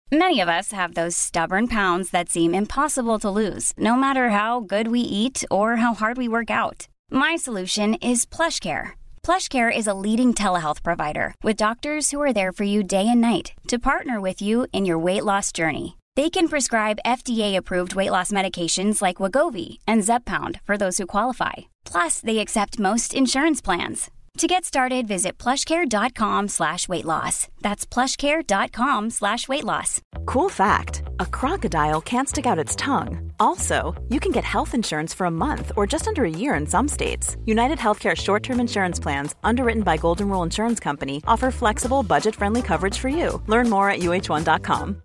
Many of us have those stubborn pounds that seem impossible to lose, no matter how good we eat or how hard we work out. My solution is PlushCare. PlushCare is a leading telehealth provider with doctors who are there for you day and night to partner with you in your weight loss journey. They can prescribe FDA-approved weight loss medications like Wegovy and Zepbound for those who qualify. Plus, they accept most insurance plans. To get started, visit plushcare.com/weightloss. That's plushcare.com/weightloss. Cool fact, a crocodile can't stick out its tongue. Also, you can get health insurance for a month or just under a year in some states. United Healthcare short-term insurance plans, underwritten by Golden Rule Insurance Company, offer flexible, budget-friendly coverage for you. Learn more at uh1.com.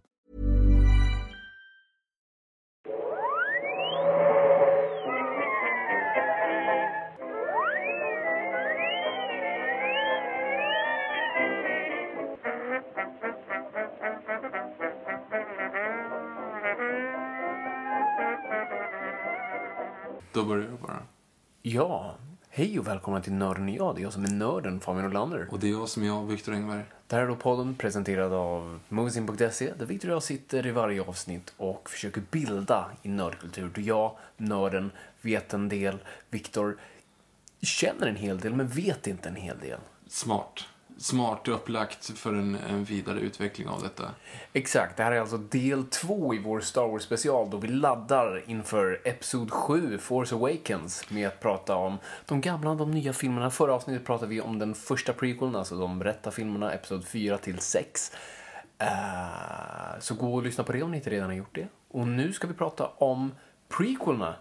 Då börjar jag bara. Ja, hej och välkomna till Nörden och jag. Det är jag som är nörden, Fabian Olander. Och det är jag som är jag, Viktor Engberg. Det här är då podden presenterad av Moviesyn.se, där Viktor och jag sitter i varje avsnitt och försöker bilda i nördkultur. Då jag, nörden, vet en del. Viktor känner en hel del men vet inte en hel del. Smart upplagt för en vidare utveckling av detta. Exakt, det här är alltså del 2 i vår Star Wars special då vi laddar inför episod 7, Force Awakens, med att prata om de gamla och de nya filmerna. Förra avsnittet pratade vi om den första prequeln, alltså de rätta filmerna, episod 4-6. Så gå och lyssna på det om ni inte redan har gjort det. Och nu ska vi prata om prequelna.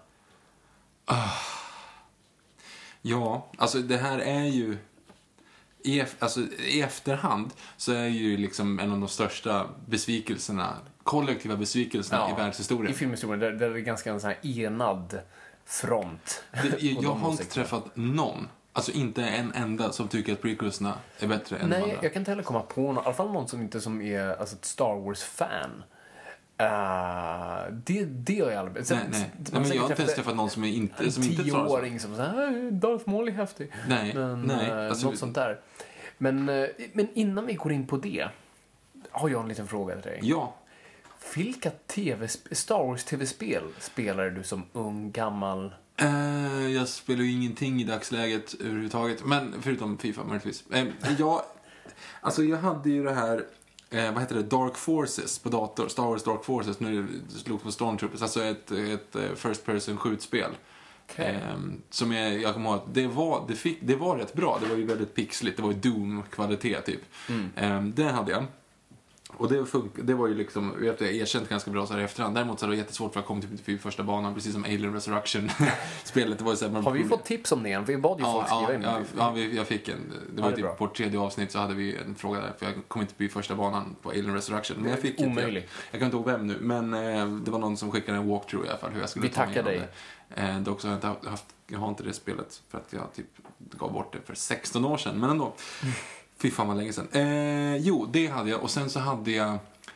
Ja, alltså det här är ju... I efterhand så är ju liksom en av de största besvikelserna, kollektiva besvikelserna i världshistorien. I filmhistorien, där det är ganska en sån här enad front. Jag har inte träffat någon, alltså inte en enda, som tycker att prequelsna är bättre än andra. Nej, jag kan inte heller komma på någon, i alla fall någon som är alltså ett Star Wars-fan. Det har jag aldrig... Nej, men jag har inte ens träffat någon som inte... En 10-åring som säger Darth Maul är häftig. Nej. Alltså, något sånt där. Men innan vi går in på det har jag en liten fråga till dig. Ja. Vilka Star Wars tv-spel spelar du som ung, gammal? Jag spelar ju ingenting i dagsläget överhuvudtaget. Men förutom FIFA, möjligtvis. Jag hade ju det här... vad heter det? Dark Forces på dator. Star Wars Dark Forces. Nu slog på Stormtroopers. Alltså ett first person skjutspel. Okay. Som jag kommer ihåg att det var rätt bra. Det var ju väldigt pixligt. Det var ju Doom-kvalitet typ. Det hade jag. Och det var ju liksom, jag erkänt ganska bra så här i efterhand. Däremot så var det jättesvårt för att komma till första banan, precis som Alien Resurrection-spelet. Det var så här, har vi fått tips om det än? För vi bad ju folk skriva in. Jag fick en. Det var typ på 3:e avsnitt så hade vi en fråga där. För jag kom inte på första banan på Alien Resurrection. Men jag fick omöjligt. Jag kan inte ihåg vem nu. Men det var någon som skickade en walkthrough i alla fall. Hur jag skulle vi tackar dig. Dock så har jag har inte det spelet. För att jag typ gav bort det för 16 år sedan. Men ändå. Fy fan vad länge sedan. Det hade jag. Och sen så hade jag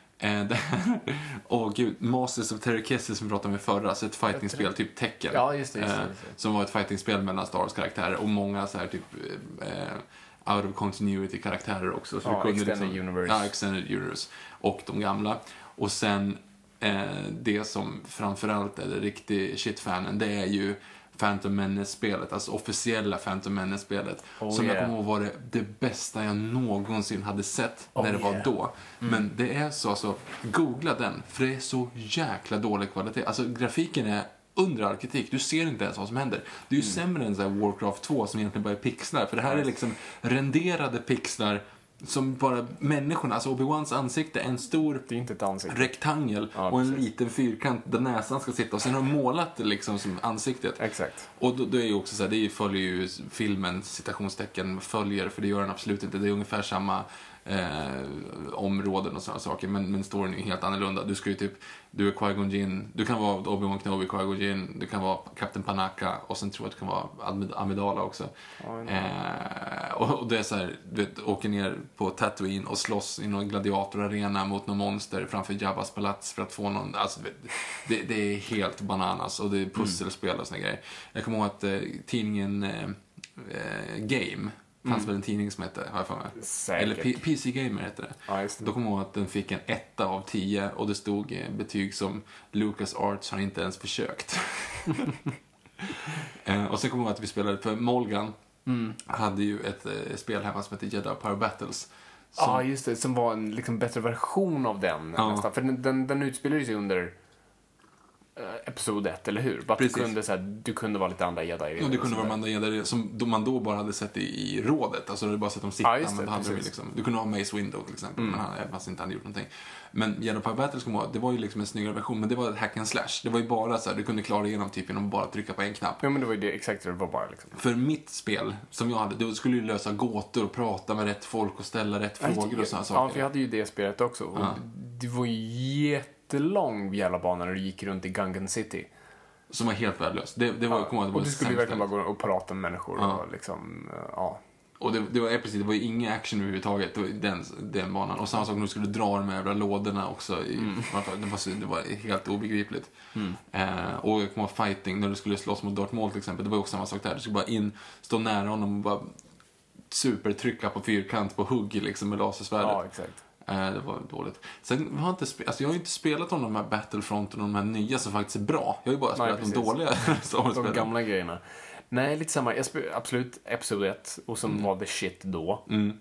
Masters of Terror Kisses som vi pratade med förra. Så ett fightingspel, typ Tekken. Ja, just det. Som var ett fightingspel mellan Star Wars-karaktärer. Och många så här typ out of continuity-karaktärer också. Så Extended Universe. Ja, Extended Universe. Och de gamla. Och sen det som framförallt är det riktigt shit-fanen, det är ju Phantom Menace-spelet, alltså officiella Phantom Menace-spelet, som jag kommer ihåg var det bästa jag någonsin hade sett när det var då. Men det är så googla den, för det är så jäkla dålig kvalitet. Alltså grafiken är under all kritik. Du ser inte ens vad som händer. Det är ju sämre än så här Warcraft 2 som egentligen bara är pixlar, för det här är liksom renderade pixlar som bara människorna, alltså Obi-Wans ansikte är en stor, det är inte ett ansikte, rektangel och en liten fyrkant där näsan ska sitta, och sen har de målat det liksom som ansiktet. Exakt. Och då är ju också så här, det följer ju filmen, citationstecken följer, för det gör den absolut inte. Det är ungefär samma områden och sådana saker, men storyn är ju helt annorlunda. Du ska ju typ, du är Qui-Gon Jinn, du kan vara Obi-Wan Kenobi, Qui-Gon Jinn, du kan vara Captain Panaka, och sen tror jag att du kan vara Amidala också. Och det är så här, du vet, åker ner på Tatooine och slåss i någon gladiatorarena mot någon monster framför Jabbas palats för att få någon, alltså det är helt bananas, och det är pusselspel och såna grejer. Jag kommer ihåg att tidningen Game fanns väl en tidning som hette, har jag för mig. Säkert. Eller PC Gamer hette det. Ja, just det. Då kommer jag ihåg att den fick en 1 av 10 och det stod betyg som Lucas Arts har inte ens försökt. Och sen kommer jag ihåg att vi spelade för Molgan. Hade ju ett spel hemma som heter Jedi Power Battles. Ja, just det. Som var en liksom bättre version av den nästan. För den utspelade sig under episod 1, eller hur? Bara du kunde vara lite andra jedi. Ja, det kunde vara andra jedi som man då bara hade sett i rådet. Alltså, du hade bara sett dem sitta. Ja, men hade liksom, du kunde ha Mace Windu till exempel, men han inte hade gjort någonting. Men Jedi Power Battles, det var ju liksom en snyggare version, men det var ett hack and slash. Det var ju bara så här, du kunde klara igenom typ genom att bara trycka på en knapp. Ja, men det var ju det, exakt det var bara liksom. För mitt spel som jag hade, då skulle ju lösa gåtor och prata med rätt folk och ställa rätt frågor och sådana saker. Ja, för jag hade ju det spelet också. Och det var ju jättelång jävla bana när du gick runt i Gungan City. Som var helt värdelöst. Det var, och du skulle ju verkligen bara gå och prata med människor och liksom, Och det var ju ingen action överhuvudtaget, den banan. Och samma sak när du skulle dra de här jävla lådorna också. Det var helt obegripligt. Och jag kommer ihåg fighting, när du skulle slåss mot Darth Maul till exempel. Det var också samma sak där. Du skulle bara stå nära honom och bara supertrycka på fyrkant på hugg liksom, med lasersvärdet. Ja, exakt. Det var dåligt. Sen har jag har ju inte spelat om de här Battlefront och de här nya som faktiskt är bra. Jag har ju bara spelat de dåliga. De gamla grejerna. Nej, lite samma. Jag spelade absolut episod 1 och som var the shit då.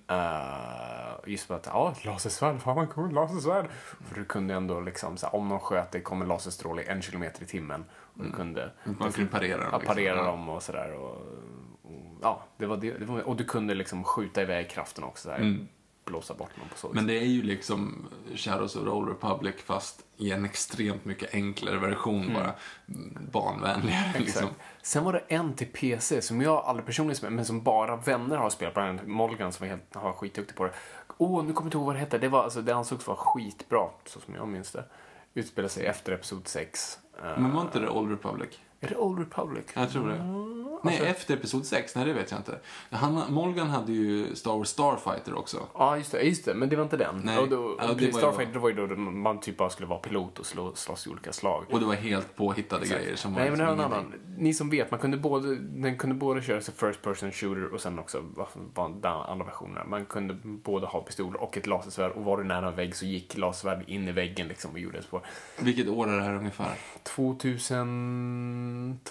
Just för att, lasersvärd, fan vad cool, lasersvärd. För du kunde ändå liksom, så här, om någon sköt det kommer laserstråle 1 kilometer i timmen. Och du kunde parera dem. Parera dem och sådär. Och det var det. Och du kunde liksom skjuta iväg kraften också där. Blåsa bort någon på så vis. Men det är ju liksom Shadows of the Old Republic fast i en extremt mycket enklare version, bara barnvänligare liksom. Sen var det en till PC som jag aldrig personligen spelat, men som bara vänner har spelat. Bland annat Molgan som var skitduktig på det. Nu kommer jag inte ihåg vad det hette. Det var, alltså, det ansågs vara skitbra, så som jag minns det. Utspelade sig efter episod 6. Men var inte det Old Republic? Är det Old Republic? Jag tror det. Nej, efter episod 6. Nej, det vet jag inte. Molgan hade ju Star Wars Starfighter också. Ja, just det. Men det var inte den. Nej. Starfighter var ju då man typ bara skulle vara pilot och slåss i olika slag. Och det var helt påhittade grejer som var. Nej, men det var en annan. Ni som vet, den kunde både köra som first person shooter och sen också den andra versionen. Man kunde både ha pistol och ett lasersvärd, och var du nära en vägg så gick lasersvärd in i väggen liksom och gjorde det på. Vilket år är det här ungefär? 2001,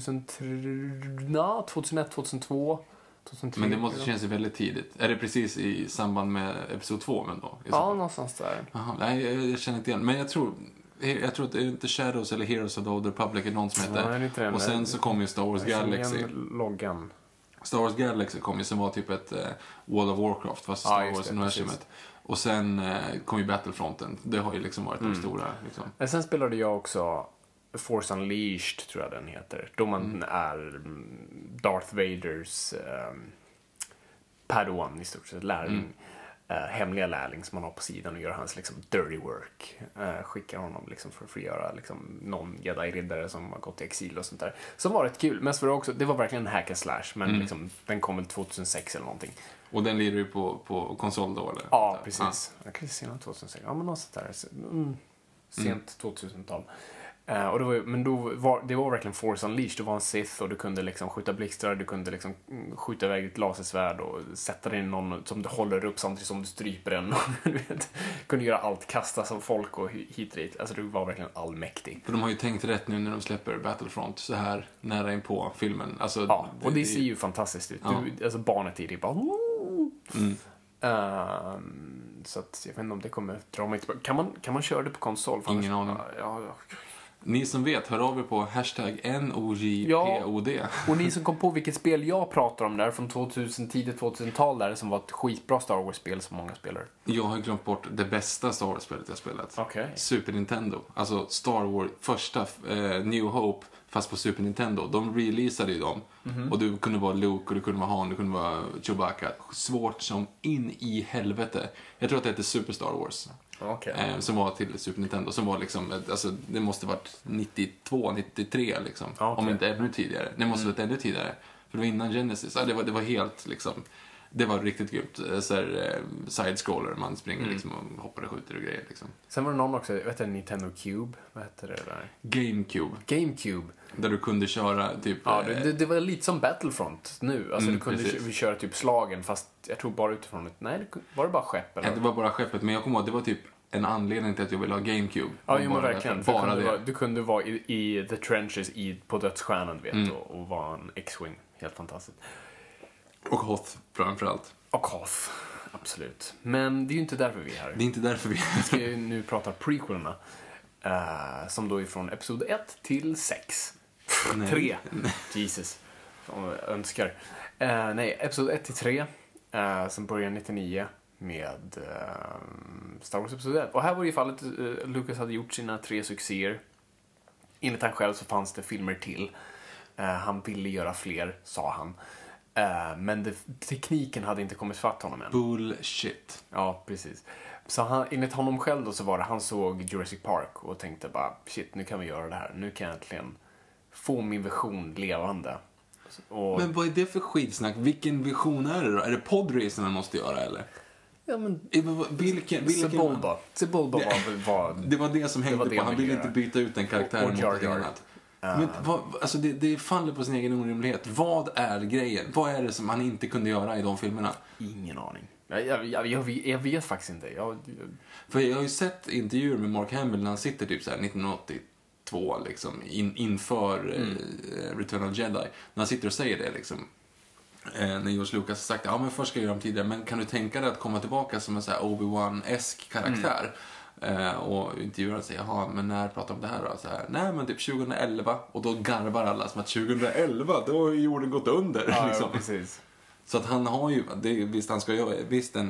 2002, 2003. Men det måste kännas väldigt tidigt. Är det precis i samband med episod 2 men då? Ja, någonstans där. Aha, nej, jag känner inte igen. Men jag tror att det är inte Shadows eller Heroes of the Old Republic eller någon som heter. Nej, inte det, och sen så kom ju Star Wars Galaxy. Loggan. Star Wars Galaxy kom ju, som var typ ett World of Warcraft fast Star Wars-universumet. Och sen kom ju Battlefronten. Det har ju liksom varit de stora. Liksom. Sen spelade jag också Force Unleashed, tror jag den heter. Då man är Darth Vaders Padawan i stort sett, lärling. Hemliga lärling som man har på sidan och gör hans liksom dirty work. Skickar honom liksom för att frigöra liksom någon jedi-riddare som har gått i exil och sånt där. Som var rätt kul. Men det var verkligen en hack and slash, men liksom, den kom väl 2006 eller någonting. Och den lirar ju på konsol då, eller? Ja, precis. Jag kan se 2006. Ja, men något sånt där. Sent 2000-tal. Och det var verkligen Force Unleashed. Du var en Sith och du kunde liksom skjuta blixtrar, du kunde liksom skjuta iväg ett lasersvärd och sätta dig i någon som du håller upp samtidigt som du stryper den. Du kunde göra allt, kasta som folk och hit och dit. Alltså du var verkligen allmäktig. För de har ju tänkt rätt nu när de släpper Battlefront så här nära in på filmen. Alltså, ja, och det ser ju fantastiskt ut. Ja. Alltså barnet i det bara... så att jag vet inte om det kommer dra mig tillbaka. Kan man köra det på konsol? Ingen aning. Ja. Ni som vet, hör av er på #NOJPOD. Ja, och ni som kom på vilket spel jag pratar om där från 1000-tidigt 2000-tal där som var ett skitbra Star Wars-spel som många spelar. Jag har glömt bort det bästa Star Wars-spelet jag spelat. Okay. Super Nintendo. Alltså Star Wars första New Hope fast på Super Nintendo. De releasade ju dem. Och du kunde vara Luke och du kunde vara Han, du kunde vara Chewbacca. Svårt som in i helvete. Jag tror att det heter Super Star Wars. Okay. Som var till Super Nintendo. Som var liksom, alltså det måste varit 92, 93 liksom. Okay. Om inte ännu tidigare. Det måste varit ännu tidigare. För det var innan Genesis. Ja, det var helt liksom Det var riktigt grymt. Side-scroller, man springer liksom och hoppar och skjuter och grejer liksom. Sen var det någon också, vet du, Nintendo Cube, vad hette det där? GameCube. Där du kunde köra typ... Ja, det var lite som Battlefront nu. Alltså du kunde köra typ slagen, fast jag tror bara utifrån var det bara skepp eller? Ja, det var bara skeppet, men jag kommer ihåg, det var typ en anledning till att jag ville ha GameCube. Ja, men verkligen. Bara du kunde vara i the trenches på dödsstjärnan, vet du, och vara en X-Wing. Helt fantastiskt. Och Hoth, framförallt. Och Hoth, absolut. Men det är ju inte därför vi är här. Det är inte därför vi är här. Vi ska ju nu prata prequelerna. Som då är från episod 1 till 6. 3. Jesus. Som jag önskar. Episod 1 till 3. Som börjar 99 med Star Wars episod 1. Och här var ju fallet, Lucas hade gjort sina 3 succéer. Enligt han själv så fanns det filmer till. Han ville göra fler, sa han. Men tekniken hade inte kommit fatt honom än. Bullshit. Ja, precis. Så enligt honom själv då så var det, han såg Jurassic Park och tänkte bara, shit, nu kan vi göra det här. Nu kan jag äntligen få min vision levande. Men vad är det för skitsnack? Vilken vision är det då? Är det podracen han måste göra, eller? Ja, men... Vilken Sebulba var... Det var det som hängde på. Han ville inte byta ut en karaktär mot något annat. Men alltså det faller på sin egen orimlighet. Vad är grejen? Vad är det som han inte kunde göra i de filmerna? Ingen aning. Jag vet faktiskt inte. För jag har ju sett intervjuer med Mark Hamill när han sitter typ så här 1982 liksom, inför Return of Jedi. När han sitter och säger det liksom. När George Lucas har sagt, ja men först ska jag göra dem tidigare, men kan du tänka dig att komma tillbaka som en så här Obi-Wan-esk karaktär? Och intervjuaren säger, jaha, men när pratar om det här då? Så här, nej men typ 2011. Och då garvar alla som att 2011, då har jorden gått under. Ja, liksom. ja, precis. Så att han har ju, visst han ska göra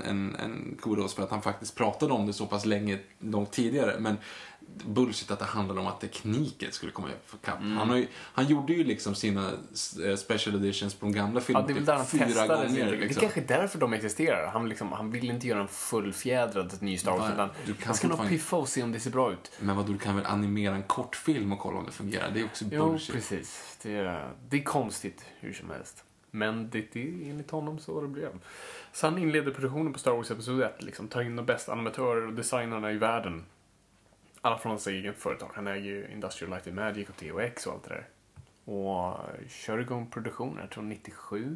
en kudos för att han faktiskt pratade om det så pass långt tidigare, men bullshit att det handlade om att tekniken skulle komma upp för kapp. Han gjorde ju liksom sina special editions på de gamla filmerna det är väl där han 4 gånger. Liksom. Det är kanske därför de existerar. Han vill inte göra en fullfjädrad ny Star Wars, utan han ska nog piffa och se om det ser bra ut. Men du kan väl animera en kortfilm och kolla om det fungerar? Det är också bullshit. Jo, precis. Det är konstigt hur som helst. Men det är enligt honom så det blev. Så han inleder produktionen på Star Wars episod 1. Liksom, tar in de bästa animatörer och designarna i världen. Alla från hans egen företag. Han äger ju Industrial Light and Magic och THX och allt det där. Och kör igång produktionen, jag tror 97.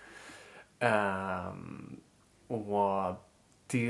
Och det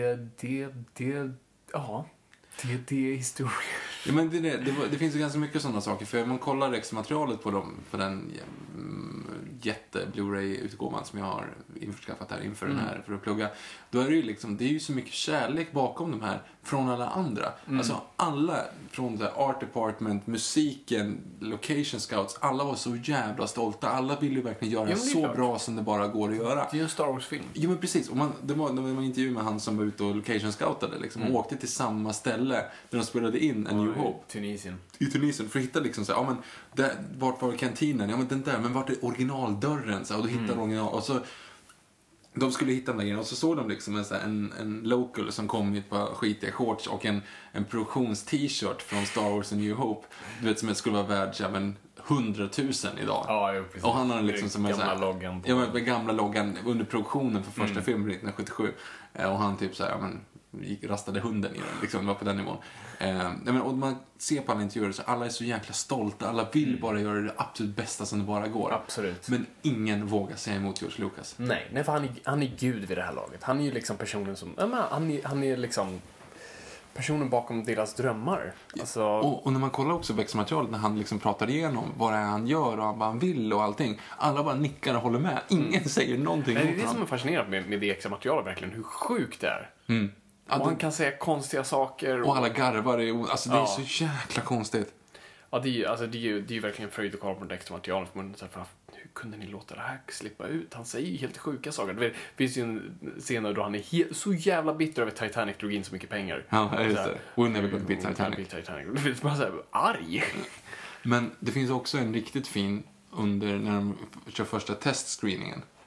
är historia. Ja, men det finns ju ganska mycket sådana saker. För om man kollar extra-materialet på den jätte-Blu-ray-utgåvan som jag har införskaffat här inför den här för att plugga, då är det ju liksom, det är ju så mycket kärlek bakom de här från alla andra. Alltså alla från the art department, musiken, location scouts, alla var så jävla stolta. Alla ville ju verkligen göra så bra som det bara går att göra. Det är ju en Star Wars-film. Jo, men precis. Och det var en intervju med han som var ute och location scoutade liksom, och åkte till samma ställe där de spelade in en New Hope. I Tunisien. För att hitta liksom så här, ja men vart var kantinen? Ja men den där, men vart är originaldörren? Så, och då hittade de original. Och så de skulle hitta den där grejen och så såg de liksom en local som kom i ett par skitiga shorts och en produktions-t-shirt från Star Wars and New Hope. Du vet, som skulle vara värd 100 000 idag. Ja, precis. Och han hade liksom som gamla loggan. Ja, men gamla loggan under produktionen för första filmen 1977. Och han typ så här, ja men rastade hunden i den, liksom, var på den nivån. Och man ser på alla intervjuer så alla är så jäkla stolta, alla vill bara göra det absolut bästa som det bara går. Absolut. Men ingen vågar säga emot George Lucas. Nej, för han är gud vid det här laget. Han är ju liksom personen som, han är liksom personen bakom deras drömmar. Alltså... Och när man kollar också växtmaterialet, när han liksom pratar igenom vad det är han gör och vad han vill och allting, alla bara nickar och håller med. Ingen säger någonting. Det är det som är fascinerande med det extra materialet, verkligen, hur sjukt det är. Och han kan säga konstiga saker. Och alla garvar, det är så jäkla konstigt. Ja, det är ju verkligen fröjd att kolla på det extra materialet. Hur kunde ni låta det här slippa ut? Han säger ju helt sjuka saker. Det finns ju en scen då han är så jävla bitter över Titanic drog in så mycket pengar. Ja, just det. We'll never go to beat Titanic. Det är bara så här arg. Men det finns också en riktigt fin när de kör första testscreeningen.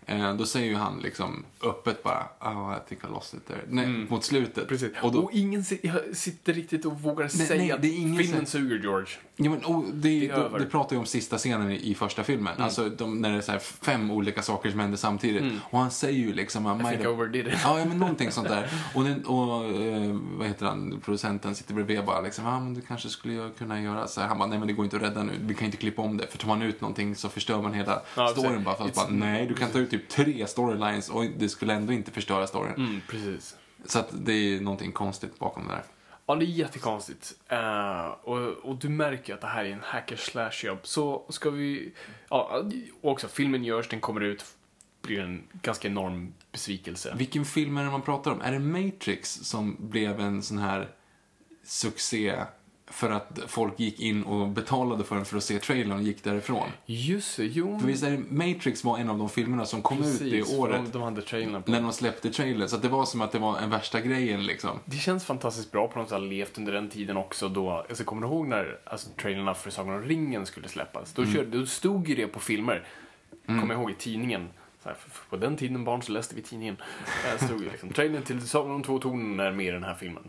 då säger ju han liksom öppet bara, I think I lost it there. Nej, mot slutet. Precis. Och, då, och ingen sitter riktigt och vågar säga det är ingen att filmen suger, George. Ja, men, det pratar ju om sista scenen i första filmen. Alltså när det är så här 5 olika saker som händer samtidigt. Och han säger ju liksom... I think I overdid it. Ja, men någonting sånt där. Och vad heter han? Producenten sitter bredvid bara liksom, men det kanske skulle jag kunna göra. Så här, han bara, nej men det går inte att rädda nu. Vi kan inte klippa om det. För tar man ut någonting så förstör man hela storyn bara. För att bara, nej, du kan ta ut typ 3 storylines och det skulle ändå inte förstöra storyn. Precis. Så att det är någonting konstigt bakom det där. Ja, det är jättekonstigt. Och du märker att det här är en hacker-slash-jobb. Så ska vi... Ja, också filmen görs, den kommer ut, blir en ganska enorm besvikelse. Vilken film är det man pratar om? Är det Matrix som blev en sån här succé för att folk gick in och betalade för den för att se trailern och gick därifrån? Just det, jo. För visst är det, Matrix var en av de filmerna som kom ut det året. De hade trailern på. När de släppte trailern. Så att det var som att det var en värsta grejen liksom. Det känns fantastiskt bra på något sätt, levt under den tiden också då. Alltså, kommer du ihåg när trailerna för Sagan om ringen skulle släppas? Då stod ju det på filmer. Kommer jag ihåg i tidningen. Så här, på den tiden barn så läste vi tidningen. Stod ju liksom, trailern till Sagan om 2 tornen är med i den här filmen.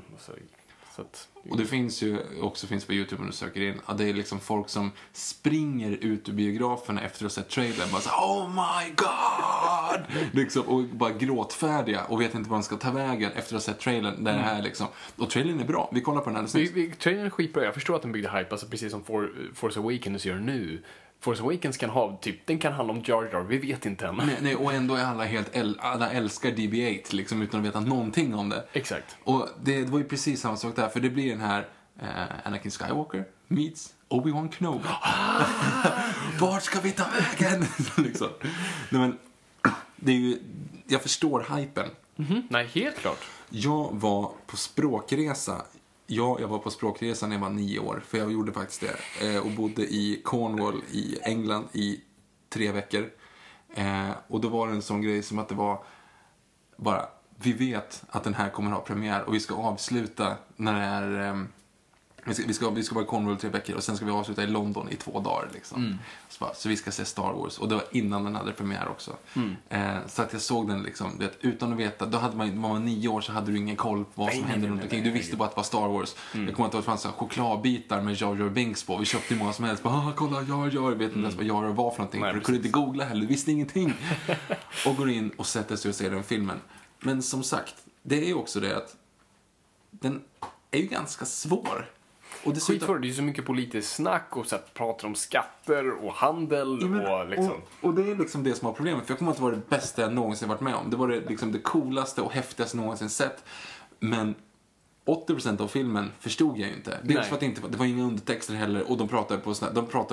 Och det finns ju också på YouTube om du söker in. Det är liksom folk som springer ut ur biograferna efter att ha sett trailern. Bara så, oh my god! Liksom, och bara gråtfärdiga och vet inte vad de ska ta vägen efter att ha sett trailern. Där det här liksom. Och trailern är bra. Vi kollar på den här. Trailern är skitbra. Jag förstår att den byggde hype. Alltså precis som Force Awakens gör nu. Force Awakens kan ha, den kan handla om Jar Jar, vi vet inte än. Nej, och ändå är alla älskar DB8 liksom, utan att veta någonting om det. Exakt. Och det var ju precis samma sak där, för det blir den här Anakin Skywalker meets Obi-Wan Kenobi. Vart ska vi ta vägen? liksom. Nej, men det är ju, jag förstår hypen. Nej, helt klart. Jag var på språkresa. Jag var på språkresa när jag var 9 år. För jag gjorde faktiskt det. Och bodde i Cornwall i England i 3 veckor. Och då var det en sån grej som att det var bara, vi vet att den här kommer att ha premiär. Och vi ska avsluta när det är... Vi ska vara i Cornwall 3 veckor. Och sen ska vi avsluta i London i 2 dagar. Liksom. Så vi ska se Star Wars. Och det var innan den hade premiär också. Så att jag såg den liksom, utan att veta. Då hade man var 9 år så hade du ingen koll på vad som hände runt omkring. Du visste bara att det var Star Wars. Jag kommer att det fanns chokladbitar med Jar Jar Binks på. Vi köpte många som helst. Kolla Jar Jar. Vet inte ens vad Jar Jar var för någonting. Nej, för du kunde inte googla heller. Du visste ingenting. Och går in och sätter sig och ser den filmen. Men som sagt, det är ju också det att den är ju ganska svår. Och det är ju så mycket politiskt snack och så att pratar om skatter och handel och liksom. Och det är liksom det som var problemet. För jag kommer att det var det bästa jag någonsin varit med om. Det var det coolaste och häftigaste jag någonsin sett. Men 80% av filmen förstod jag ju inte. Dels för att det var inga undertexter heller. Och de pratar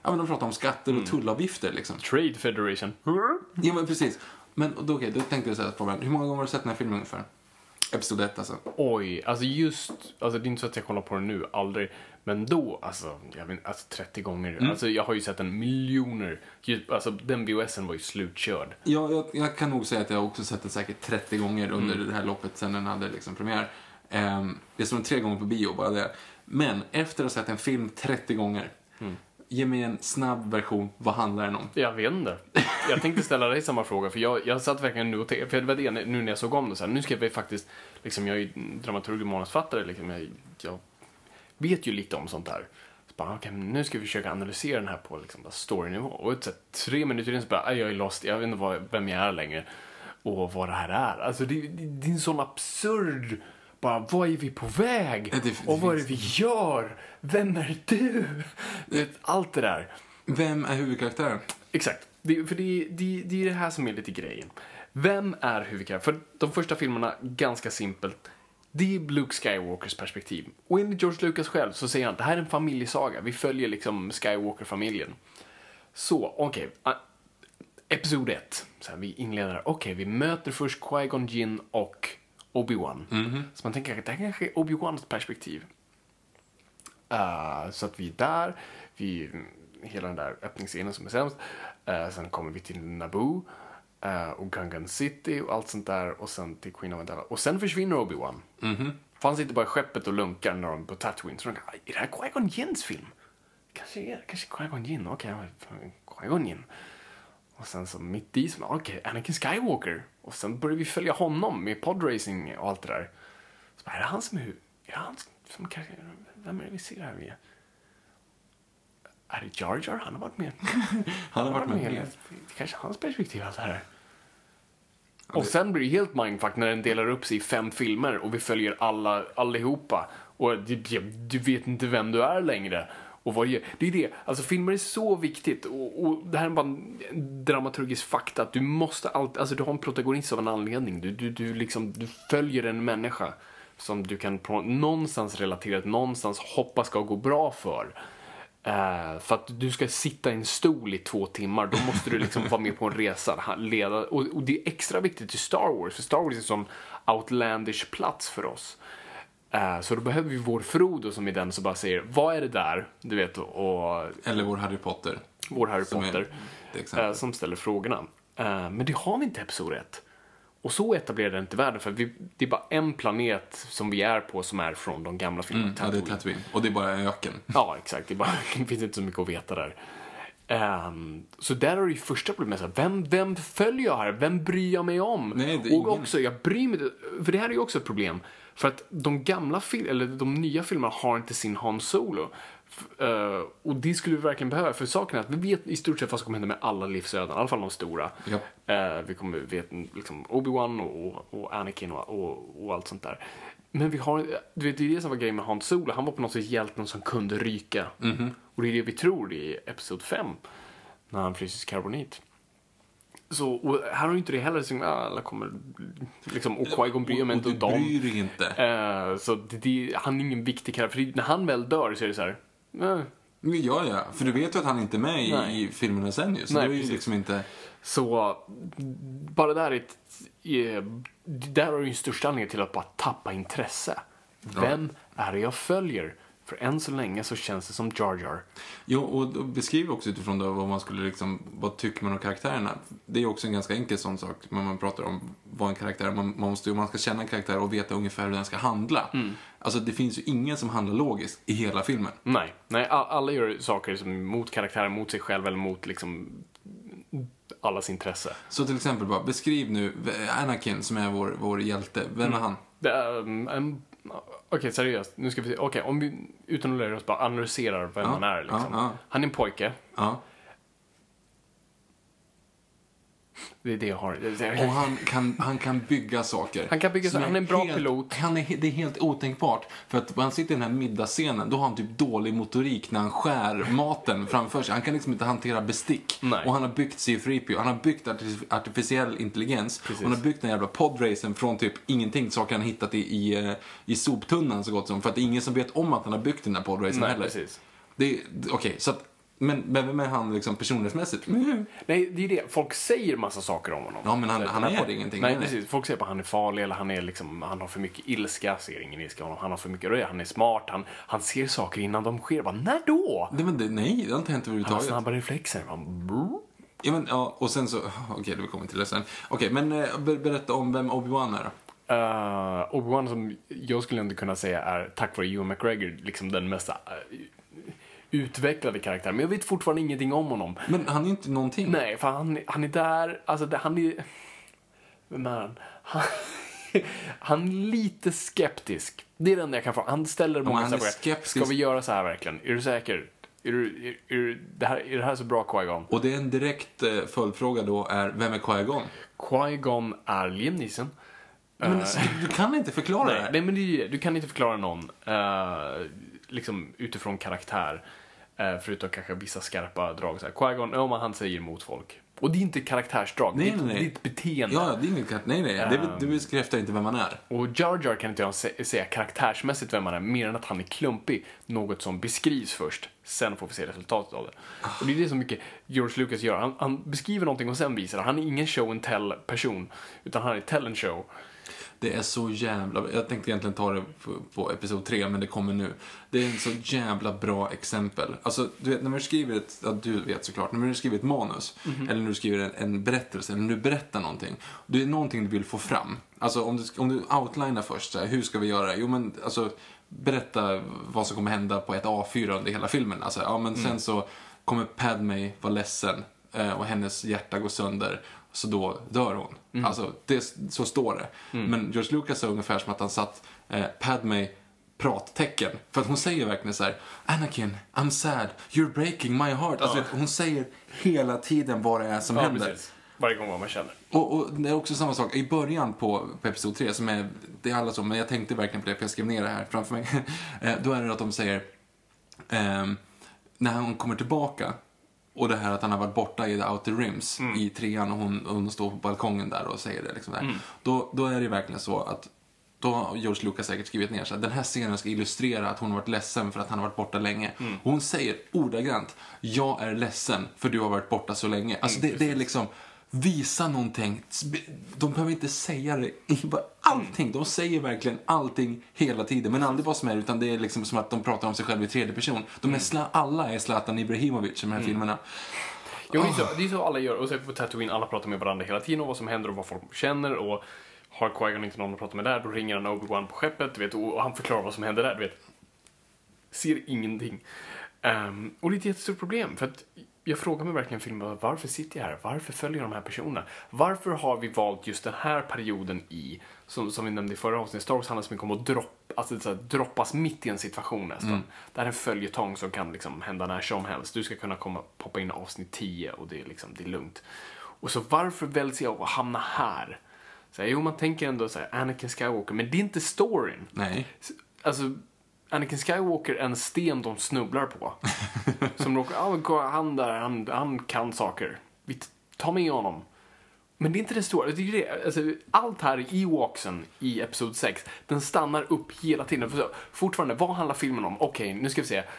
om skatter och tullavgifter liksom. Trade Federation. Ja, men precis. Men då tänkte jag säga frågan. Hur många gånger har du sett den här filmen ungefär? Episod 1 alltså. Oj, alltså det är inte så att jag kollar på den nu, aldrig. Men då, alltså 30 gånger. Alltså jag har ju sett den miljoner. Alltså den VHSen var ju slutkörd. Ja, jag kan nog säga att jag har också sett den säkert 30 gånger under det här loppet sen den hade liksom premiär. Jag såg den 3 gånger på bio bara det. Men efter att ha sett en film 30 gånger. Ge mig en snabb version. Vad handlar den om? Jag vet inte. Jag tänkte ställa dig samma fråga. För jag satt verkligen nu och tänkte. För det var det nu när jag såg om det. Så här, nu ska jag faktiskt. Liksom, jag är ju dramaturg och manusfattare. Liksom, jag vet ju lite om sånt här. Så bara, okay, nu ska vi försöka analysera den här på liksom, storynivå. Och så 3 minuter in så bara, jag är lost. Jag vet inte vem jag är längre. Och vad det här är. Alltså det är en sån absurd... Bara, vad är vi på väg? Och vad är det vi gör? Vem är du? Allt det där. Vem är huvudkaraktären? Exakt. Det är det här som är lite grejen. Vem är huvudkaraktären? För de första filmerna, ganska simpelt. Det är Luke Skywalkers perspektiv. Och enligt George Lucas själv så säger han att det här är en familjesaga. Vi följer liksom Skywalker-familjen. Så, okej. Episod 1. Så här, vi inleder. Okej, vi möter först Qui-Gon Jinn och Obi-Wan. Så man tänker att det här kanske är Obi-Wans perspektiv. Så att vi är där. Hela den där öppningsscenen som är sämst. Sen kommer vi till Naboo. Och Gungan City och allt sånt där. Och sen till Queen of Mandela. Och sen försvinner Obi-Wan. För han sitter bara i skeppet och lunkar när de på Tatooine. Så de kan, är det här Qui-Gon Jinns film? Kanske Qui-Gon Jinn. Okej, Qui-Gon Jinn. Och sen så mitt i som, okej, Anakin Skywalker. Och sen börjar vi följa honom med podracing och allt det där. Så är det han som är vem är det vi ser här med? Är det Jar Jar? Han har varit med. Han har varit med. Det kanske är hans perspektiv allt det här. Och sen blir det helt mindfuck när den delar upp sig i 5 filmer och vi följer allihopa. Och du vet inte vem du är längre. Och vad det är det. Alltså filmer är så viktigt. Och det här är bara en dramaturgisk fakta. Att du måste alltid, alltså du har en protagonist av en anledning. Du följer en människa som du kan någonstans relatera till, någonstans hoppas ska gå bra för. För att du ska sitta i en stol i 2 timmar, då måste du liksom vara med på en resa, leda, och det är extra viktigt i Star Wars, för Star Wars är en sån outlandish plats för oss. Så då behöver vi vår Frodo som är den som bara säger, vad är det där? Du vet, och eller vår Harry Potter. Vår Harry Potter som ställer frågorna. Men det har vi inte i episod 1. Och så etablerar den inte världen, för det är bara en planet som vi är på som är från de gamla filmerna. Ja, det är Tatooine. Och det är bara en öken. Ja, exakt. Det finns inte så mycket att veta där. Så där har du ju första problemet. Vem följer jag här? Vem bryr jag mig om? Nej, det är och också, jag bryr mig. För det här är ju också ett problem. För att de nya filmerna har inte sin Han Solo. Och det skulle vi verkligen behöva. För saken är att vi vet i stort sett vad som kommer hända med alla livsöden. I alla fall de stora. Yep. Vi kommer veta liksom Obi-Wan och Anakin och allt sånt där. Men vi har, du vet, det är det som var grejen med Han Solo. Han var på något sätt hjälten som kunde ryka. Och det är det vi tror i episod 5. När han fryses karbonit. Så, och här har ju inte det heller som alla kommer liksom, och Qui-Gon bryr mig inte om dem. bryr dig inte. Så han är ingen viktig karaktär. För när han väl dör så är det så här. Ja, för du vet ju att han inte är med i filmerna sen ju. Så Nej, det är ju precis. liksom inte... Så bara där har du ju största anledningen till att bara tappa intresse. Vem är det jag följer? För än så länge så känns det som Jar Jar. Jo, och beskriv också utifrån då vad man skulle liksom, vad tycker man om karaktärerna. Det är ju också en ganska enkel sån sak när man pratar om vad en karaktär, man ska känna en karaktär och veta ungefär hur den ska handla. Alltså det finns ju ingen som handlar logiskt i hela filmen. Nej, alla gör saker som mot karaktären, mot sig själv eller mot liksom allas intresse. Så till exempel bara, beskriv nu Anakin som är vår hjälte. Vem är han? Okej, seriöst. Nu ska vi se. Okej, om vi utan att lära oss bara analyserar vem han är liksom. Han är en pojke. Ja. Det är det jag har. Och han kan bygga saker. Han kan bygga saker. Han är en bra pilot. Det är helt otänkbart. För att han sitter i den här middagsscenen, då har han typ dålig motorik när han skär maten framför sig. Han kan liksom inte hantera bestick. Nej. Och han har byggt C-3PO. Han har byggt artificiell intelligens. Precis. Han har byggt den jävla podracen från typ ingenting. Saker han hittat i soptunnan så gott som. För att det är ingen som vet om att han har byggt den här podracen heller. Precis. Okej, så att men vem är han liksom personlighetsmässigt? Nej, det är det. Folk säger massa saker om honom. Ja, men han är ingenting. Nej, precis. Folk säger att han är farlig eller han är liksom, han har för mycket ilska. Ser ingen ilska honom. Han har för mycket röj. Han är smart. Han ser saker innan de sker. Bara, när då? Nej, det har inte hänt överhuvudtaget. Han har snabba reflexer. Och sen så... Okej, det kommer till det sen. Okej, men berätta om vem Obi-Wan är då. Obi-Wan som jag skulle inte kunna säga är, tack vare Ewan McGregor, liksom den mesta... utvecklade karaktär, men jag vet fortfarande ingenting om honom. Men han är inte någonting. Nej, för han är där, alltså han är... Vem är han? Han är lite skeptisk. Det är den jag kan få. Han ställer många frågor. Ska vi göra så här verkligen? Är du säker? Är det här så bra, Qui-Gon? Och det är en direkt följdfråga då är, vem är Qui-Gon? Qui-Gon är Liam Neeson. Men du kan inte förklara det. Nej, men du kan inte förklara någon liksom utifrån karaktär, förutom kanske vissa skarpa drag. Qui-Gon, han säger emot folk. Och det är inte karaktärsdrag, nej. Det är ett beteende. Ja, det är inget nej. Det bekräftar inte vem man är. Och Jar Jar kan inte jag säga karaktärsmässigt vem man är, mer än att han är klumpig. Något som beskrivs först, sen får vi se resultatet av det. Och det är det som mycket George Lucas gör. Han beskriver någonting och sen visar det. Han är ingen show and tell person, utan han är tell and show. Det är så jävla... Jag tänkte egentligen ta det på episod 3, men det kommer nu. Det är en så jävla bra exempel. Alltså, du vet, när du skriver du vet såklart, när du skriver ett manus, eller när du skriver en berättelse, eller när du berättar någonting, det är någonting du vill få fram. Alltså, om du outlinar först, så här, hur ska vi göra? Jo, men alltså, berätta vad som kommer hända på ett A4 under hela filmen. Alltså, ja, men sen så kommer Padme vara ledsen och hennes hjärta går sönder, så då dör hon. Alltså, så står det. Men George Lucas sa ungefär som att han satt Padme prattecken. För att hon säger verkligen så här: Anakin, I'm sad, you're breaking my heart. Alltså, hon säger hela tiden vad det är som händer. Precis. Varje gång vad man känner. Och det är också samma sak i början på episod 3, som är, det är alla så, men jag tänkte verkligen på det, för jag skrev ner det här framför mig. Då är det att de säger, när hon kommer tillbaka, och det här att han har varit borta i The Outer Rims i 3:an, och hon står på balkongen där och säger det liksom där. Då är det verkligen så att då har George Lucas säkert skrivit ner så här: den här scenen ska illustrera att hon har varit ledsen för att han har varit borta länge. Och hon säger ordagrant: jag är ledsen för du har varit borta så länge. Alltså det är liksom, visa någonting. De behöver inte säga det i allting. De säger verkligen allting hela tiden, men aldrig vad som är, utan det är liksom som att de pratar om sig själva i tredje person. Alla är Zlatan Ibrahimovic i de här filmerna. Jo, det är så alla gör. Och så på Tatooine, alla pratar med varandra hela tiden om vad som händer och vad folk känner. Och har Qui-Gon inte någon att prata med där, då ringer han Obi-Wan på skeppet, du vet, och han förklarar vad som händer där, du vet. Ser ingenting. Och det är ett jättestort problem, för att jag frågar mig verkligen i filmen, varför sitter jag här? Varför följer de här personerna? Varför har vi valt just den här perioden som vi nämnde i förra avsnittet? Star Wars handlar så mycket om att droppas mitt i en situation nästan. Det här är en följetong som kan liksom hända när som helst. Du ska kunna poppa in i avsnitt 10 och det är lugnt. Och så varför väljs jag att hamna här? Så här, jo, man tänker ändå så här, Anakin Skywalker, men det är inte storyn. Nej. Alltså, Anakin Skywalker är en sten de snubblar på. Som råkar, han kan saker. Vi tar med honom. Men det är inte det stora. Alltså, allt här i Ewoksen i episod 6, den stannar upp hela tiden. För fortfarande, vad handlar filmen om? Okej, nu ska vi se.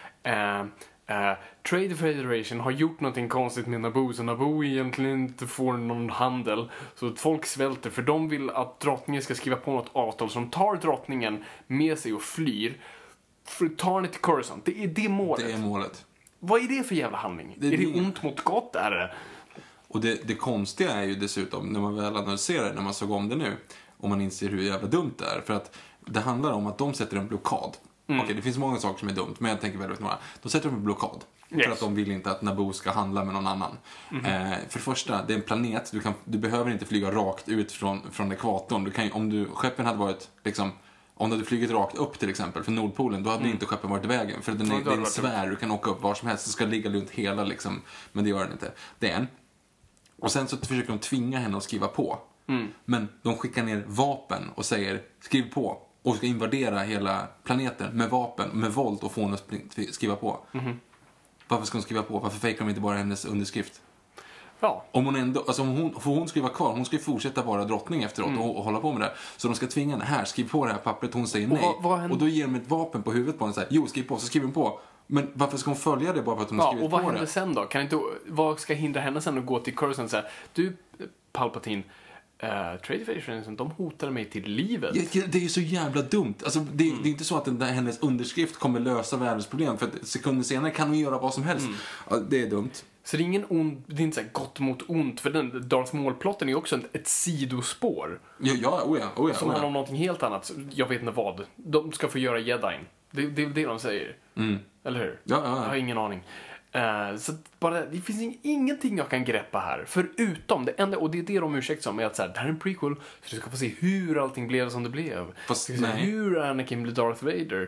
Trade Federation har gjort någonting konstigt med Naboo, så Naboo egentligen inte får någon handel, så att folk svälter, för de vill att drottningen ska skriva på något avtal som tar drottningen med sig och flyr för att ta henne till Coruscant. Det är det målet. Det är målet. Vad är det för jävla handling? Är det ont mot gott, är det? Och det konstiga är ju dessutom, när man väl analyserar det, när man såg om det nu, och man inser hur jävla dumt det är, för att det handlar om att de sätter en blockad. Okej, det finns många saker som är dumt, men jag tänker väldigt några. De sätter upp en blockad. För att de vill inte att Naboo ska handla med någon annan. För det första, det är en planet. Du behöver inte flyga rakt ut från ekvatorn. Skeppen hade varit liksom, om du hade flugit rakt upp till exempel från Nordpolen, då hade inte skeppen varit i vägen. För den är svär, du kan åka upp var som helst. Det ska ligga runt hela liksom, men det gör den inte. Det är en. Och sen så försöker de tvinga henne att skriva på. Men de skickar ner vapen och säger, skriv på. Och ska invadera hela planeten med vapen, med våld, och få henne att skriva på. Varför ska hon skriva på? Varför fejkar de inte bara hennes underskrift? Ja. Om hon ändå, alltså hon ska ju vara kvar. Hon ska ju fortsätta vara drottning efteråt och hålla på med det. Så de ska tvinga henne, här, skriv på det här pappret. Hon säger nej. Och då ger de ett vapen på huvudet på henne och säger, jo, skriv på, så skriver hon på. Men varför ska hon följa det bara för att hon har skrivit på det? Och vad händer sen då? Vad ska hindra henne sen att gå till Coruscant och säga, du, Palpatine, Trade Federation, de hotade mig till livet. Det är ju så jävla dumt. Alltså, det är inte så att hennes underskrift kommer lösa världens problem. För att sekunder senare kan hon göra vad som helst. Ja, det är dumt. Så det är ingen det är inte så här gott mot ont. För den Darth Maul-plotten är ju också ett sidospår. Ja. Som handlar om någonting helt annat. Jag vet inte vad. De ska få göra Jedin. Det är det de säger. Eller hur? Ja. Jag har ingen aning. Så bara, det finns ingenting jag kan greppa här. Förutom det enda, och det är det de ursäktar om, är att så här, det här är en prequel, så du ska få se hur allting blev som det blev. Hur Anakin blev Darth Vader.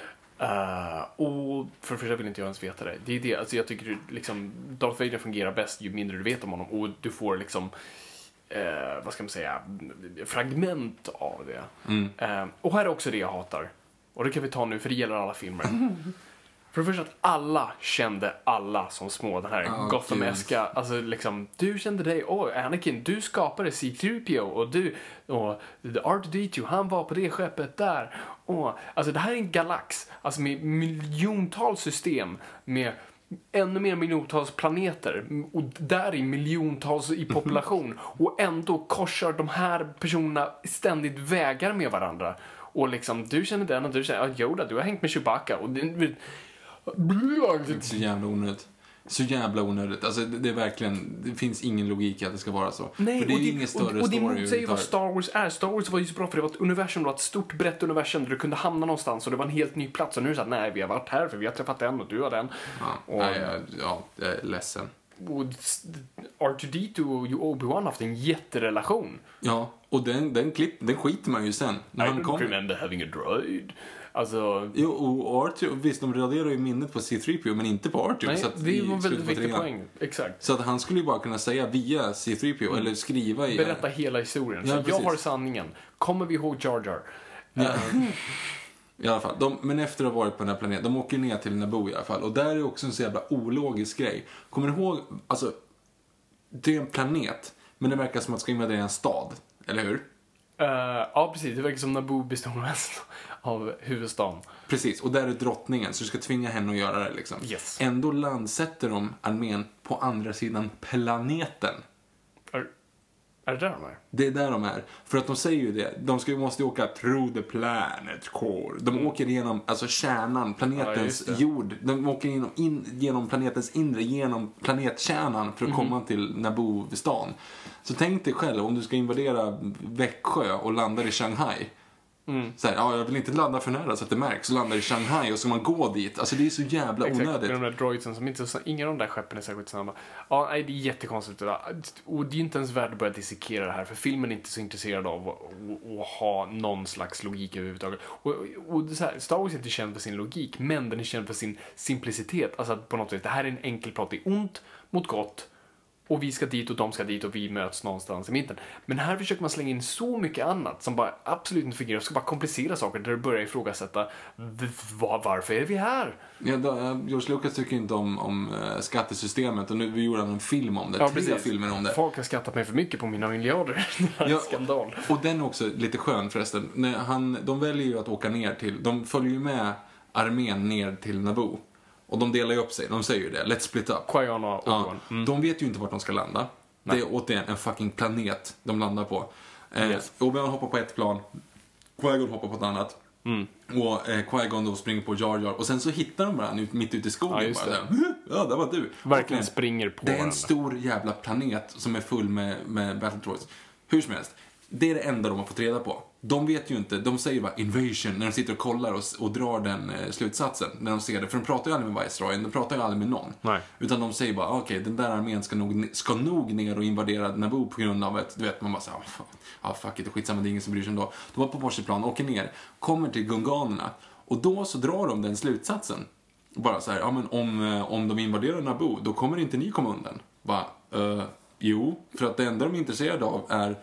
Och för första vill inte jag ens veta det. Det är det, alltså jag tycker liksom, Darth Vader fungerar bäst ju mindre du vet om honom. Och du får liksom vad ska man säga, fragment av det. Och här är också det jag hatar. Och det kan vi ta nu, för det gäller alla filmer. För det första att alla kände alla som små. Den här Gotham-eska, alltså liksom, du kände dig, Anakin, du skapade C-3PO, och R2-D2, han var på det skeppet där. Alltså det här är en galax, alltså med miljontals system, med ännu mer miljontals planeter, och där är miljontals i population, och ändå korsar de här personerna ständigt vägar med varandra. Och liksom, du känner den och du känner, Yoda, du har hängt med Chewbacca, och det så jävla onödigt. Alltså det är verkligen, det finns ingen logik i att det ska vara så. Nej, för det är ju ingen större story. Och det motsäger vad Star Wars är. Star Wars var ju så bra för det var ett universum, det var ett stort brett universum där du kunde hamna någonstans, och det var en helt ny plats, och nu är det så att nej, vi har varit här för vi har träffat den och du har den. Jag är ledsen. R2D2 och Obi-Wan har haft en jätterelation. Ja, och den skiter man ju sen. När I han don't remember having a droid. Alltså... Jo, och R2, visst, de raderar ju minnet på C-3PO, men inte på R2. Nej, så att det var en väldigt viktig 3. poäng. Exakt. Så att han skulle ju bara kunna säga via C-3PO, eller skriva i... Berätta hela historien. Ja, så jag precis. har sanningen. Kommer vi ihåg Jar Jar? I alla fall, men efter att ha varit på den här planeten, de åker ner till Naboo i alla fall. Och där är också en så jävla ologisk grej. Kommer du ihåg, alltså, det är en planet, men det verkar som att det ska invadera en stad, eller hur? Ja, precis. Det verkar som Naboo består mest av huvudstaden. Precis, och där är drottningen, så du ska tvinga henne att göra det liksom. Yes. Ändå landsätter de armén på andra sidan planeten. Är det där de är? Det är där de är. För att de säger ju det. De måste åka through the planet core. De åker igenom, alltså kärnan, planetens jord. De åker genom planetens inre, genom planetkärnan för att komma till Naboo-stan. Så tänk dig själv om du ska invadera Växjö och landar i Shanghai. Så här, jag vill inte landa för nära så att det märks. Så landar i Shanghai och så man går dit. Alltså det är så jävla onödigt. Exakt, med de där droidsen som inte... Inga av de där skeppen är särskilt snabba. Ja, nej, det är jättekonstigt. Och det är inte ens värt att börja dissekera det här. För filmen är inte så intresserad av att ha någon slags logik överhuvudtaget. Och det så här, Star Wars är inte känd för sin logik. Men den är känd för sin simplicitet. Alltså att på något sätt, det här är en enkel plott. Det är ont mot gott. Och vi ska dit och de ska dit och vi möts någonstans i mitten. Men här försöker man slänga in så mycket annat som bara absolut inte fungerar. Ska bara komplicera saker där du börjar ifrågasätta varför är vi här? Ja, George Lucas tycker inte om skattesystemet och nu vi gjorde en film om det. Ja, 3 filmer om det. Folk har skattat mig för mycket på mina miljarder. Det är en skandal. Och den är också lite skön förresten. De väljer ju att åka ner till, de följer ju med armén ner till Naboo. Och de delar ju upp sig, de säger ju det. Let's split up. Qui-Gon och Obi-Wan. Ja, de vet ju inte vart de ska landa. Nej. Det är återigen en fucking planet de landar på. Obi-Wan hoppar på ett plan, Qui-Gon hoppar på ett annat. Och Qui-Gon då springer på Jar Jar. Och sen så hittar de varandra mitt ute i skogen. Ja, där var du. Verkligen springer på det är en varandra. stor jävla planet som är full med battle droids. Hur som helst. Det är det enda de har fått reda på. De vet ju inte, de säger bara invasion när de sitter och kollar och drar den slutsatsen när de ser det. För de pratar ju aldrig med Viceroy, de pratar ju aldrig med någon. Nej. Utan de säger bara, okej, den där armén ska nog ner och invadera Naboo på grund av ett, du vet, man bara såhär, fuck it, skitsamma, det är ingen som bryr sig ändå. De var på Porscheplan, åker ner, kommer till Gunganerna och då så drar de den slutsatsen. Bara så här, ja men om de invaderar Naboo, då kommer inte ni komma undan. Bara, jo, för att det enda de är intresserade av är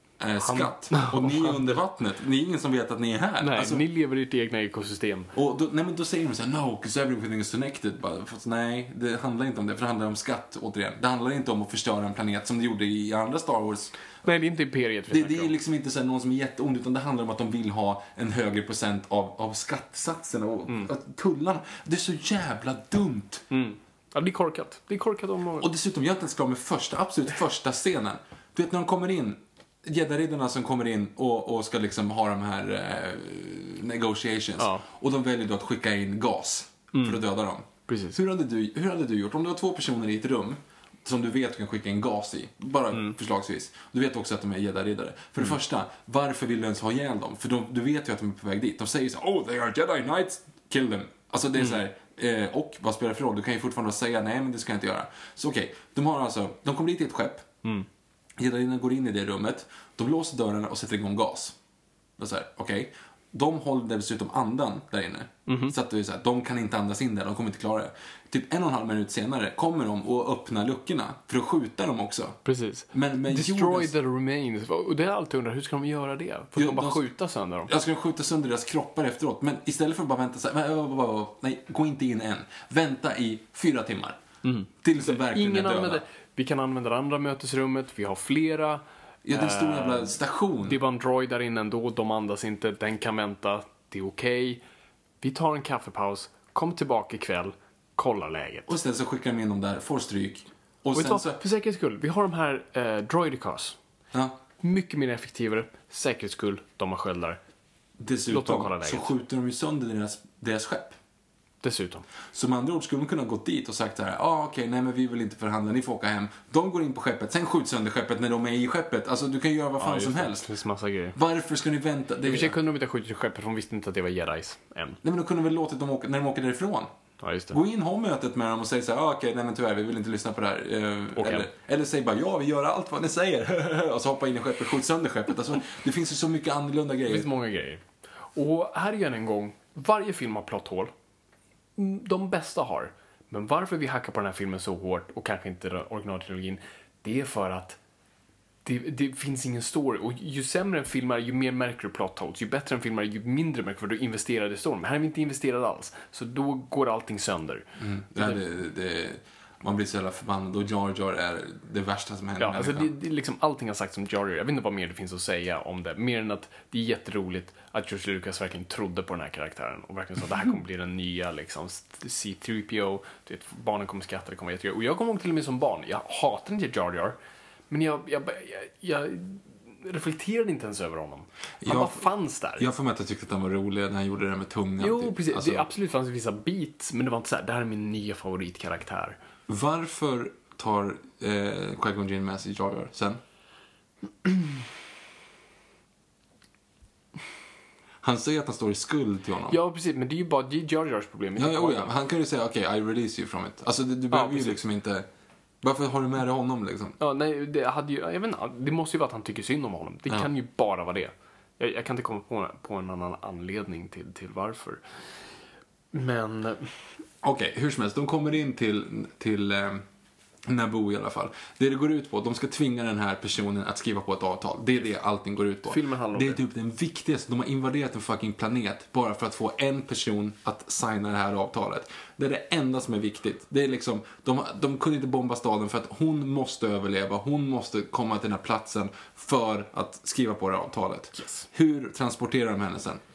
skatt. Och ni är under vattnet. Ni är ingen som vet att ni är här. Nej, alltså, ni lever i ert egna ekosystem. Och då säger de så här, no, because everything is connected. Bara, fast nej, det handlar inte om det. För det handlar om skatt, återigen. Det handlar inte om att förstöra en planet som det gjorde i andra Star Wars. Nej, det är inte imperiet vi Det är liksom inte så här, någon som är jätteond, utan det handlar om att de vill ha en högre procent av skattesatsen och tullarna. Det är så jävla dumt. Ja, det är korkat. Det är korkat om något. Och dessutom, jag är inte ens klar med absolut första scenen. Du vet, när de kommer in, Jedi-riddarna som kommer in och ska liksom ha de här negotiations. Ja. Och de väljer då att skicka in gas för att döda dem. Precis. Hur hade du gjort? Om du har 2 personer i ett rum som du vet kan skicka in gas i, bara förslagsvis. Du vet också att de är Jedi-riddare. För det första, varför vill du ens ha ihjäl dem? För du vet ju att de är på väg dit. De säger så, oh, they are Jedi Knights, kill them. Alltså det är så här, och vad spelar det för roll? Du kan ju fortfarande säga, nej men det ska jag inte göra. Så okej, de kommer dit i ett skepp. Jedi-riddarna går in i det rummet. De låser dörrarna och sätter igång gas. Och så här, okej. De håller dessutom andan där inne. Så att det är så här, de kan inte andas in där, de kommer inte klara det. Typ 1,5 minut senare kommer de och öppnar luckorna för att skjuta dem också. Precis. Men Destroy the remains. Och det är alltid undrar, hur ska de göra det? Får de bara skjuta sönder dem? Jag ska skjuta sönder deras kroppar efteråt. Men istället för att bara vänta så här, nej, gå inte in än. Vänta i 4 timmar. Tills de verkligen är döda. Vi kan använda det andra mötesrummet, vi har flera. Ja, det är en stor jävla station. Det är bara en droid där inne ändå, de andas inte, den kan vänta, det är okej. Vi tar en kaffepaus, kom tillbaka ikväll, kolla läget. Och sen så skickar de in dem där, får stryk. Och sen så... För säkerhets skull, vi har de här droidicars. Ja. Mycket mer effektivare, säkerhets skull, de har sköldar. Dessutom så skjuter de ju sönder deras skepp. Dessutom. Så med andra ord skulle de kunna gå dit och sagt så här, okej, nej men vi vill inte förhandla, ni får åka hem. De går in på skeppet, sen skjuts sönder skeppet när de är i skeppet. Alltså du kan göra vad fan som helst. Det finns massa grejer. Varför ska ni vänta? I och för sig kunde de inte skjuta i skeppet för de visste inte att det var Jedis än. Nej men då kunde de väl låtit dem åka, när de åker därifrån. Ja, just det. Gå in, ha mötet med dem och säg så här, okej, nej men tyvärr, vi vill inte lyssna på det här. Eller säg bara, ja, vi gör allt vad ni säger. Och så hoppa in i skeppet, skjut sönder skeppet. Alltså, det finns ju så mycket annorlunda grejer. Det finns många grejer. Och här igen en gång, varje film har plotthål. De bästa har. Men varför vi hackar på den här filmen så hårt och kanske inte originaltrilogin, det är för att det finns ingen story. Och ju sämre en film är, ju mer märker du plot holes. Ju bättre en film är, ju mindre märker du, för du investerar i storyn. Men här är vi inte investerad alls. Så då går allting sönder. Man blir så jävla förbannad. Och Jar Jar är det värsta som händer. Ja, alltså det liksom, allting har sagt som Jar Jar. Jag vet inte vad mer det finns att säga om det. Mer än att det är jätteroligt att George Lucas verkligen trodde på den här karaktären. Och verkligen så att det här kommer bli den nya liksom, C-3PO. Du vet, barnen kommer skratta, det kommer vara jättekul. Och jag kommer ihåg till och med som barn. Jag hatar inte Jar Jar. Men jag reflekterade inte ens över honom. Han bara fanns där. Jag får med att jag tyckte att han var rolig när han gjorde det med tungan. Jo, typ. precis. Alltså, det absolut fanns vissa beats, men det var inte så här, det här är min nya favoritkaraktär. Varför tar Qui-Gon Jinn med sig Jar Jar sen? Han säger att han står i skuld till honom. Ja, precis. Men det är ju bara Jar Jars problem. Ja. Han kan ju säga, okej, I release you from it. Alltså, du behöver ju liksom inte... Varför har du med dig honom liksom? Ja, nej, det hade ju... Jag vet inte, det måste ju vara att han tycker synd om honom. Det kan ju bara vara det. Jag kan inte komma på en annan anledning till varför. Men... Okej, hur som helst. De kommer in till Naboo i alla fall. Det går ut på, de ska tvinga den här personen att skriva på ett avtal. Det är det allting går ut på. Filmen handlar om det är typ den viktigaste. De har invaderat en fucking planet bara för att få en person att signa det här avtalet. Det är det enda som är viktigt. Det är liksom, de kunde inte bomba staden för att hon måste överleva. Hon måste komma till den här platsen för att skriva på det här avtalet. Yes. Hur transporterar de henne sen?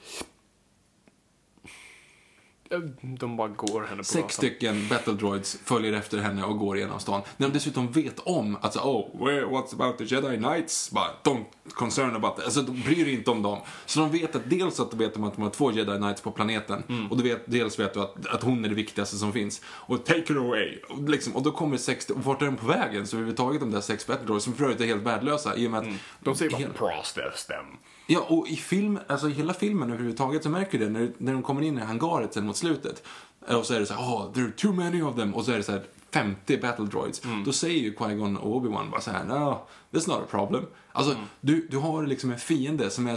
De bara går henne på 6 stycken battle droids följer efter henne och går genom stan. När de dessutom vet om att what's about the Jedi Knights? But don't concern about it. Alltså de bryr inte om dem. Så de vet att dels att de vet om att de har 2 Jedi Knights på planeten. Och dels vet du att hon är det viktigaste som finns. Och take her away. Och då kommer 6, och vart är de på vägen? Så överhuvudtaget de där 6 battle droids som för övrigt är helt värdelösa. I och med att de säger bara process them. Ja, och i hela filmen överhuvudtaget så märker du det när de kommer in i hangaret sen mot slutet. Och så är det så här, there are too many of them. Och så är det så här 50 battle droids. Då säger ju Qui-Gon och Obi-Wan bara så här, no, that's not a problem. Alltså, du har liksom en fiende som är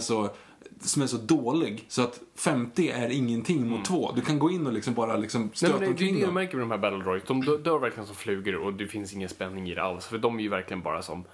så dålig så att 50 är ingenting mot 2. Du kan gå in och liksom bara liksom stöta omkring dem. Det märker med de här battle droids. De dör verkligen som flugor och det finns ingen spänning i det alls. För de är ju verkligen bara som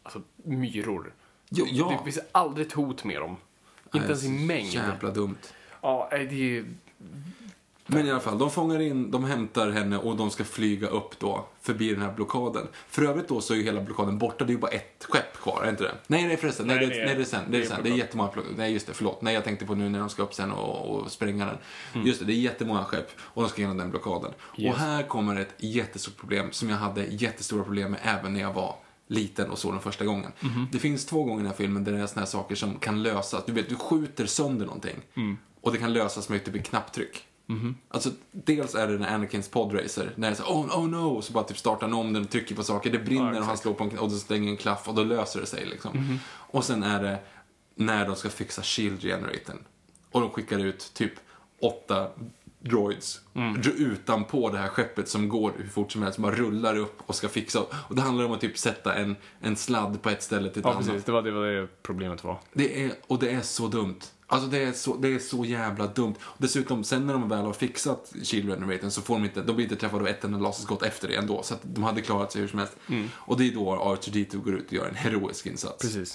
myror. Ja. Det finns aldrig ett hot med dem. Inte ens i mängd. Jävla dumt. Ja, det är... Men i alla fall, de hämtar henne och de ska flyga upp då förbi den här blockaden. För övrigt då så är ju hela blockaden borta. Det är ju bara ett skepp kvar, är inte det? Nej förresten. Nej, det är sen. Det är jättemånga Nej, just det, förlåt. Nej, jag tänkte på nu när de ska upp sen och spränga den. Just det är jättemånga skepp och de ska genom den blockaden. Yes. Och här kommer ett jättestort problem som jag hade jättestora problem med även när jag var liten och så den första gången. Det finns 2 gånger i den här filmen där det är såna här saker som kan lösas. Du vet, du skjuter sönder någonting. Och det kan lösas med typ ett knapptryck. Alltså, dels är det när Anakins podracer när det är så oh no, så bara typ startar han om den och trycker på saker, det brinner och han slår på och då stänger en klaff och då löser det sig liksom. Och sen är det när de ska fixa shield generatorn och de skickar ut typ 8 droids utanpå det här skeppet som går hur fort som helst, bara rullar upp och ska fixa. Och det handlar om att typ sätta en sladd på ett ställe till ett annat. Precis, det var det problemet var. Det är så dumt. Alltså det är så jävla dumt. Dessutom, sen när de väl har fixat shield generatorn så får de blir inte träffade av ett enda laserskott efter det ändå. Så att de hade klarat sig hur som helst. Och det är då R2-D2 går ut och gör en heroisk insats. Precis.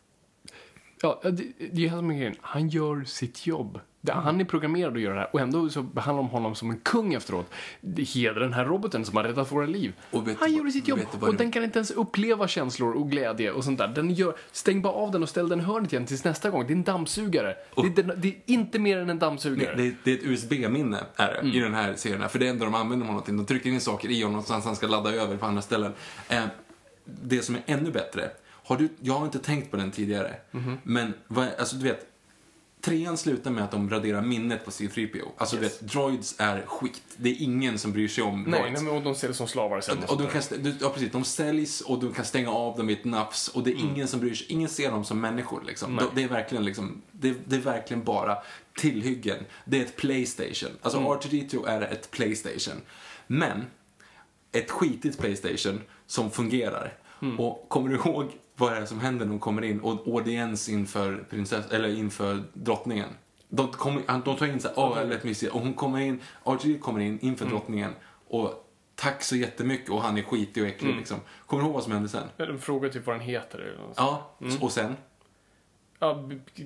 Ja, det är som en grej. Han gör sitt jobb. Han är programmerad att göra det här. Och ändå så behandlar de honom som en kung efteråt. Det hedrar den här roboten som har räddat våra liv. Han gjorde sitt jobb. Och den kan inte ens uppleva känslor och glädje och sånt där. Stäng bara av den och ställ den i hörnet igen tills nästa gång. Det är en dammsugare. Det är inte mer än en dammsugare. Det är ett USB-minne i den här serien. För det är ändå de använder honom till. De trycker in saker i honom så han ska ladda över på andra ställen. Det som är ännu bättre. Jag har inte tänkt på den tidigare. Men alltså du vet, trean slutar med att de raderar minnet på C-3PO. Alltså droids är skit. Det är ingen som bryr sig om droids. Nej, och de ser det som slavar sen. Och precis, de säljs och du kan stänga av dem i ett nafs och det är ingen som bryr sig. Ingen ser dem som människor liksom. Det är verkligen liksom, det är verkligen bara tillhyggen. Det är ett PlayStation. Alltså R2-D2 är ett PlayStation. Men ett skitigt PlayStation som fungerar. Och kommer du ihåg vad det är som händer när de kommer in och audiens inför inför drottningen? De tar in så här, väldigt mysigt. Och hon kommer in, R2 kommer in inför drottningen och tack så jättemycket och han är skitig och äcklig liksom. Kommer du ihåg vad som händer sen? De frågar typ vad den heter eller något. Ja, och sen? Ja,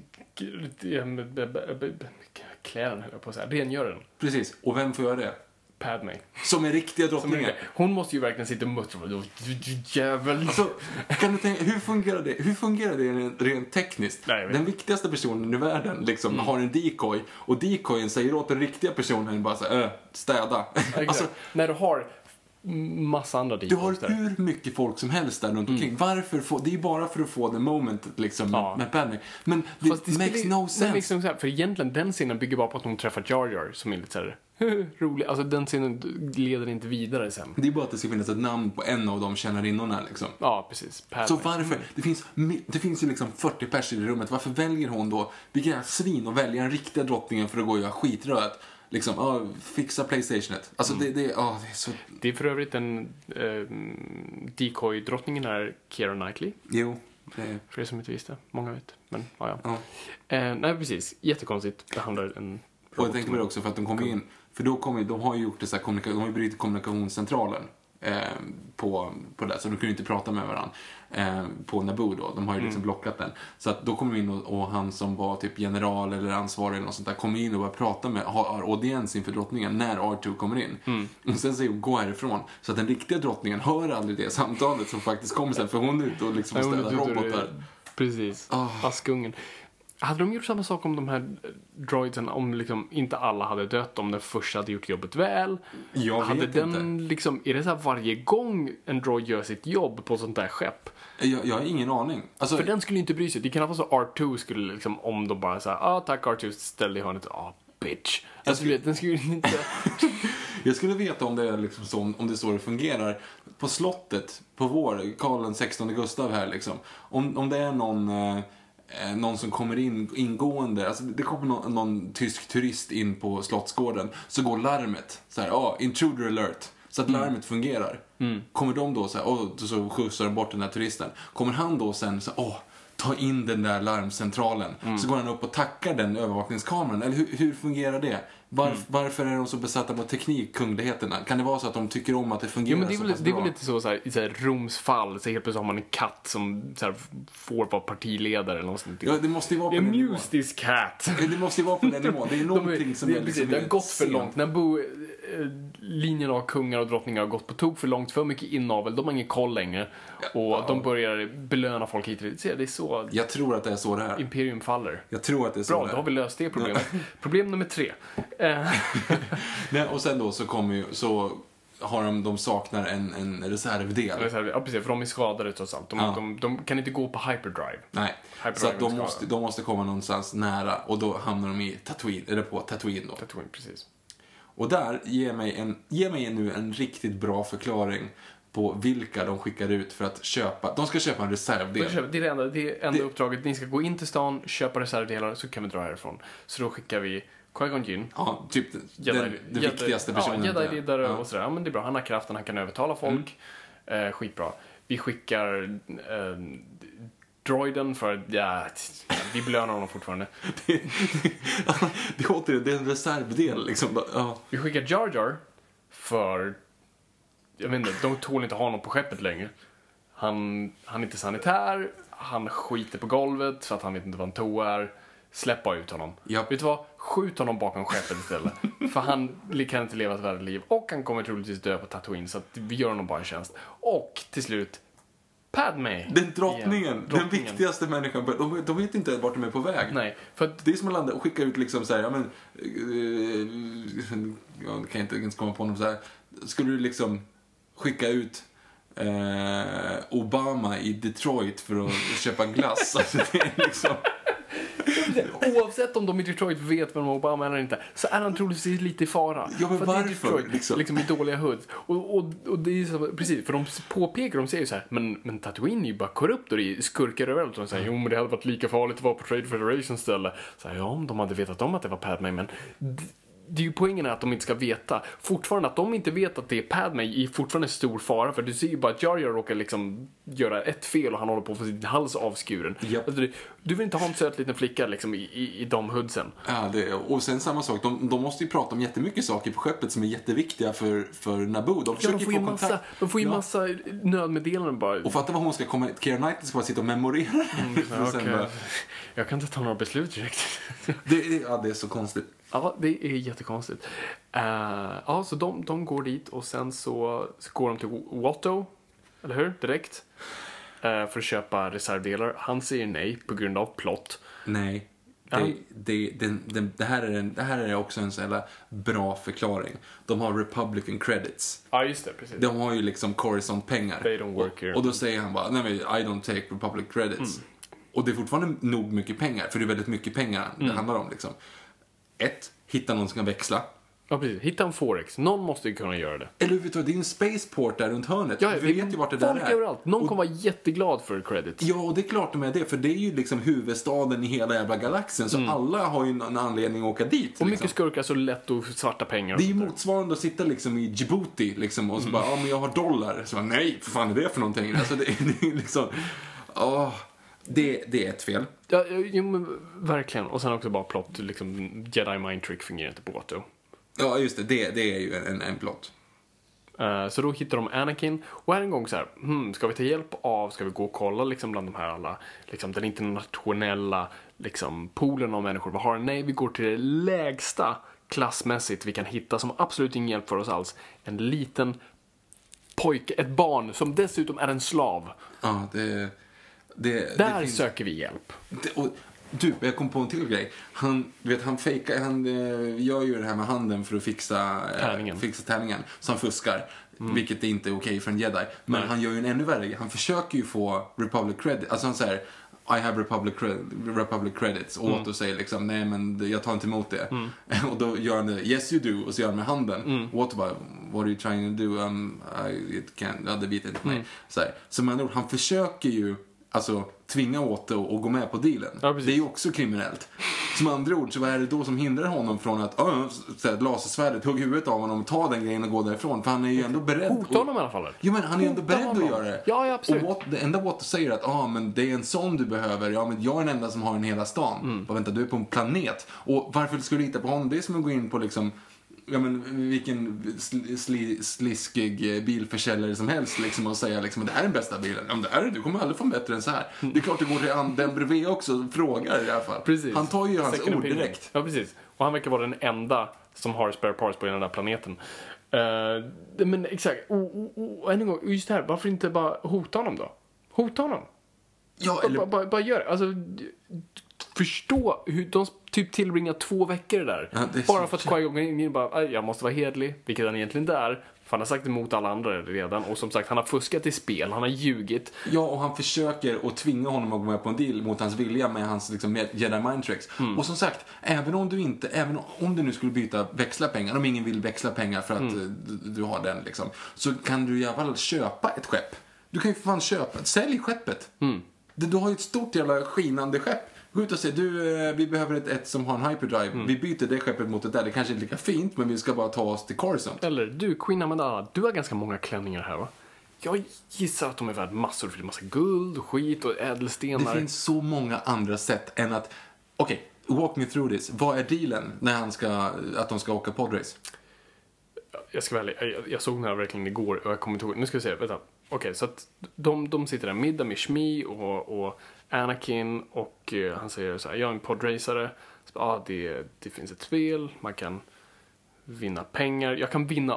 kläden höll jag på att säga. Rengör den. Precis, och vem får göra det? Padme. Som är riktiga drottningen. Hon måste ju verkligen sitta och muttra. Du jävel. Alltså, kan du tänka, hur fungerar det rent tekniskt? Nej, den viktigaste personen i världen liksom har en decoy och decoyen säger åt den riktiga personen bara så här, städa. Alltså, när du har massa andra decoys. Du har hur mycket folk som helst där runt omkring. Varför det är ju bara för att få the momentet liksom med Padme. Men det makes no sense. För egentligen den scenen bygger bara på att hon träffar Jar Jar som är lite så här rolig. Alltså den scenen leder inte vidare sen. Det är bara att det ska finnas ett namn på en av de tjänarinnorna liksom. Ja, precis. Padme. Så varför? Det finns ju liksom 40 personer i rummet. Varför väljer hon då, vilken svin, och väljer en riktiga drottningen för att gå och göra skitröt? Liksom, fixa PlayStationet. Alltså det är så... Det är för övrigt en decoy-drottningen är Keira Knightley. Jo. För er som inte visste. Många vet. Men ja. Nej, precis. Jättekonstigt behandlar en... Och jag tänkte på det också för att de kom in. För de har ju gjort det så här, de har ju brutit kommunikationscentralen på det, så de kunde inte prata med varandra på Naboo då. De har ju liksom blockat den. Så att då kommer in och han som var typ general eller ansvarig eller något sånt där kommer in och börjar prata med, har audiens inför drottningen när R2 kommer in. Och sen säger hon, gå härifrån. Så att den riktiga drottningen hör aldrig det samtalet som faktiskt kommer sen, för hon är ute och liksom ställer robotar. Precis. Askungen. Hade de gjort samma sak om de här droidsen, om liksom inte alla hade dött, om den första hade gjort jobbet väl? Jag vet inte. Liksom, är det så här varje gång en droid gör sitt jobb på sånt där skepp? Jag har ingen aning. Alltså, för den skulle inte bry sig. Det kan vara så R2 skulle liksom, om de bara säger, tack R2, ställ dig i hörnet. Bitch. Den skulle inte... Jag skulle veta om det är liksom så, om det är så det fungerar på slottet, på vår Karl XVI Gustav här liksom. Om det är någon som kommer ingående, alltså det kommer någon tysk turist in på slottsgården, så går larmet så här, intruder alert, så att larmet fungerar. Kommer de då så här, så skjutsar de bort den där turisten. Kommer han då sen så ta in den där larmcentralen, så går han upp och tackar den övervakningskameran, eller hur fungerar det? Varför är de så besatta på teknik, kungligheterna? Kan det vara så att de tycker om att det fungerar så pass bra? Det är väl lite så här, i så här Roms fall, så helt plötsligt har man en katt som så här, får vara partiledare eller något sånt. Ja, det måste ju vara på den nivån. Amuse this cat. Det måste ju vara på den nivån. Det är någonting som är liksom... Det har gått för långt. När linjen av kungar och drottningar har gått på tok för långt, för mycket inavel, de har ingen koll längre. Och de börjar belöna folk hit och dit. Det är så... Jag tror att det är så det är. Imperium faller. Jag tror att det är så. Bra, då har vi löst det problemet. Problem nummer 3. Nej, och sen då så har de saknar en reservdel. Ja, precis, för de är skadade trots allt. De kan inte gå på hyperdrive. Nej, så att de måste komma någonstans nära, och då hamnar de i Tatooine, eller på Tatooine då. Tatooine, precis. Och där ge mig nu en riktigt bra förklaring på vilka de skickar ut för att köpa. De ska köpa en reservdel. Det är det enda uppdraget. Ni ska gå in till stan, köpa reservdelar, så kan vi dra härifrån. Så då skickar vi Qui-Gon Jinn. Ja, typ den viktigaste personen. Ja, Jedi-ledare och sådär. Ja, men det är bra. Han har kraften, han kan övertala folk. Skitbra. Vi skickar droiden för vi belönar honom fortfarande. Det är en reservdel liksom. Ja. Vi skickar Jar Jar för, jag vet inte, de tål inte ha honom på skeppet längre. Han är inte sanitär, han skiter på golvet för att han vet inte vad en toa är. Släppa ut honom. Japp. Vet du vad? Skjut honom bakom skeppet istället. För han kan inte leva ett värdigt liv. Och han kommer troligtvis dö på Tatooine. Så att vi gör honom bara en tjänst. Och till slut Padme. Den drottningen. Den viktigaste människan. De vet inte vart de är på väg. Nej. För att det är som att landa och skicka ut liksom så här, jag kan inte ens komma på något så här. Skulle du liksom skicka ut Obama i Detroit för att köpa en glass? Alltså det är liksom... Oavsett om de i Detroit vet vem Obama är eller inte, så är han troligtvis lite i fara. Ja, men för varför? Detroit, liksom i dåliga hoods. Och det är så, precis, för de påpekar, de säger så här, men Tatooine är ju bara korrupt och det är skurkar överallt. Och de säger, jo men det hade varit lika farligt att vara på Trade Federation ställe. Så här, ja, om de hade vetat om att det var Padme, men det är ju poängen är att de inte ska veta. Fortfarande att de inte vet att det är Padme är fortfarande stor fara. För du ser ju bara att Jar Jar råkar liksom göra ett fel och han håller på att få sin hals avskuren. Yep. Alltså, du vill inte ha en söt liten flicka liksom, i de hoodsen. Ja, och sen samma sak. De måste ju prata om jättemycket saker på skeppet som är jätteviktiga för Naboo. De försöker få kontakt. De får ju massa nödmeddelanden bara. Och fatta vad hon ska komma... Keira Knightley ska bara sitta och memorera. Okay. Jag kan inte ta några beslut direkt. Det är så konstigt. Ja, det är jättekonstigt. Ja, så de går dit och sen så går de till Watto, eller hur? Direkt. För att köpa reservdelar. Han säger nej på grund av plott. Nej. Det här är också en så jävla bra förklaring. De har Republican credits. Ja, just det, precis. De har ju liksom Coruscant-pengar. They don't work here. Och då säger han bara, nej men I don't take Republic credits. Och det är fortfarande nog mycket pengar, för det är väldigt mycket pengar det handlar om liksom. Hitta någon som kan växla. Ja, precis. Hitta en Forex. Någon måste ju kunna göra det. Eller hur vet du, det är en spaceport där runt hörnet. Ja, vi vet ju vart det där är. Överallt. Någon kommer vara jätteglad för credit. Ja, och det är klart de är det. För det är ju liksom huvudstaden i hela jävla galaxen. Så alla har ju en anledning att åka dit. Och liksom. mycket skurkar så lätt och svarta pengar. Det är ju motsvarande att sitta liksom i Djibouti liksom, och så bara, ja men jag har dollar. Så bara, nej, för fan är det för någonting? Alltså det är liksom, det är ett fel. Ja, jo, men verkligen. Och sen också bara plott, liksom Jedi Mind Trick fungerar inte på Watto. Ja, just det. Det är ju en plott. Så då hittar de Anakin. Och här en gång så här, ska vi ta hjälp av, ska vi gå och kolla liksom bland de här alla, liksom den internationella liksom poolen av människor. Vad har den? Nej, vi går till det lägsta klassmässigt vi kan hitta som absolut ingen hjälp för oss alls. En liten pojke, ett barn som dessutom är en slav. Ja, Där finns... söker vi hjälp. Du, jag kom på en till grej. Han gör ju det här med handen för att fixa tärningen. Så han fuskar. Vilket inte är okej för en jedi. Men han gör ju en ännu värre. Han försöker ju få Republic credit. Alltså han säger, I have Republic credits. Och Otto säger liksom, nej men jag tar inte emot det. Och då gör han det, yes you do. Och så gör han med handen. Och Otto bara, what are you trying to do? Det vet inte mig. Så med andra ord, han försöker ju alltså tvinga Otto att gå med på dealen. Ja, det är ju också kriminellt. Som andra ord, så vad är det då som hindrar honom från att lasersvärdet, hugga huvudet av honom, ta den grejen och gå därifrån? För han är ju ändå beredd. Hota honom i alla fall. Jo, men han är ju ändå beredd att göra det. Ja, absolut. Och det enda Otto säger att men det är en sån du behöver. Ja, men jag är den enda som har den hela stan. Vänta, du är på en planet. Och varför skulle du lita på honom? Det är som att gå in på liksom, ja men vilken sliskig bilförsäljare som helst liksom, och säga liksom, det här är den bästa bilen. Ja, men det är det, du kommer aldrig få bättre än så här. Det är klart det går till den bredvid också och frågar i alla fall. Precis. Han tar ju hans Second ord opinion. direkt. Ja, precis. Och han verkar vara den enda som har spare parts på den där planeten. Men exakt. Och än en gång, just det här, varför inte bara hota honom då? Hota honom. Ja, eller... bara gör det. Alltså, förstå hur de typ tillbringar 2 veckor där. Ja, bara för att Qui-Gon bara, jag måste vara hedlig, vilket han egentligen inte är. För han har sagt emot alla andra redan. Och som sagt, han har fuskat i spel, han har ljugit. Ja, och han försöker att tvinga honom att gå med på en deal mot hans vilja med hans liksom, Jedi Mind Tricks. Och som sagt, även om du nu skulle växla pengar, om ingen vill växla pengar för att du har den liksom, så kan du i alla fall köpa ett skepp. Du kan ju för fan sälj skeppet. Du har ju ett stort jävla skinande skepp. Gå ut och säg, vi behöver ett som har en hyperdrive. Vi byter det skeppet mot det där. Det kanske är lika fint, men vi ska bara ta oss till Coruscant. Eller, du, Queen Amidala, du har ganska många klänningar här, va? Jag gissar att de är värd massor, för det är massa guld, skit och ädelstenar. Det finns så många andra sätt än att... Okej, walk me through this. Vad är dealen när att de ska åka podrace? Jag ska välja. Jag såg den här verkligen igår och jag kommer inte ihåg. Nu ska vi se, vänta. Okej, så att de sitter där middag med Shmi och Anakin, och han säger så här, jag är en podracare. Så, det finns ett spel, man kan vinna pengar. Jag kan vinna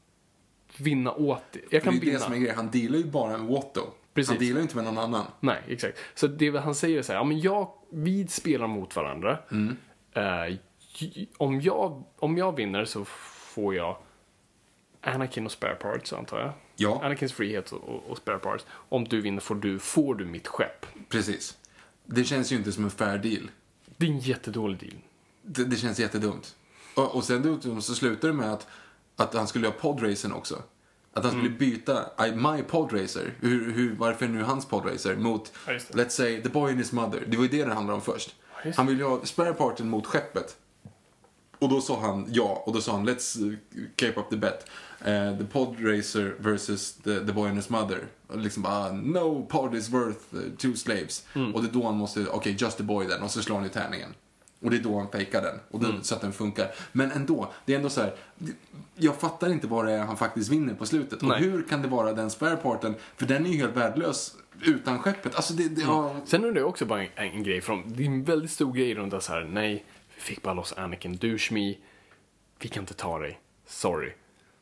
åt det. Jag kan det är vinna. Det som är grejen, han dealar ju bara med Watto. Precis. Han dealar ju inte med någon annan. Nej, exakt. Så det han säger är så här, ja, men vi spelar mot varandra. Om jag vinner så får jag Anakin och spare parts, antar jag. Ja. Anakins frihet och spare parts. Om du vinner får du mitt skepp. Precis. Det känns ju inte som en fair deal. Det är en jättedålig deal. Det känns jättedumt. Och sen så slutar det med att han skulle ha podracern också. Att han skulle byta My Podracer, varför är nu hans podracer, mot, let's say, The Boy and His Mother. Det var ju det handlade om först. Han ville ha spare parten mot skeppet. Och då sa han ja, och då sa han let's keep up the bet. The Podracer versus the Boy and His Mother. Och liksom bara, no pod is worth 2 slaves. Och det är då han måste, okej, just the boy then. Och så slår han i tärningen. Och det är då han fejkar den. Och då, så att den funkar. Men ändå, det är ändå så här. Jag fattar inte vad det är han faktiskt vinner på slutet. Och hur kan det vara den spareparten? För den är ju helt värdelös utan skeppet. Alltså Sen undrar jag också bara en grej. Det är en väldigt stor grej runt det så här. Nej, vi fick bara loss Anakin. Douche me. Vi kan inte ta dig. Sorry.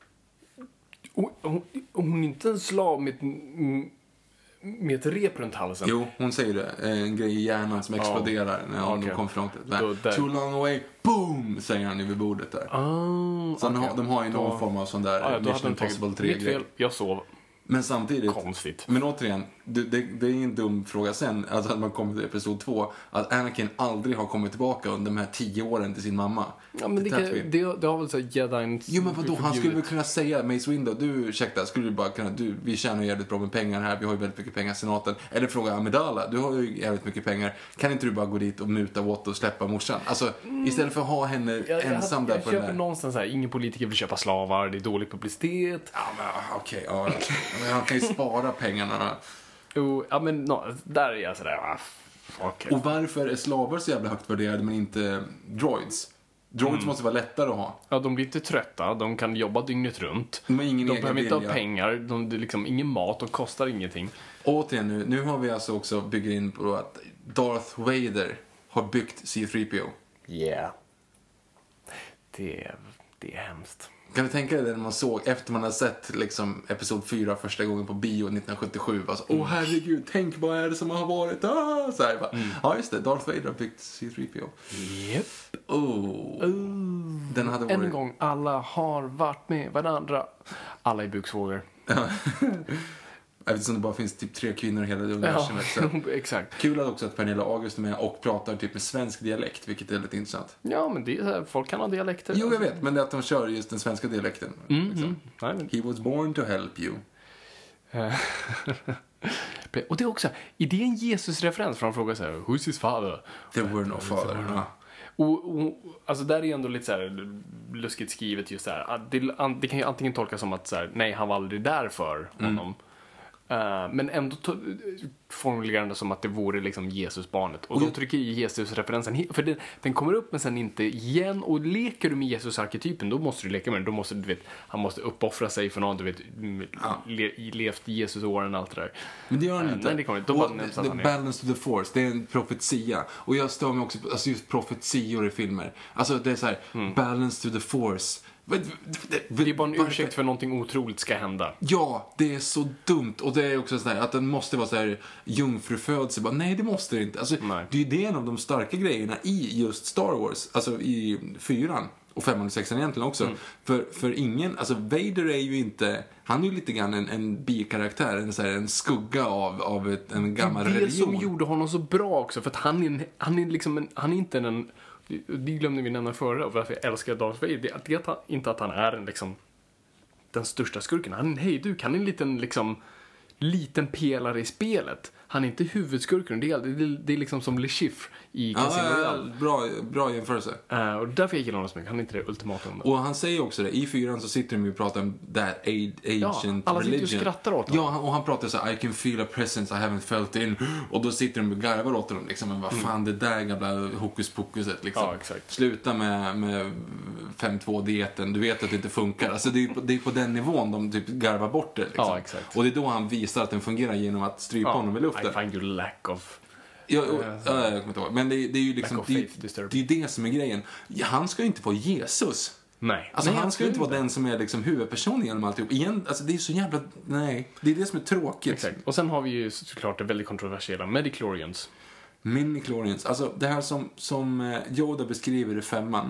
Hon är inte en slav med ett rep runt halsen. Jo, hon säger det. En grej i hjärnan som exploderar när de kommer fram till. Too long away, boom, säger han över bordet där. Så de har ju någon form av sån där Mission Impossible 3-grej. Jag sov. Men samtidigt, konstigt. Men återigen, det är en dum fråga sen, alltså att man kommer till episod 2, att Anakin aldrig har kommit tillbaka under de här 10 åren till sin mamma. Ja, men det har väl så Jedi. Jo, men vadå, han skulle väl kunna säga, Mace Windu, du, ursäkta, skulle du bara kunna, vi tjänar jävligt bra med pengar här, vi har ju väldigt mycket pengar i senaten. Eller fråga Amidala, du har ju jävligt mycket pengar, kan inte du bara gå dit och muta Watto och släppa morsan? Alltså, istället för att ha henne ensam där på den där. Jag köper någonstans här, ingen politiker vill köpa slavar, det är dålig publicitet. Ja, men okej. Men han kan ju spara pengarna. Ja, men där är jag sådär. Okay. Och varför är slavar så jävla högt värderade men inte droids? Droids måste vara lättare att ha. Ja, de blir inte trötta, de kan jobba dygnet runt. De behöver inte ha pengar, det är liksom ingen mat, de kostar ingenting. Återigen nu har vi alltså också byggt in på att Darth Vader har byggt C-3PO. Yeah. Det är hemskt. Kan du tänka dig det när man såg, efter man har sett liksom episod 4 första gången på bio 1977, alltså, herregud, tänk vad är det som har varit, så här, bara, ja just det, Darth Vader har byggt C-3PO. Yep. Den hade varit... En gång, alla har varit med varandra. Alla i buksvågor. Eftersom det bara finns typ 3 kvinnor i hela universumet. Ja, exakt. Kul också att Pernilla August är med och pratar typ med svensk dialekt, vilket är lite intressant. Ja, men det är så här, folk kan ha dialekter. Jo, jag vet, men det är att de kör just den svenska dialekten. Liksom. He was born to help you. Och det är också, är det en Jesus-referens? För han frågar så här, who's his father? There were no father. Och alltså där är ändå lite så här luskigt skrivet just så här. Det kan ju antingen tolkas som att så här, nej, han var aldrig där för honom. Men ändå formulerande som att det vore liksom Jesusbarnet. Och de trycker i Jesus-referensen. För den kommer upp men sen inte igen. Och leker du med Jesus-arketypen, då måste du leka med den. Då måste du vet, han måste uppoffra sig för någon, du vet, levt Jesus-åren och allt det där. Men det gör han inte. Nej, det kommer inte. The balance to the force, det är en profetia. Och jag stör mig också på alltså just profetior i filmer. Alltså det är så här, balance to the force. Det är bara en ursäkt för någonting otroligt ska hända. Ja, det är så dumt. Och det är också så här att den måste vara så här jungfrufödsel. Nej, det måste det inte. Alltså, det är ju en av de starka grejerna i just Star Wars. Alltså i 4 och 5 och 6 egentligen också. För ingen, alltså Vader är ju inte, han är ju lite grann en bikaraktär, en skugga av en gammal religion. Det som gjorde honom så bra också, för att han är inte en, det glömde vi nämna förra, och varför jag älskar Darth Vader, det är inte att han är en, liksom, den största skurken. Han är en hejduk, han är en liten pelare i spelet. Han är inte huvudskurken, det är liksom som Le Chiffre i Casino Royale. Bra jämförelse. Och därför jag gillar honom så mycket. Han är inte det ultimata. Och han säger också det, i 4 så sitter de och pratar om that ancient alla religion. Sitter och skrattar åt honom. Ja, och han pratar så här, I can feel a presence I haven't felt in. Och då sitter de och garvar åt honom liksom, men vad fan, det där gamla hokus pokuset liksom. Ja, exakt. Sluta med 5-2-dieten, du vet att det inte funkar. Alltså det är på den nivån de typ garvar bort det liksom. Ja, exakt. Och det är då han visar att den fungerar genom att strypa honom i luften. I find your lack of... Jag kommer inte ihåg. Men det är ju liksom, det är det som är grejen. Han ska ju inte vara Jesus. Nej. Alltså han ska ju inte vara den som är liksom huvudpersonen genom alltihop. Alltså det är så jävla, nej. Det är det som är tråkigt. Exakt. Och sen har vi ju såklart det väldigt kontroversiella Midi-chlorians. Midi-chlorians. Alltså det här som Yoda beskriver i 5:an.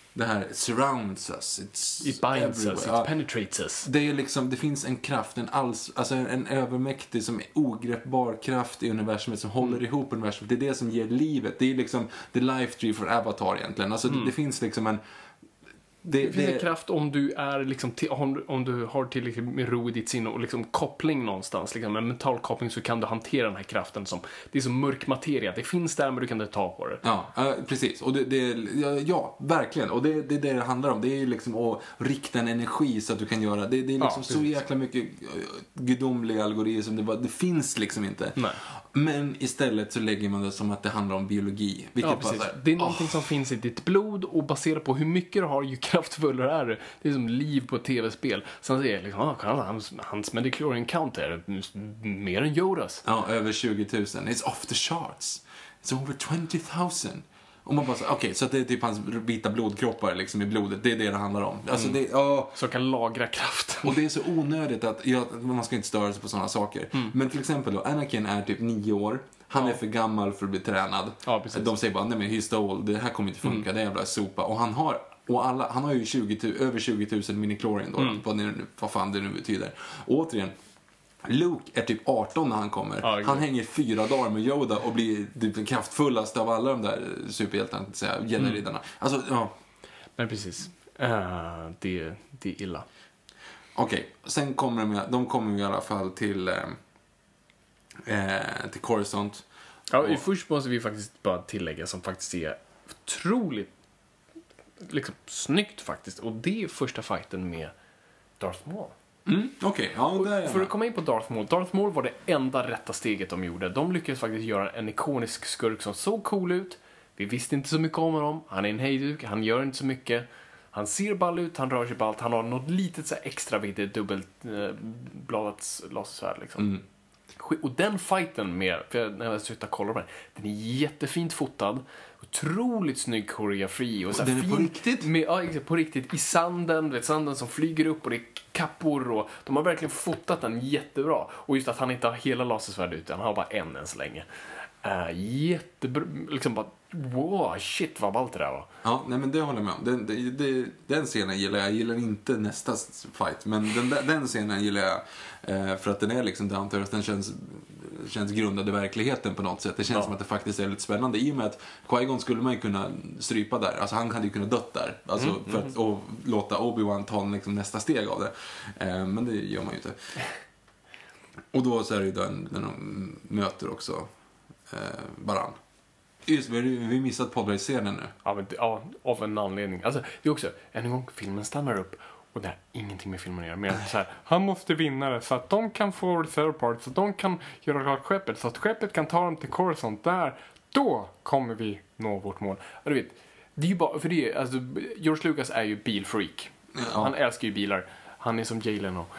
det här surrounds us. It binds us, it penetrates us. Det är liksom, det finns en kraft, en övermäktig, som är ogreppbar kraft i universumet som håller ihop universumet. Det är det som ger livet. Det är liksom the life tree för Avatar egentligen. Alltså det finns liksom en... Det finns en kraft om du är liksom om du har tillräckligt med ro i ditt sinne och liksom koppling någonstans, liksom en mental koppling, så kan du hantera den här kraften som det är som mörk materia. Det finns där, men du kan inte ta på det. Ja, precis. Och ja, verkligen. Och det är det handlar om. Det är ju liksom att rikta en energi så att du kan göra. Det är liksom så jäkla mycket gudomlig algoritm. Det finns liksom inte. Nej. Men istället så lägger man det som att det handlar om biologi. Vilket det är någonting som finns i ditt blod, och baserat på hur mycket du har, ju kraftfullare är du. Det är som liv på ett tv-spel. Sen säger jag liksom, hans midichlorian count är mer än Yodas. Ja, över 20 000. It's off the charts. It's over 20,000. Och man bara okej, så att det är typ hans vita blodkroppar liksom i blodet. Det är det handlar om. Alltså så kan lagra kraft. Och det är så onödigt att man ska inte störa sig på sådana saker. Men till exempel då, Anakin är typ 9 år. Han är för gammal för att bli tränad. Ja, de säger bara, nej men he's too old. Det här kommer inte funka, det är jävla sopa. Och han har ju över 20 000 minichlorian då, vad fan det nu betyder. Och återigen, Luke är typ 18 när han kommer. Okay. Han hänger 4 dagar med Yoda och blir typ den kraftfullaste av alla de där superhjältarna, att säga, Jedi-riddarna. Alltså, ja. Men precis. Det är illa. Okej, sen kommer de kommer i alla fall till Coruscant. Ja, först måste vi faktiskt bara tillägga som faktiskt är otroligt liksom snyggt faktiskt. Och det är första fighten med Darth Maul. Okej. Ja, för att komma in på Darth Maul var det enda rätta steget de gjorde. De lyckades faktiskt göra en ikonisk skurk som såg cool ut. Vi visste inte så mycket om honom. Han är en hejduk, han gör inte så mycket. Han ser ball ut, han rör sig ballt. Han har något litet så här extra vid dubbelbladat lasersvärd liksom. Och den fighten med, när jag slutar kolla på den är jättefint fotad, otroligt snygg koreografi och så den är fin, på riktigt? På riktigt, i sanden, sanden som flyger upp och det är kappor och de har verkligen fotat den jättebra. Och just att han inte har hela lasersvärd ute, han har bara en än så länge. Jättebra, liksom bara wow, shit vad ballt det där var. Ja, nej men det håller jag med om. Den scenen gillar jag. Jag gillar inte nästa fight, men den scenen gillar jag för att den är liksom down to earth. Den känns grundad i verkligheten på något sätt. Det känns som att det faktiskt är lite spännande. I och med att Qui-Gon skulle man ju kunna strypa där. Alltså han hade ju kunnat dött där. Alltså för att och låta Obi-Wan ta liksom nästa steg av det. Men det gör man ju inte. Och då så är det ju när de möter också varann. Just, vi missat podrace-scenen nu. Ja, av en anledning. Alltså, det är också, en gång filmen stannar upp och det har ingenting med filmen att göra. Men så här, han måste vinna det så att de kan få reserve parts, så att de kan göra klart skeppet, så att skeppet kan ta dem till Coruscant där. Då kommer vi nå vårt mål. Du vet, det är ju bara, för det är, alltså, George Lucas är ju bilfreak. Ja. Han älskar ju bilar. Han är som Jay Leno.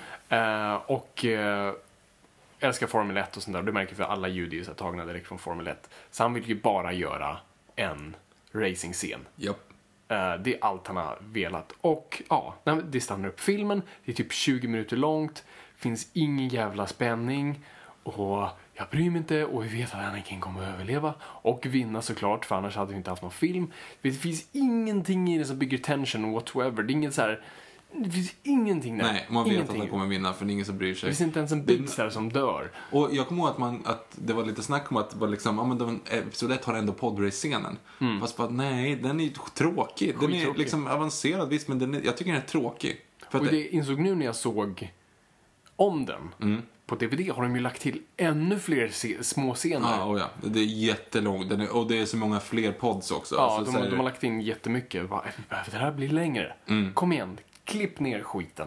Älskar Formel 1 och sånt där. Det märker för alla ljud är så tagna direkt från Formel 1. Så han vill ju bara göra en racing-scen. Yep. Det är allt han har velat. Och ja, det stannar upp filmen. Det är typ 20 minuter långt. Finns ingen jävla spänning. Och jag bryr mig inte. Och vi vet att Anakin kommer att överleva. Och vinna såklart. För annars hade vi inte haft någon film. Det finns ingenting i det som bygger tension whatsoever. Det är inget så här... Det finns ingenting där. Nej, man vet att han kommer vinna för det är ingen som bryr sig. Det finns inte ens en bit där som dör. Och jag kommer ihåg att det var lite snack om att det var liksom, episod 1 har ändå podrace-scenen. Fast bara, nej, den är ju tråkig. Den är liksom avancerad visst, men jag tycker den är tråkig. För och det insåg nu när jag såg om den. På DVD har de ju lagt till ännu fler små scener. Ja, det är jättelångt. Och det är så många fler pods också. Ja, alltså, de har lagt in jättemycket. Det här blir längre. Kom igen. Klipp ner skiten.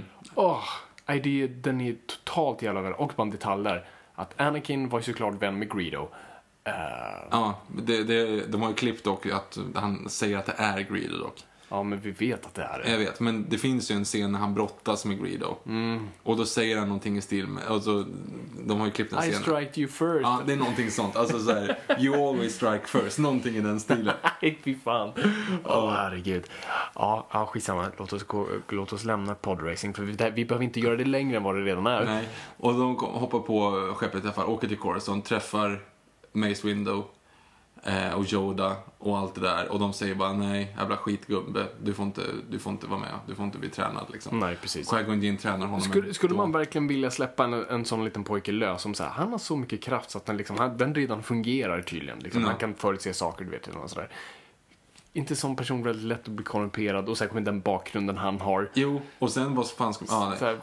Den är totalt jävla väl. Och bara en detalj där. Att Anakin var ju såklart vän med Greedo. Ja, de har ju klippt dock att han säger att det är Greedo dock. Ja, men vi vet att det är det. Jag vet, men det finns ju en scen när han brottas med Greedo. Och då säger han någonting i stil med... Alltså, de har ju klippt en scen. I strike you first. Ja, det är någonting sånt. Alltså så här, you always strike first. Någonting i den stilen. Nej, fy fan. Herregud. Ja, skitsamma. Låt oss lämna podracing. För vi behöver inte göra det längre än vad det redan är. Nej, och de hoppar på skeppet i alla fall. Åker till Coruscant, träffar Mace Windu. och Yoda och allt det där. Och de säger bara, nej, jävla skitgubbe, du får inte vara med, du får inte bli tränad liksom. Nej, precis. Qui-Gon Jinn tränar honom. Skulle man verkligen vilja släppa en sån liten pojke lös som så här, han har så mycket kraft så att den redan fungerar tydligen. Liksom. Han kan förutse saker, du vet, och sådär. Inte som person väldigt lätt att bli korrumperad och särskilt med den bakgrunden han har. Jo, och sen vad fan ska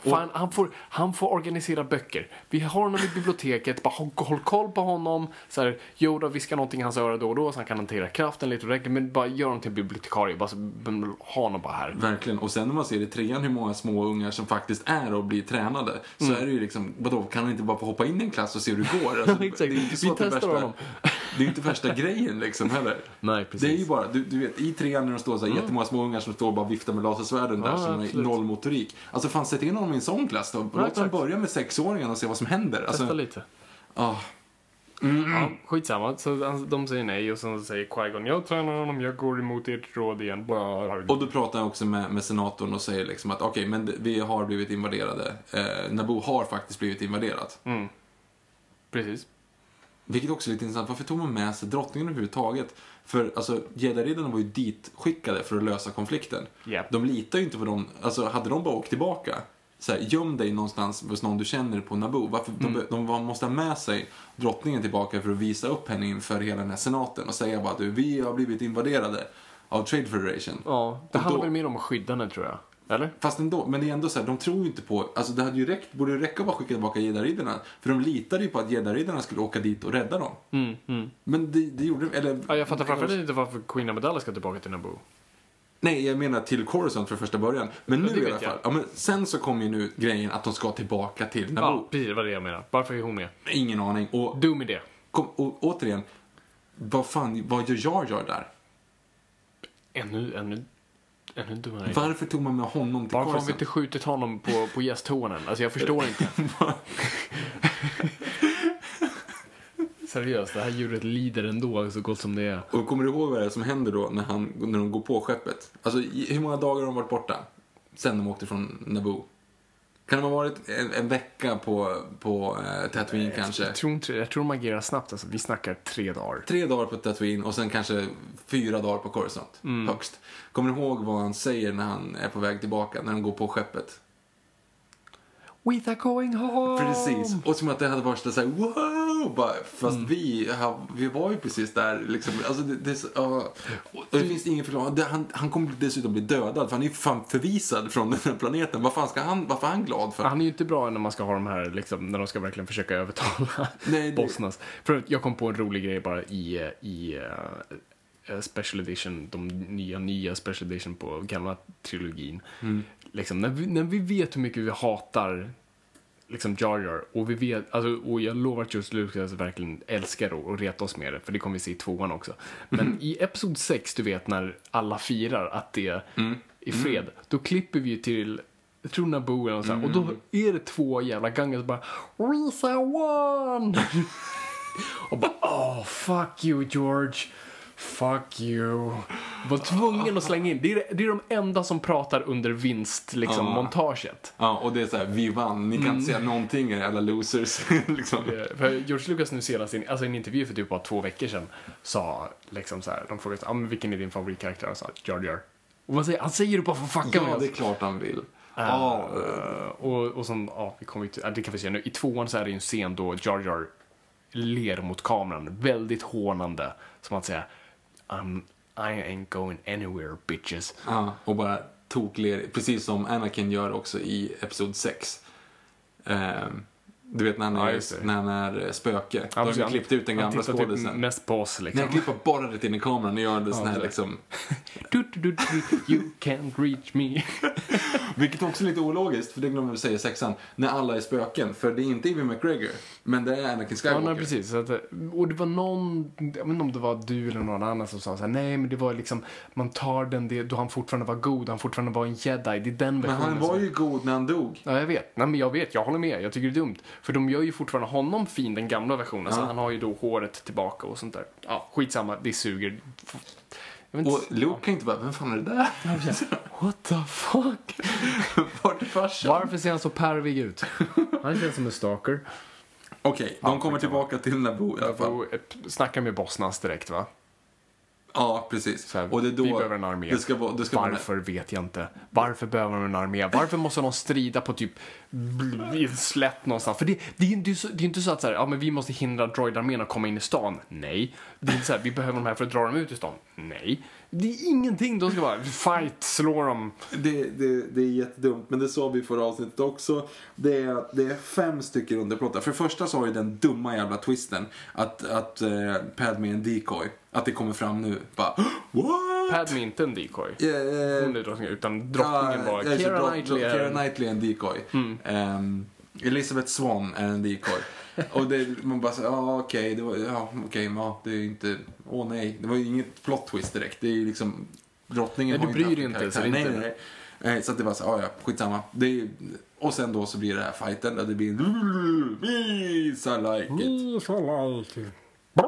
han får organisera böcker. Vi har honom i biblioteket, bara håll koll på honom. Så här, Yoda viskar någonting i hans öra då och då så han kan hantera kraften lite och men bara gör honom till bibliotekarie, bara ha honom bara här. Verkligen, och sen när man ser i 3:an hur många små ungar som faktiskt är och blir tränade, så är det ju liksom, vadå, kan han inte bara få hoppa in i en klass och se hur det går? Alltså, Exakt. Det är inte så Vi testar honom. Det är inte värsta grejen liksom heller. Nej, precis. Det är ju bara, du vet, i 3:an när de står så här jättemånga små ungar som står och bara viftar med lasersvärden där som är noll motorik. Alltså fan, sätt in honom i en sån klass då. Låt dem börja med 6-åringarna och se vad som händer. Alltså, testa lite. Ja, skitsamma. Så de säger nej och så säger Qui-Gon, jag tränar honom, jag går emot ert råd igen. Och då pratar jag också med senatorn och säger liksom att okej, men vi har blivit invaderade. Naboo har faktiskt blivit invaderat. Precis. Vilket också är lite intressant. Varför tog man med sig drottningen överhuvudtaget? För alltså, Jedi-riddarna var ju ditskickade för att lösa konflikten. Yep. De litar ju inte på dem. Alltså, hade de bara åkt tillbaka, så här, göm dig någonstans hos någon du känner på Naboo. Varför? De måste ha med sig drottningen tillbaka för att visa upp henne inför hela den här senaten och säga bara att vi har blivit invaderade av Trade Federation. Ja, det handlar väl mer om att skydda henne, tror jag. Eller? Fast ändå, men det är ändå så här, de tror ju inte på, alltså det hade ju borde ju räcka att bara skicka tillbaka Jedi-riddarna, för de litade ju på att Jedi-riddarna skulle åka dit och rädda dem. Men det gjorde, eller... Ja, jag fattar framförallt inte varför Queen Amidala ska tillbaka till Naboo. Nej, jag menar till Coruscant för första början. Men nu i alla fall. Ja, men sen så kommer ju nu grejen att de ska tillbaka till Naboo. Ja, precis, vad det jag menar. Varför är hon med? Ingen aning. Och, dum idé. Och återigen, vad gör Jar Jar där? Ännu dummare. Varför tog man med honom till Coruscant? Varför har vi inte skjutit honom på gästhånen? Alltså jag förstår inte. Seriöst, det här djuret lider ändå så gott som det är. Och kommer du ihåg vad det är som händer då när de går på skeppet? Alltså hur många dagar har de varit borta? Sen de åkte från Naboo. Kan det ha varit en vecka på Tatooine kanske? Jag tror de agerar snabbt. Alltså, vi snackar 3 dagar. 3 dagar på Tatooine och sen kanske 4 dagar på Coruscant. Högst. Kommer du ihåg vad han säger när han är på väg tillbaka? När de går på skeppet? We are going home! Precis. Och som att det hade varit så här, wow! Bara, fast vi var ju precis där. Liksom. Alltså, det finns ingen förklaring. Han kommer dessutom bli dödad. För han är ju fan förvisad från den här planeten. Varför är han glad för? Han är ju inte bra när man ska ha de här, liksom, när de ska verkligen försöka övertala Bosnas. För jag kom på en rolig grej bara i Special Edition, de nya Special Edition på gamla trilogin. Liksom, när vi vet hur mycket vi hatar liksom Jar Jar, och vi vet, alltså, och jag lovar att just Lucas verkligen älskar och reta oss med det, för det kommer vi se i 2:an också. Men i episod 6, du vet, när alla firar att det är fred, då klipper vi ju till, jag tror Naboo eller så här, och då är det 2 jävla gånger som bara We won! Och bara, fuck you George. Fuck you. Var tvungen att slänga in. Det är de enda som pratar under vinst liksom, montaget. Ja, och det är så här, vi vann. Ni kan inte säga någonting, alla losers. Liksom. För George Lucas nu senast i en intervju för typ bara 2 veckor sedan sa liksom så här, de frågade men vilken är din favoritkaraktär? Han sa Jar Jar. Och han säger det bara för att fucka med oss. Det är klart han vill. Och som, vi kommer till, det kan vi se nu. I 2:an så är det ju en scen då Jar Jar ler mot kameran. Väldigt hånande. Som att säga I ain't going anywhere, bitches. Ja, och bara tokler, precis som Anakin gör också i episod 6. Du vet när han är spöke. Då har de klippt ut den gamla skådisen. Typ mest på oss liksom. Nej, klipper bara rätt in i kameran och gör det sån här liksom. You can't reach me. Vilket också är lite ologiskt, för det glömmer vi säga i 6:an. När alla är spöken, för det är inte Ewan McGregor, men det är Anakin Skywalker. Ja, nej, precis. Så att, och det var någon, jag vet inte om det var du eller någon annan som sa så här, nej men det var liksom, man tar den då han fortfarande var god, han fortfarande var en jedi, det är den versionen. Men han var ju god när han dog. Ja, jag vet. Nej, men jag håller med. Jag tycker det är dumt. För de gör ju fortfarande honom fin, den gamla versionen. Så han har ju då håret tillbaka och sånt där. Ja, skitsamma. Det suger. Och Luke kan inte bara, vem fan är det där? What the fuck? Vart är farsan? Varför ser han så pervig ut? Han känns som en stalker. Okej, de kommer tillbaka till Naboo i alla fall. Snacka med Bosnas direkt, va? Ja, precis. Här, Och det är då vi behöver en armé. Varför vet jag inte. Varför behöver de en armé? Varför måste de strida på typ slätt någonstans? För det är inte så att så här, ja, men vi måste hindra droidarmén att komma in i stan. Nej. Det är inte så här, vi behöver de här för att dra dem ut i stan. Nej. Det är ingenting. De ska bara fight, slå dem. Det är jättedumt, men det sa vi förra avsnittet också. Det är 5 stycken underplottar. För det första så har ju den dumma jävla twisten att Padme är en decoy. Att det kommer fram nu. Bara, what? Padme är inte en decoy. Hon är drottningen, utan drottningen var Keira Knightley. Keira Knightley är en decoy. Elizabeth Swann är en decoy. Och man bara säger, okej, det är inte, nej, det var ju inget plot twist direkt. Det är ju liksom, drottningen. Nej, du bryr dig inte. Så nej. Så att det var så, skitsamma. Och sen då så blir det här fighten där det blir I like it.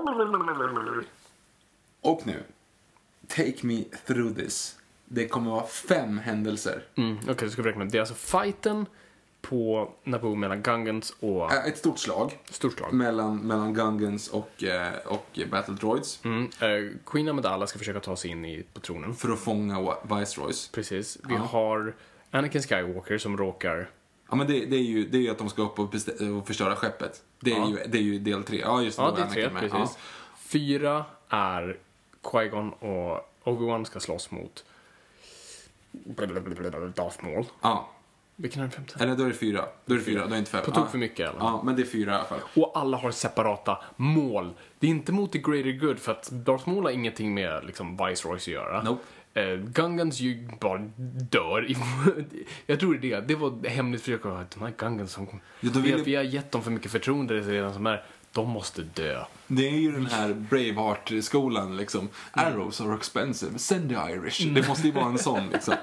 Och nu, take me through this. Det kommer vara 5 händelser. Okej, så ska vi räkna med. Det är alltså fighten på Naboo mellan Gungans och... Ett stort slag. Mellan Gungans och Battle Droids. Queen Amidala ska försöka ta sig in på tronen. För att fånga Viceroys. Precis. Vi har Anakin Skywalker som råkar... Ja, men det är ju att de ska upp och förstöra skeppet. Det är ju del 3. Ja, just det. Ja, det är 3, precis. Ja. 4 är Qui-Gon och Obi-Wan ska slåss mot Darth Maul. Ja. Vilken är den 5? Eller då är det 4. Då är det inte 5. På tok för mycket eller? Ja, men det är 4 i alla fall. Och alla har separata mål. Det är inte mot the greater good, för att Darth Maul har ingenting med liksom Viceroys att göra. Nope. Gungans ju bara dör. Jag tror det var hemligt försök att de här Gungans som vi har gett dem för mycket förtroende redan som är. De måste dö. Det är ju den här Braveheart-skolan liksom. Arrows are expensive. Send the Irish. Det måste ju vara en sån liksom.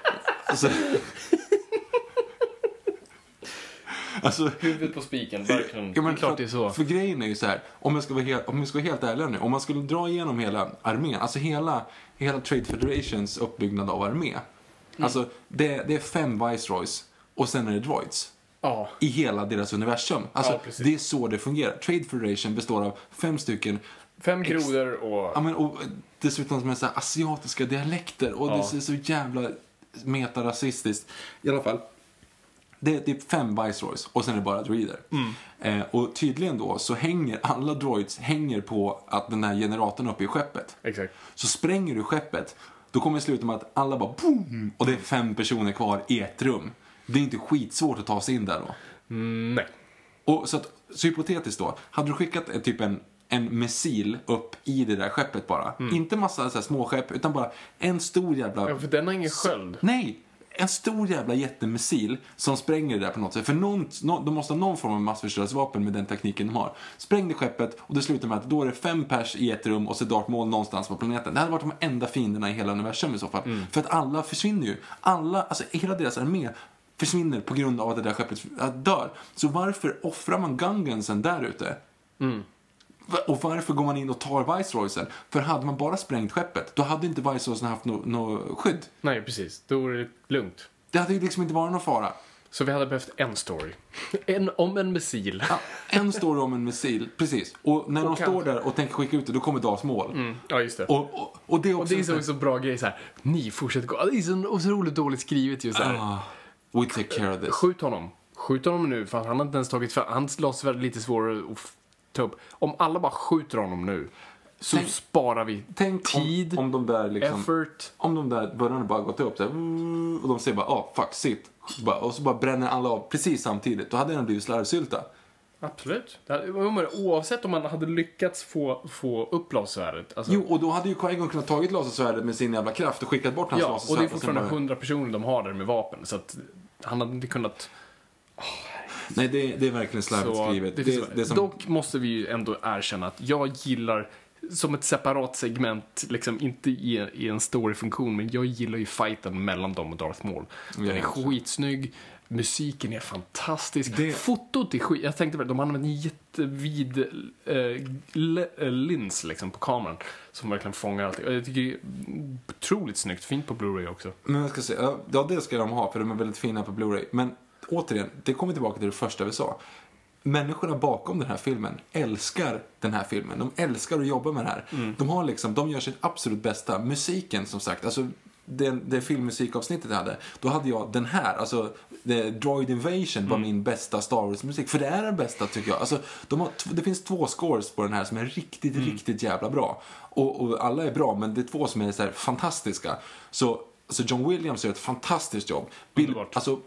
Alltså, huvudet på spiken, verkligen. Ja, men det är klart det är så. För grejen är ju så här, om vi ska vara helt ärliga nu, om man skulle dra igenom hela armén, alltså hela Trade Federations uppbyggnad av armé. Alltså det är 5 Viceroys och sen är det droids. Ja. I hela deras universum. Alltså det är så det fungerar. Trade Federation består av 5 stycken 5 grodor och... Ja, men och dessutom med så här asiatiska dialekter och det är så jävla metarasistiskt. I alla fall. Det är 5 Viceroys och sen är det bara droider. Och tydligen då så hänger alla droids på att den här generatorn uppe i skeppet. Exakt. Så spränger du skeppet, då kommer det sluta med att alla bara boom, och det är 5 personer kvar i ett rum. Det är inte skitsvårt att ta sig in där då. Nej. Och så hypotetiskt då, hade du skickat en missil upp i det där skeppet bara. Inte massa så här små skepp, utan bara en stor jävla... Ja, för den har ingen sköld. Nej! En stor jävla jättemissil som spränger det där på något sätt. För de måste ha någon form av massförstörelsevapen med den tekniken de har. Sprängde skeppet och det slutar med att då är det 5 pers i ett rum och så Darth Maul någonstans på planeten. Det hade varit de enda fienderna i hela universum i så fall. För att alla försvinner ju. Alltså hela deras armé försvinner på grund av att det där skeppet dör. Så varför offrar man Gungansen där ute? Och varför går man in och tar Viceroysen? För hade man bara sprängt skeppet, då hade inte Viceroysen haft något skydd. Nej, precis. Då är det lugnt. Det hade ju liksom inte varit någon fara. Så vi hade behövt en story. Om en missil. Ja, en story om en missil, precis. Och när de står där och tänker skicka ut det, då kommer Darth Maul. Ja, just det. Och det är också... Och det är så bra grej så här. Ni fortsätter gå. Det är så otroligt dåligt skrivet just här. We take care of this. Skjut honom nu, för han har inte ens tagit för han slåss väl lite svårare att ta upp. Om alla bara skjuter honom nu, så sparar vi tid, om de där liksom, effort. Om de där börjarna bara gått upp så här, och de säger bara, fuck, shit. Och så bara bränner alla av precis samtidigt. Då hade den blivit slarvsylta. Absolut. Oavsett om man hade lyckats få upp lasersvärdet. Alltså. Jo, och då hade ju Qui-Gon kunnat tagit lasersvärdet med sin jävla kraft och skickat bort hans lasersvärd. Och det är fortfarande 100 personer de har där med vapen. Så att han hade inte kunnat... Nej, det är verkligen slarvigt skrivet. Det som... Dock måste vi ju ändå erkänna att jag gillar, som ett separat segment, liksom inte i en storyfunktion, men jag gillar ju fighten mellan dem och Darth Maul. Den är skitsnygg. Musiken är fantastisk. Fotot är skit. Jag tänkte väl, de använder en jättevid lins liksom på kameran som verkligen fångar allt. Jag tycker det är otroligt snyggt. Fint på Blu-ray också. Men jag ska säga, ja, det ska de ha, för de är väldigt fina på Blu-ray. Men återigen, det kommer tillbaka till det första vi sa. människorna bakom den här filmen älskar den här filmen. De älskar att jobba med det här. De har liksom, de gör sitt absolut bästa. Musiken, som sagt, alltså det filmmusikavsnittet jag hade, då hade jag den här, alltså Droid Invasion var min bästa Star Wars-musik, för det är den bästa, tycker jag. Alltså, det finns 2 scores på den här som är riktigt jävla bra. Och alla är bra, men det är 2 som är så här fantastiska. Så John Williams gör ett fantastiskt jobb. Alltså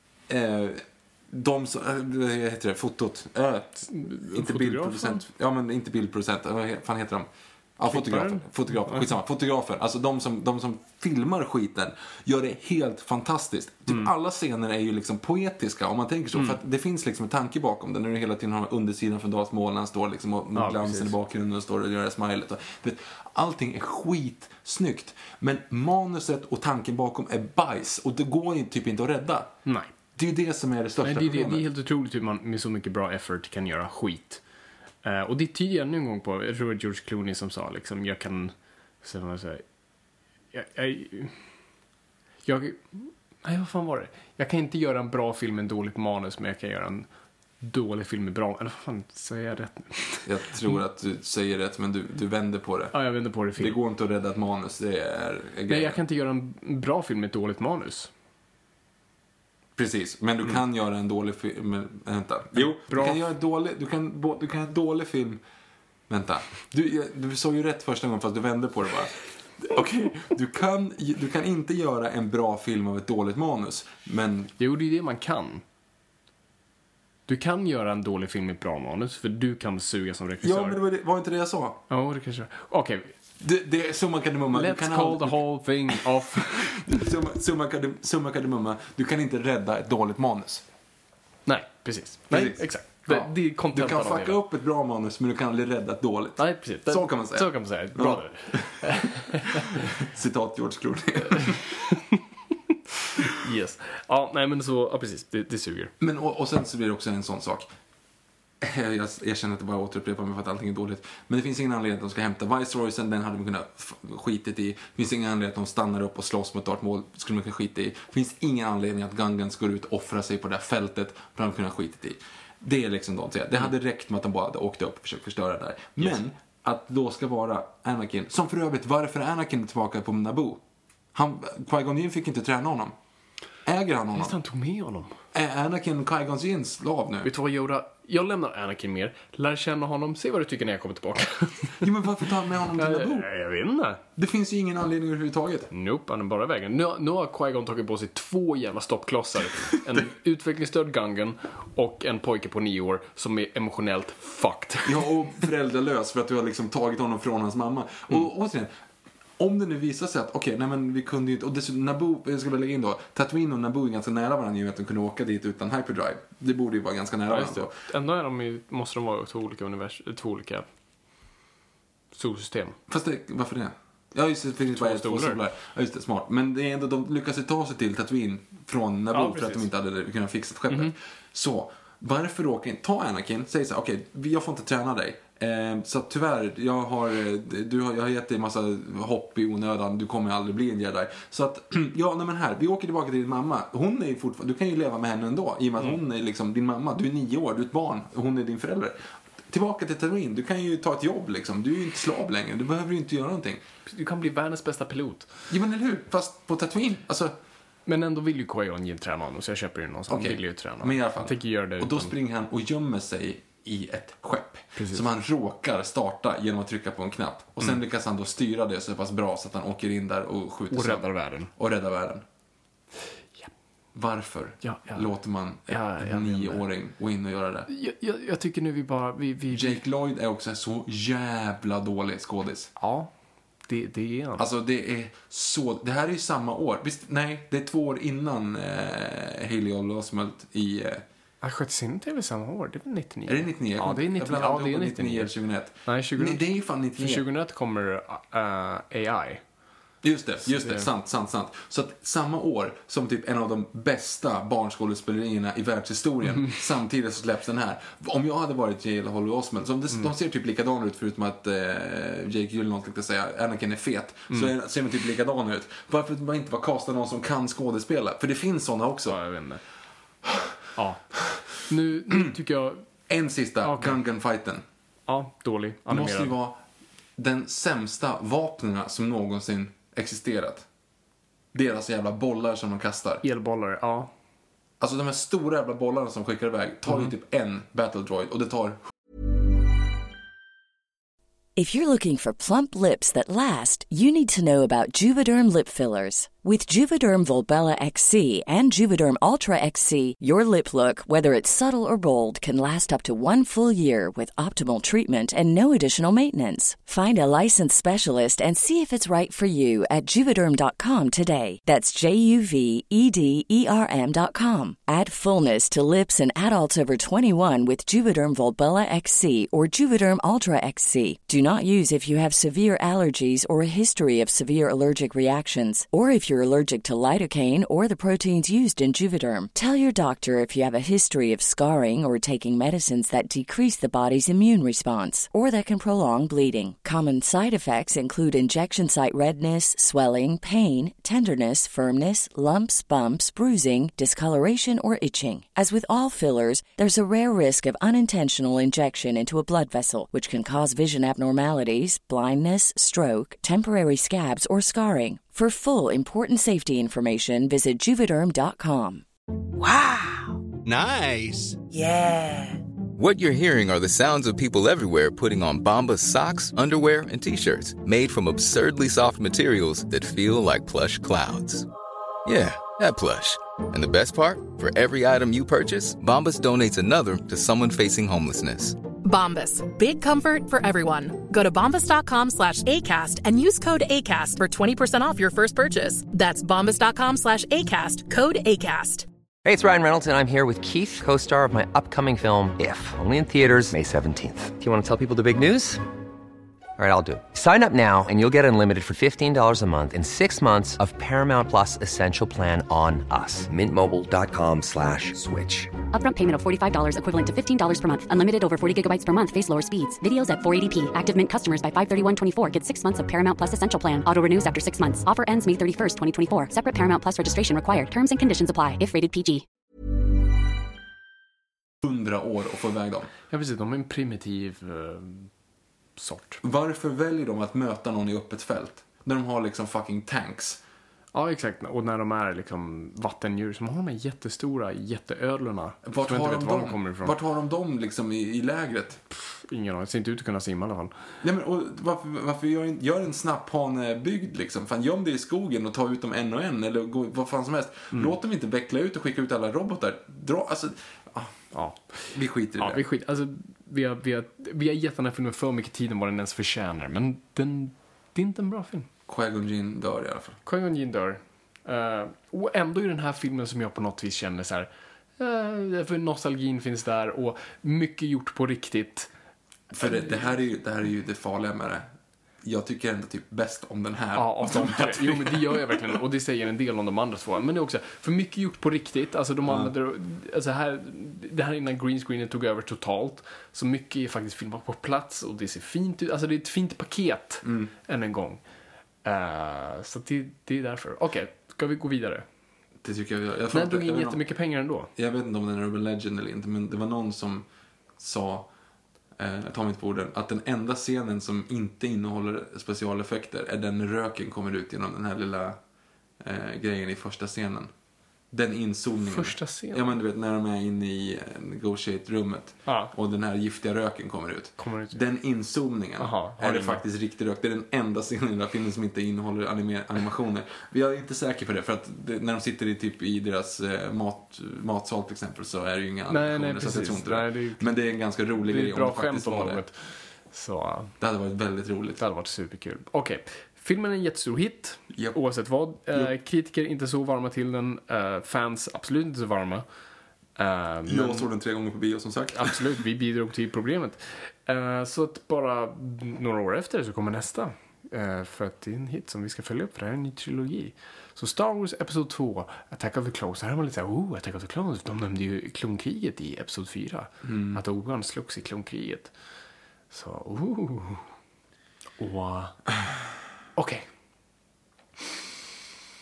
de som, vad heter det, fotot, inte bildproducent, ja men inte bildproducent, vad fan heter de? Ja, fotografen. Alltså de som filmar skiten gör det helt fantastiskt. Typ alla scener är ju liksom poetiska, om man tänker så. För att det finns liksom en tanke bakom det. När du hela tiden har undersidan från Darth Maul, han står liksom och glansen i bakgrunden och står och gör det smilet. Allting är skitsnyggt. Men manuset och tanken bakom är bajs. Och det går ju typ inte att rädda. Nej. Det är ju det som är det största problemet. Det är helt otroligt hur man med så mycket bra effort kan göra skit. Och det tyder jag nu en gång på. Jag tror det var George Clooney som sa liksom, jag kan nej, vad fan var det? Jag kan inte göra en bra film med en dåligt manus, men jag kan göra en dålig film med bra. Eller vad fan, säger jag rätt nu? Jag tror att du säger rätt, men du vänder på det. Ja, jag vänder på det. Det går inte att rädda ett manus, det är nej, jag kan inte göra en bra film med ett dåligt manus. Precis, men du kan göra en dålig film. Vänta. Jo, bra. Du kan göra en dålig film. Vänta. Du såg ju rätt första gången, fast du vände på det bara. Okej, du kan inte göra en bra film av ett dåligt manus, men Jo, det är det man kan. Du kan göra en dålig film med ett bra manus, för du kan suga som regissör. Ja, men det var inte det jag sa. Ja, det kanske. Okej. Det är summa kardemumma. Let's call the whole thing off. Summa kardemumma. Du kan inte rädda ett dåligt manus. Nej, precis. Nej, exakt. Ja. Det är du kan fucka upp ett bra manus, men du kan aldrig rädda ett dåligt. Nej, precis. Så kan man säga. Så kan man säga. Bra. Ja. Citat George Clooney. Yes. Ja, nej men så, ja precis, det suger. Men och sen så blir det också en sån sak. Jag känner att det bara återupprepar mig för att allting är dåligt. Men det finns ingen anledning att de ska hämta Viceroysen, den hade man kunnat skitit i. Det finns ingen anledning att de stannar upp och slåss mot Darth Maul, skulle man kunna skita i. Det finns ingen anledning att Gungans går ut och offrar sig på det här fältet, för de kunna skitit i. Det är liksom de säger. Det hade räckt med att de bara hade åkt upp och försökt förstöra det där. Men att då ska vara Anakin, som för övrigt, varför är Anakin tillbaka på Naboo? Qui-Gon Jinn fick inte träna honom. Äger han honom? Visst han tog med honom. Är Anakin Qui-Gon Jinns slav nu? Vet du vad, Yoda? Jag lämnar Anakin mer. Lär känna honom. Se vad du tycker när jag kommer tillbaka. Jo, men varför tar han med honom till Naboo? Jag vet inte. Det finns ju ingen anledning överhuvudtaget. Nope, han är bara vägen. Nu har Qui-Gon tagit på sig 2 jävla stoppklossar. En utvecklingsstörd Gungan och en pojke på 9 år som är emotionellt fucked. Ja, och föräldralös för att du har liksom tagit honom från hans mamma. Och återigen, om det nu visar sig att, nej men vi kunde ju inte, och dessutom Naboo, jag ska bara lägga in då, Tatooine och Naboo är ganska nära varandra, ju att de kunde åka dit utan hyperdrive. Det borde ju vara ganska nära varandra. Ändå är måste de vara 2 olika solsystem. Fast varför det? Ja, just det, finns bara 2 solar. Ja, just det, smart. Men det är ändå, de lyckas ju ta sig till Tatooine från Naboo för att de inte hade kunnat fixa skeppet. Så, varför åka in? Ta Anakin, säg så här, jag får inte träna dig. Så tyvärr, jag har gett dig en massa hopp i onödan. Du kommer aldrig bli en jedi. Så att, vi åker tillbaka till din mamma. Hon är ju fortfarande, du kan ju leva med henne ändå. I och med att hon är liksom din mamma. Du är 9 år, du är ett barn. Hon är din förälder. Tillbaka till Tatooine, du kan ju ta ett jobb liksom. Du är ju inte slav längre, du behöver ju inte göra någonting. Du kan bli världens bästa pilot. Ja, men eller hur? Fast på Tatooine, alltså. Men ändå vill ju Qui-Gon Jinn träna honom, så jag köper ju någonstans. Han vill ju träna. Men i alla fall. Och då springer han och gömmer sig i ett skepp. Precis. Som han råkar starta genom att trycka på en knapp. Och sen lyckas han då styra det så pass bra så att han åker in där och skjuter och räddar världen. Ja. Varför låter man en 9-åring gå in och göra det? Jag tycker nu Jake Lloyd är också så jävla dålig skådis. Ja, det är han. Alltså det är så. Det här är ju samma år. Visst, nej, det är 2 år innan Haley Osment i. Jag sköt in TV samma år, det är väl 99? Är det 99? Ja, det är 99. Ja, det är 99 eller 2001. Nej, 2001. Nej, det är fan 99. För 2001 kommer AI. Just det, sant. Så att samma år som typ en av de bästa barnskådespelerierna i världshistorien, samtidigt så släpps den här. Om jag hade varit J.L. Holly Osment, de ser typ likadan ut förutom att Jake Gyllenhaal tänkte säga Anakin är fet, så ser de typ likadan ut. Varför man inte var kasta någon som kan skådespela? För det finns såna också. Ja, jag vet inte. Ja. Nu tycker jag En sista, Gunfighten. Ja, dålig. Det måste ju vara den sämsta vapnen som någonsin existerat. Deras jävla bollar som de kastar. Elbollar, ja. Alltså de här stora jävla bollarna som skickar iväg tar ju typ en battle droid och det tar... If you're looking for plump lips that last, you need to know about Juvederm lip fillers. With Juvederm Volbella XC and Juvederm Ultra XC, your lip look, whether it's subtle or bold, can last up to 1 full year with optimal treatment and no additional maintenance. Find a licensed specialist and see if it's right for you at Juvederm.com today. That's JUVEDERM.com. Add fullness to lips in adults over 21 with Juvederm Volbella XC or Juvederm Ultra XC. Do not use if you have severe allergies or a history of severe allergic reactions, or if you're allergic to lidocaine or the proteins used in Juvederm. Tell your doctor if you have a history of scarring or taking medicines that decrease the body's immune response or that can prolong bleeding. Common side effects include injection site redness, swelling, pain, tenderness, firmness, lumps, bumps, bruising, discoloration, or itching. As with all fillers, there's a rare risk of unintentional injection into a blood vessel, which can cause vision abnormalities, blindness, stroke, temporary scabs, or scarring. For full, important safety information, visit Juvederm.com. Wow! Nice! Yeah! What you're hearing are the sounds of people everywhere putting on Bombas socks, underwear, and T-shirts made from absurdly soft materials that feel like plush clouds. Yeah, that plush. And the best part? For every item you purchase, Bombas donates another to someone facing homelessness. Bombas. Big comfort for everyone. Go to bombas.com/ACAST and use code ACAST for 20% off your first purchase. That's bombas.com/ACAST. Code ACAST. Hey, it's Ryan Reynolds, and I'm here with Keith, co-star of my upcoming film, If, only in theaters May 17th. Do you want to tell people the big news? All right, I'll do it. Sign up now and you'll get unlimited for $15 a month and 6 months of Paramount Plus Essential Plan on us. MintMobile.com/switch. Upfront payment of $45 equivalent to $15 per month. Unlimited over 40 gigabytes per month. Face lower speeds. Videos at 480p. Active Mint customers by 531.24 get 6 months of Paramount Plus Essential Plan. Auto renews after 6 months. Offer ends May 31st, 2024. Separate Paramount Plus registration required. Terms and conditions apply if rated PG. 100 år att få iväg dem. Ja, precis. De är en primitiv sort. Varför väljer de att möta någon i öppet fält? När de har liksom fucking tanks. Ja, exakt. Och när de är liksom vattendjur som har de här jättestora jätteödlorna. Vart har de dem liksom i lägret? Ingen aning. Det ser inte ut att kunna simma i alla fall. Nej, men och varför gör en snapphane byggd liksom? Fan, göm det i skogen och ta ut dem en och en eller vad fan som helst. Låt dem inte veckla ut och skicka ut alla robotar. Ja. Vi skiter i det. Alltså, vi har gett den här filmen för mycket tid än vad den ens förtjänar. Men det är inte en bra film. Qui-Gon Jinn dör i alla fall. Qui-Gon Jinn dör. Och ändå är den här filmen som jag på något vis känner så här. För nostalgin finns där och mycket gjort på riktigt. För det här är ju det farliga med det. Jag tycker ändå typ bäst om den här. Ja, jo, men det gör jag verkligen. Och det säger en del om de andra två. Men det är också för mycket gjort på riktigt. Alltså de använder, det här innan green screenen tog över totalt. Så mycket är faktiskt filmat på plats och det ser fint ut. Alltså det är ett fint paket än en gång. Så det är därför. Okej, ska vi gå vidare? Det tycker jag. Men drog in jättemycket pengar ändå. Jag vet inte om den är Urban Legend eller inte, men det var någon som sa, jag tar mitt på orden, att den enda scenen som inte innehåller specialeffekter är den när röken kommer ut genom den här lilla grejen i första scenen. Den inzoomningen. Första scenen? Ja, men du vet när de är inne i negotiate-rummet och den här giftiga röken kommer ut. Den inzoomningen är det faktiskt riktig rök. Det är den enda scenen i den här filmen som inte innehåller animationer. Vi är inte säkra på det, för att när de sitter i deras matsal till exempel så är det ju inga animationer. Nej, precis. Så jag tror inte det. Men det är en ganska rolig grej. Det är ett bra skämt om det. Så det hade varit väldigt roligt. Det hade varit superkul. Okej. Filmen är en jättestor hit, oavsett vad. Kritiker inte så varma till den, fans absolut inte så varma. Jag såg den 3 gånger på bio, som sagt. Absolut, vi bidrog till problemet. Så att bara några år efter så kommer nästa. För att det är en hit som vi ska följa upp, för det här är en ny trilogi. Så Star Wars Episod 2, Attack of the Clones. Här är man lite såhär, Attack of the Clones. De nämnde ju klonkriget i Episod 4. Att Obi-Wan slogs i klonkriget. Så, Okej.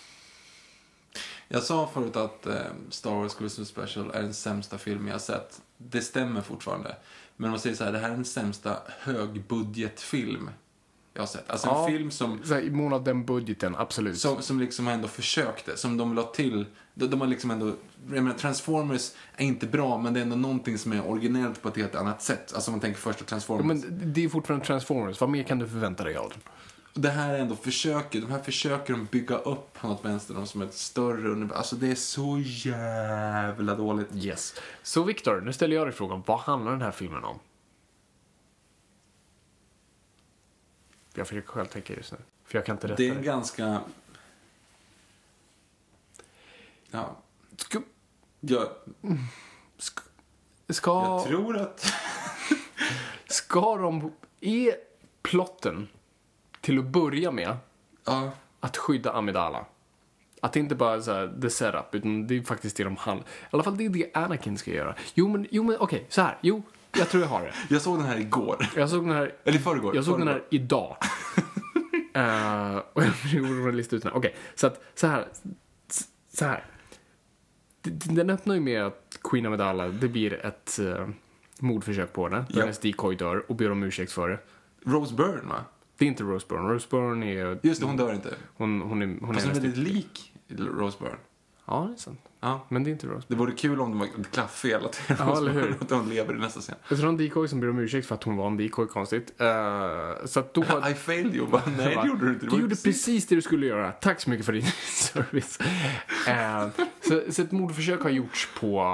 Jag sa förut att Star Wars Christmas Special är den sämsta film jag har sett. det stämmer fortfarande. Men man säger så här, det här är den sämsta högbudgetfilm jag har sett. Alltså en film som... I mån av den budgeten, absolut. Som liksom ändå försökte, som de la till. De har liksom ändå... Jag menar, Transformers är inte bra, men det är ändå någonting som är originellt på ett helt annat sätt. Alltså om man tänker första Transformers. Men det är fortfarande Transformers. Vad mer kan du förvänta dig av den? Det här är ändå försöker. De här försöker de bygga upp på något vänster. De som är ett större... Alltså det är så jävla dåligt. Yes. Så Victor, nu ställer jag dig frågan. Vad handlar den här filmen om? Jag försöker själv tänka just nu. För jag kan inte rätta det. Det är en ganska... Ja. Jag tror att... Ska de... Är plotten till att börja med ja. Att skydda Amidala? Att det inte bara är så här, the setup, utan det är faktiskt det de handlar. I alla fall det är det Anakin ska göra. Jo men okej, så här. Jo, jag tror jag har det. Jag såg den här igår. Jag såg den här... Eller förrgår. Jag såg den här idag. Och jag gjorde en lista ut den här. Okej, så här. Den öppnar ju med att Queen Amidala, det blir ett mordförsök på henne. Där hennes decoy dör och ber om ursäkt för det. Rose Byrne, va? Det är inte Rose Byrne. Rose Byrne är... Just det, hon dör inte. Hon är väldigt lik Rose Byrne. Ja, det är sant. Ja. Men det är inte Rose Byrne. Det vore kul om de var klaffel att ja, eller hur? Att hon lever i nästa scen. Jag tror en decoy som ber om ursäkt för att hon var en decoy, konstigt. Så att då... I failed you. Nej, det gjorde du inte. Du gjorde precis det du skulle göra. Tack så mycket för din service. Så ett mordförsök har gjorts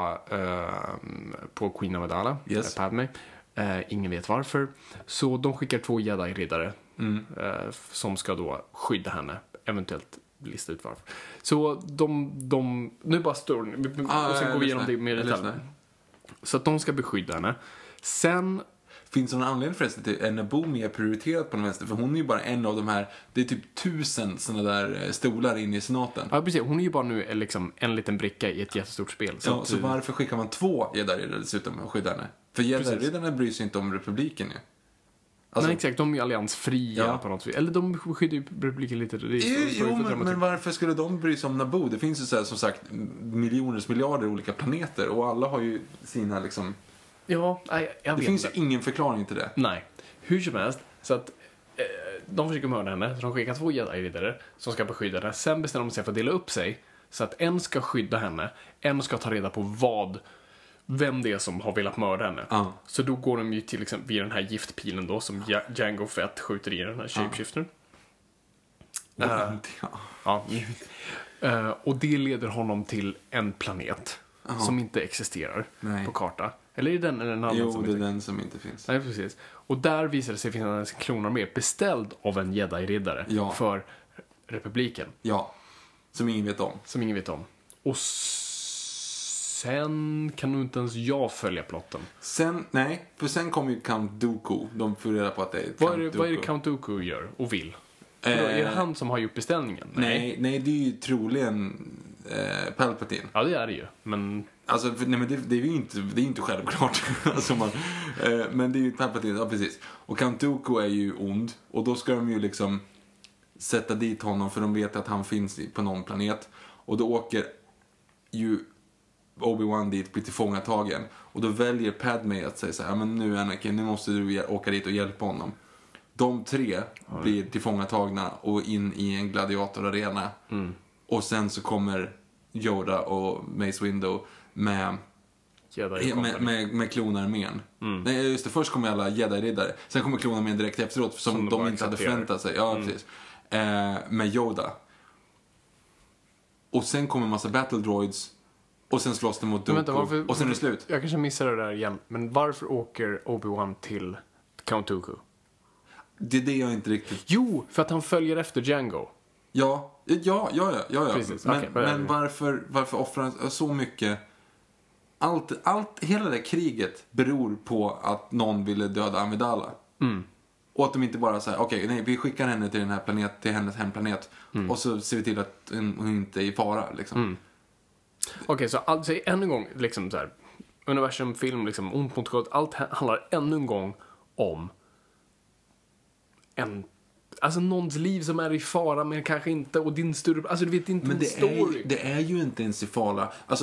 på Queen Amidala. Yes. Padme. Ingen vet varför. Så de skickar 2 Jedi-riddare som ska då skydda henne. Eventuellt lista ut varför. Så de nu bara står och sen går vi igenom det mer i detalj. Så att de ska beskydda henne. Sen... Finns det någon anledning förresten till Naboo mer prioriterat på den vänster? För hon är ju bara en av de här... Det är typ 1000 såna där stolar in i senaten. Ja, precis. Hon är ju bara nu liksom en liten bricka i ett jättestort spel. Så varför skickar man 2 Jedi-riddare dessutom och skyddar henne? För Jedi-riddarna bryr sig inte om republiken ju. Alltså, nej, exakt. De är ju alliansfria på något sätt. Eller de skyddar ju republiken lite. Men varför skulle de bry sig om Naboo? Det finns ju så här, som sagt miljarder olika planeter. Och alla har ju sina liksom... Ja, jag vet. Det finns ju ingen förklaring till det. Nej. Hur som helst. Så att de försöker mörda henne. Så de skickar 2 Jedi-riddare som ska beskydda henne. Sen bestämmer de sig för att dela upp sig. Så att en ska skydda henne. En ska ta reda på vem det är som har velat mörda henne. Så då går de ju till exempel vid den här giftpilen då som Jango Fett skjuter i den här shapeshiftern. Och det leder honom till en planet som inte existerar på karta. Eller är den en annan? Jo, det är den som inte finns. Nej, precis. Och där visar det sig finnas en klonarmé beställd av en Jedi-riddare för republiken. Ja, som ingen vet om. Och sen kan nog inte ens jag följa plotten. För sen kommer ju Count Dooku. De får reda på att det är Vad är det Count Dooku gör och vill? Är det han som har gjort beställningen? Nej, det är ju troligen Palpatine. Ja, det är det ju. Men... Alltså, men det är ju inte självklart. Alltså men det är ju Palpatine, ja precis. Och Count Dooku är ju ond. Och då ska de ju liksom sätta dit honom för de vet att han finns på någon planet. Och då åker ju Obi-Wan dit, blir tillfångatagen. Och då väljer Padme att säga så här: ja, men nu Anakin, nu måste du åka dit och hjälpa honom. De 3 blir tillfångatagna och in i en gladiatorarena. Och sen så kommer Yoda och Mace Windu med klonarmén. Nej, just det, först kommer alla Jedi-riddare. Sen kommer klonarmén direkt efteråt som de inte hade förväntat sig. Ja, precis. Med Yoda. Och sen kommer en massa battle droids. Och sen slåss de mot Dooku. Och sen är det slut. Jag kanske missar det där igen. Men varför åker Obi-Wan till Count Dooku? Det är det jag inte riktigt... Jo, för att han följer efter Jango. Ja. Precis. Men varför offrar han så mycket? Hela det kriget beror på att någon ville döda Amidala. Och att de inte bara säger okej, vi skickar henne till den här planet, till hennes hemplanet. Och så ser vi till att hon inte är i fara liksom. Okej, så alltså ännu en gång liksom så här, universum, film, liksom ont mot gott, allt handlar ännu en gång om någons liv som är i fara men kanske inte, och din större, alltså du vet inte, men story. Det är ju inte ens i fara. Alltså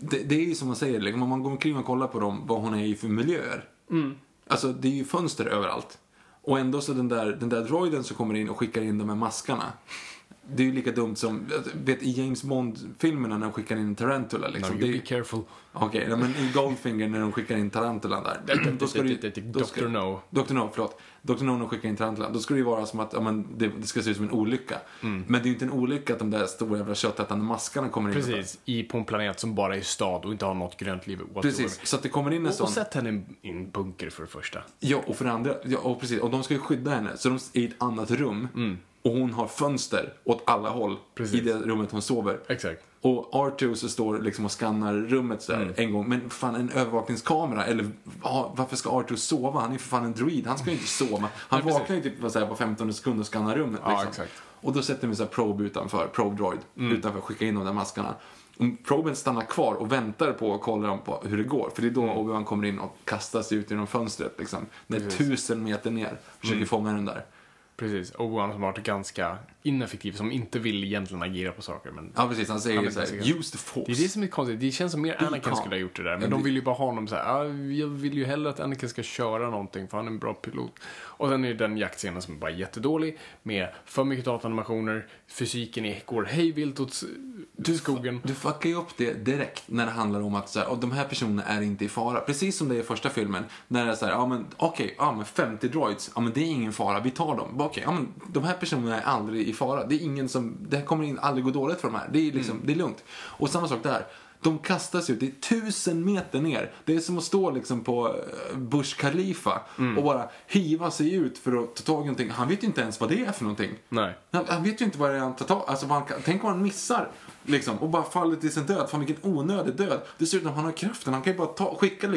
det är ju som man säger, liksom, om man går omkring och kollar på dem, vad hon är i för miljöer. Alltså det är ju fönster överallt. Och ändå så den där droiden som kommer in och skickar in de här maskarna. Det är ju lika dumt som, vet, i James Bond-filmerna när de skickar in en tarantula. Liksom. No, you be careful. Okej, men i Goldfinger när de skickar in tarantulan där. Då ska Dr. No. Dr. No, förlåt. Dr. No när de skickar in tarantulan. Då ska det ju vara som att det ska se ut som en olycka. Men det är ju inte en olycka att de där stora jävla köttätande maskarna kommer in. Precis, på en planet som bara är stad och inte har något grönt liv. Precis, så att det kommer in en sån... Och sätt henne i en bunker för det första. Ja, och för det andra, och precis. Och de ska ju skydda henne. Så de är i ett annat rum. Och hon har fönster åt alla håll. Precis. I det rummet hon sover. Exakt. Och R2 så står liksom och skannar rummet så här en gång. Men fan, en övervakningskamera. Eller varför ska R2 sova? Han är för fan en droid. Han ska ju inte sova. Han vaknar ju typ på 15 sekunder och skannar rummet. Liksom. Ja, exakt. Och då sätter vi så här probe utanför. Probe droid. Utanför att skicka in de där maskarna. Och proben stannar kvar och väntar på att kolla på hur det går. För det är då Obi-Wan kommer in och kastar sig ut genom fönstret. Liksom. Det är 1000 meter ner. Försöker fånga den där. Precis, Obi-Wan som har varit ganska ineffektiv, som inte vill egentligen agera på saker. Men ja, precis, han säger såhär, use the force. Det är det som är konstigt, det känns som mer Anakin skulle ha gjort det där. Men de vill ju bara ha honom såhär, jag vill ju hellre att Anakin ska köra någonting, för han är en bra pilot. Och sen är det den jaktscenen som är bara jättedålig, med för mycket datanimationer, fysiken går hejvilt åt skogen. Du fuckar ju upp det direkt när det handlar om att så här, och de här personerna är inte i fara. Precis som det är i första filmen, när det är såhär, men 50 droids, men det är ingen fara, vi tar dem. Men de här personerna är aldrig i fara. Det är ingen som, det här kommer aldrig gå dåligt för de här. Det är liksom, det är lugnt. Och samma sak där. De kastas ut, det är 1000 meter ner. Det är som att stå liksom på Burj Khalifa och bara hiva sig ut för att ta tag i någonting. Han vet ju inte ens vad det är för någonting. Nej. Han vet ju inte vad det är han tar tag. Alltså, tänk vad han missar liksom, och bara faller till sin död. Fan, vilken onödig död. Dessutom, han har kraften. Han kan ju bara skicka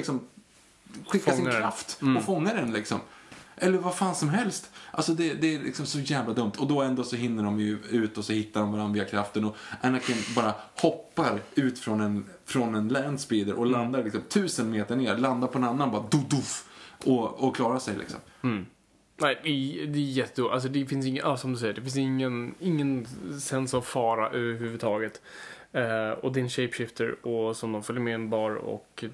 sin kraft och fånga den liksom. Eller vad fan som helst. Alltså det är liksom så jävla dumt. Och då ändå så hinner de ju ut och så hittar de varandra via kraften. Och Anakin bara hoppar ut från en landspeeder och landar liksom 1000 meter ner. Landar på en annan bara doff och klarar sig liksom. Nej, det är jättedåligt. Alltså det finns ingen, som du säger, det finns ingen sens av fara överhuvudtaget. Och det är en shapeshifter och som de följer med en bar och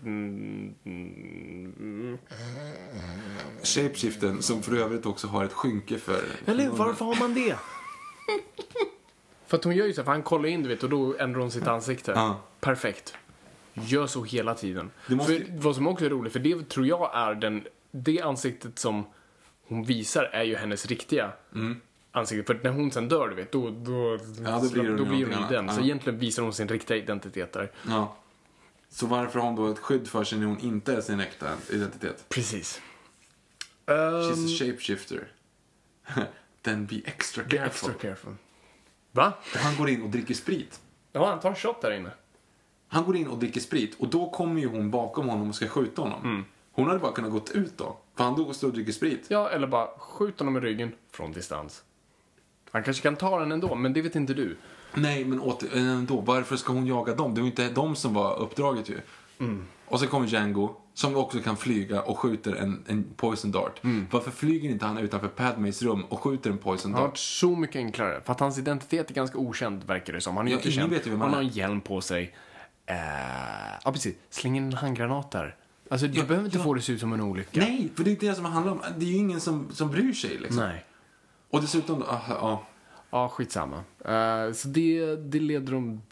shapeshiftern som för övrigt också har ett skynke för. Eller varför har man det? För att hon gör ju så, för han kollar in, du vet, och då ändrar hon sitt ansikte. Perfekt. Gör så hela tiden. För vad som också är roligt, för det tror jag är det ansiktet som hon visar är ju hennes riktiga ansikte. För när hon sen dör, du vet, då blir hon den. Så egentligen visar hon sin riktiga identitet där. Ja. Så varför har hon då ett skydd för sig när hon inte är sin äkta identitet? Precis. She's a shapeshifter. Then be extra careful. Va? Han går in och dricker sprit. Ja, han tar en shot där inne. Han går in och dricker sprit. Och då kommer ju hon bakom honom och ska skjuta honom. Hon hade bara kunnat gått ut då. För han då står och dricker sprit. Ja, eller bara skjuta honom i ryggen från distans. Han kanske kan ta den ändå, men det vet inte du. Nej, men ändå. Varför ska hon jaga dem? Det var inte de som var uppdraget ju. Och så kommer Django, som också kan flyga och skjuter en poison dart. Varför flyger inte han utanför Padmes rum och skjuter en poison dart? Det har varit så mycket enklare. För att hans identitet är ganska okänd, verkar det som. Han är inte känd. Han har en hjälm på sig. Ja, precis. Släng in en handgranat där. Alltså, du behöver inte få det se ut som en olycka. Nej, för det är det som handlar om. Det är ju ingen som bryr sig liksom. Nej. Och dessutom, ja, skitsamma. Så det leder dem...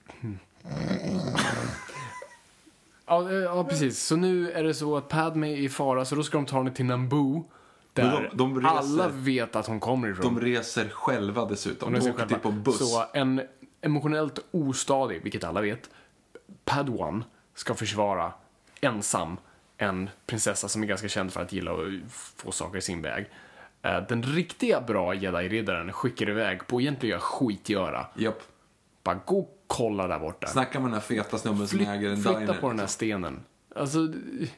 Ja, precis. Så nu är det så att Padme är i fara, så då ska de ta henne till Naboo. Där de reser, alla vet att hon kommer ifrån. De reser själva dessutom. De åker typ på buss. Så en emotionellt ostadig, vilket alla vet, Padawan ska försvara ensam en prinsessa som är ganska känd för att gilla att få saker i sin väg. Den riktiga bra Jedi-riddaren skickar iväg på egentligen skitgöra. Japp. Bara gå och kolla där borta. Snacka med den här feta snubben som äger en diner. Flytta på den här stenen. Alltså,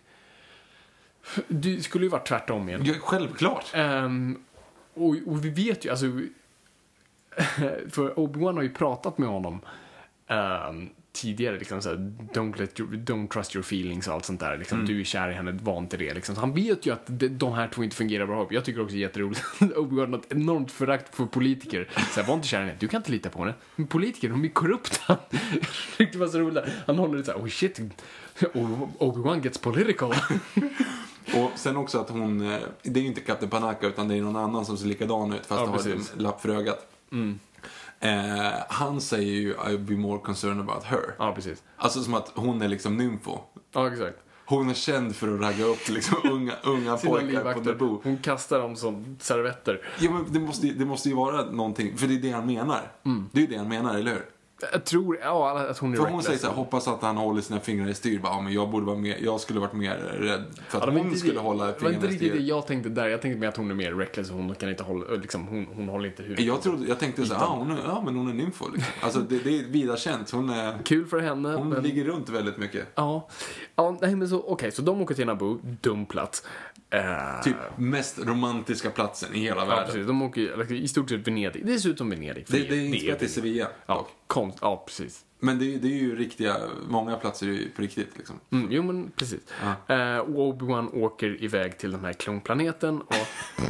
du skulle ju vara tvärtom igen. Ja, självklart. Och vi vet ju, alltså, för Obi-Wan har ju pratat med honom tidigare liksom såhär, don't trust your feelings och allt sånt där liksom, du är kär i henne, van till det liksom. Så han vet ju att de här två inte fungerar bra ihop. Jag tycker också det är jätteroligt Obi-Wan har ett enormt förakt för politiker. Såhär, var inte kär i henne, du kan inte lita på henne. Men politiker, de är korrupta. Det var så roligt. Han håller det såhär, oh shit, Obi-Wan gets political. Och sen också att hon, det är ju inte Captain Panaka utan det är någon annan som ser likadan ut fast har en lapp för ögat. Han säger ju I'll be more concerned about her. Ja, precis. Alltså som att hon är liksom nymfo. Ja, exakt. Hon är känd för att ragga upp liksom unga pojkar på Naboo. Hon kastar dem som servetter. Ja, men det måste ju vara någonting, för det är det han menar. Det är det han menar, eller hur? Jag tror att hon är för hon säger så här, hoppas att han håller sina fingrar i styr. Bara, men jag borde vara mer, jag skulle varit mer rädd för att hon skulle hålla fingrarna i styr. Det var inte riktigt det jag tänkte där. Jag tänkte mer att hon är mer reckless och hon kan inte hålla, liksom, hon håller inte huvudet. Jag tänkte så här, men hon är nymfo liksom. Alltså det är vida känt. Hon är kul för henne. Hon ligger runt väldigt mycket. Ja, nej men så okej, så de åker till Naboo, dum plats. Typ mest romantiska platsen i hela världen. Precis. De åker i stort sett Venedig. Dessutom Venedig. Det är inspelat i Sevilla. Ja, precis. Men det är ju riktiga, många platser är ju på riktigt liksom. Jo men precis. Och Obi-Wan åker iväg till den här klonplaneten och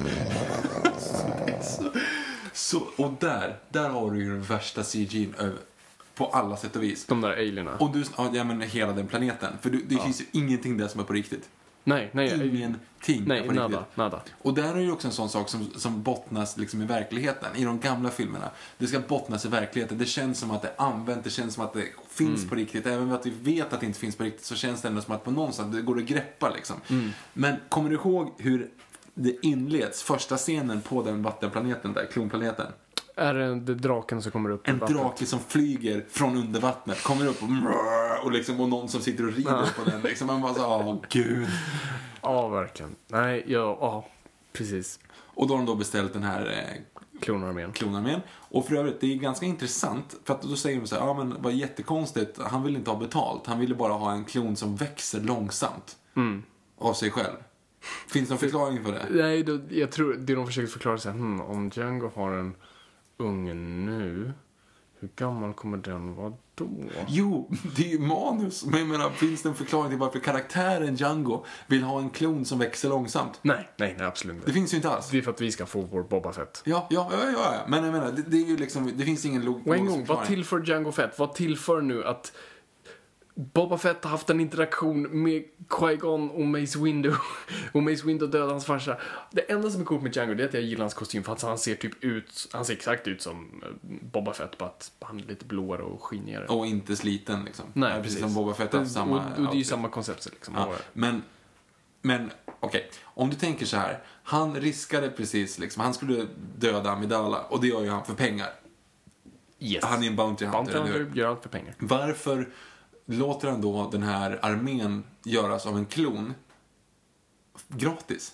och där har du ju den värsta CG:n på alla sätt och vis. De där alienerna. Och ja men hela den planeten. För det finns ju ingenting där som är på riktigt. Nej. Ingenting nej, på riktigt. Nada. Och där är ju också en sån sak som bottnas liksom i verkligheten. I de gamla filmerna. Det ska bottnas i verkligheten. Det känns som att det är använt. Det känns som att det finns på riktigt. Även om att vi vet att det inte finns på riktigt så känns det ändå som att på någonstans det går att greppa liksom. Men kommer du ihåg hur det inleds? Första scenen på den vattenplaneten där, klonplaneten. Är det draken som kommer upp en drake som flyger från under vattnet, kommer upp och liksom, och någon som sitter och rider på den liksom. Man bara så, gud. Ja, verkligen. Nej, precis. Och då har de då beställt den här klonarmén. Och för övrigt, det är ganska intressant. För att då säger de så här, men vad jättekonstigt. Han vill inte ha betalt. Han ville bara ha en klon som växer långsamt. Av sig själv. Finns det någon förklaring för det? Nej, jag tror det de försöker förklara så här, om Django har en unge nu, hur gammal kommer den vara då? Jo, det är ju manus. Men jag menar, finns det en förklaring till varför karaktären Django vill ha en klon som växer långsamt? Nej, absolut inte. Det finns ju inte alls. Det är för att vi ska få vår Boba Fett. Ja. Men jag menar, det är ju liksom, det finns ingen logisk förklaring. Och en gång, vad tillför Django Fett? Vad tillför nu att Boba Fett har haft en interaktion med Qui-Gon och Mace Windu och Mace Windu dödade hans farsa. Det enda som är coolt med Django är att jag gillar hans kostym för att han ser typ ut, han ser exakt ut som Boba Fett, bara att han är lite blåare och skinigare. Och inte sliten liksom. Nej, precis som Boba Fett har samma. Och det är ju samma koncept liksom. Ja, men okej. Om du tänker så här, han riskade precis liksom, han skulle döda Amidala och det gör ju han för pengar. Yes. Han är en bounty hunter, gör allt för pengar. Varför låter han då den här armén göras av en klon gratis?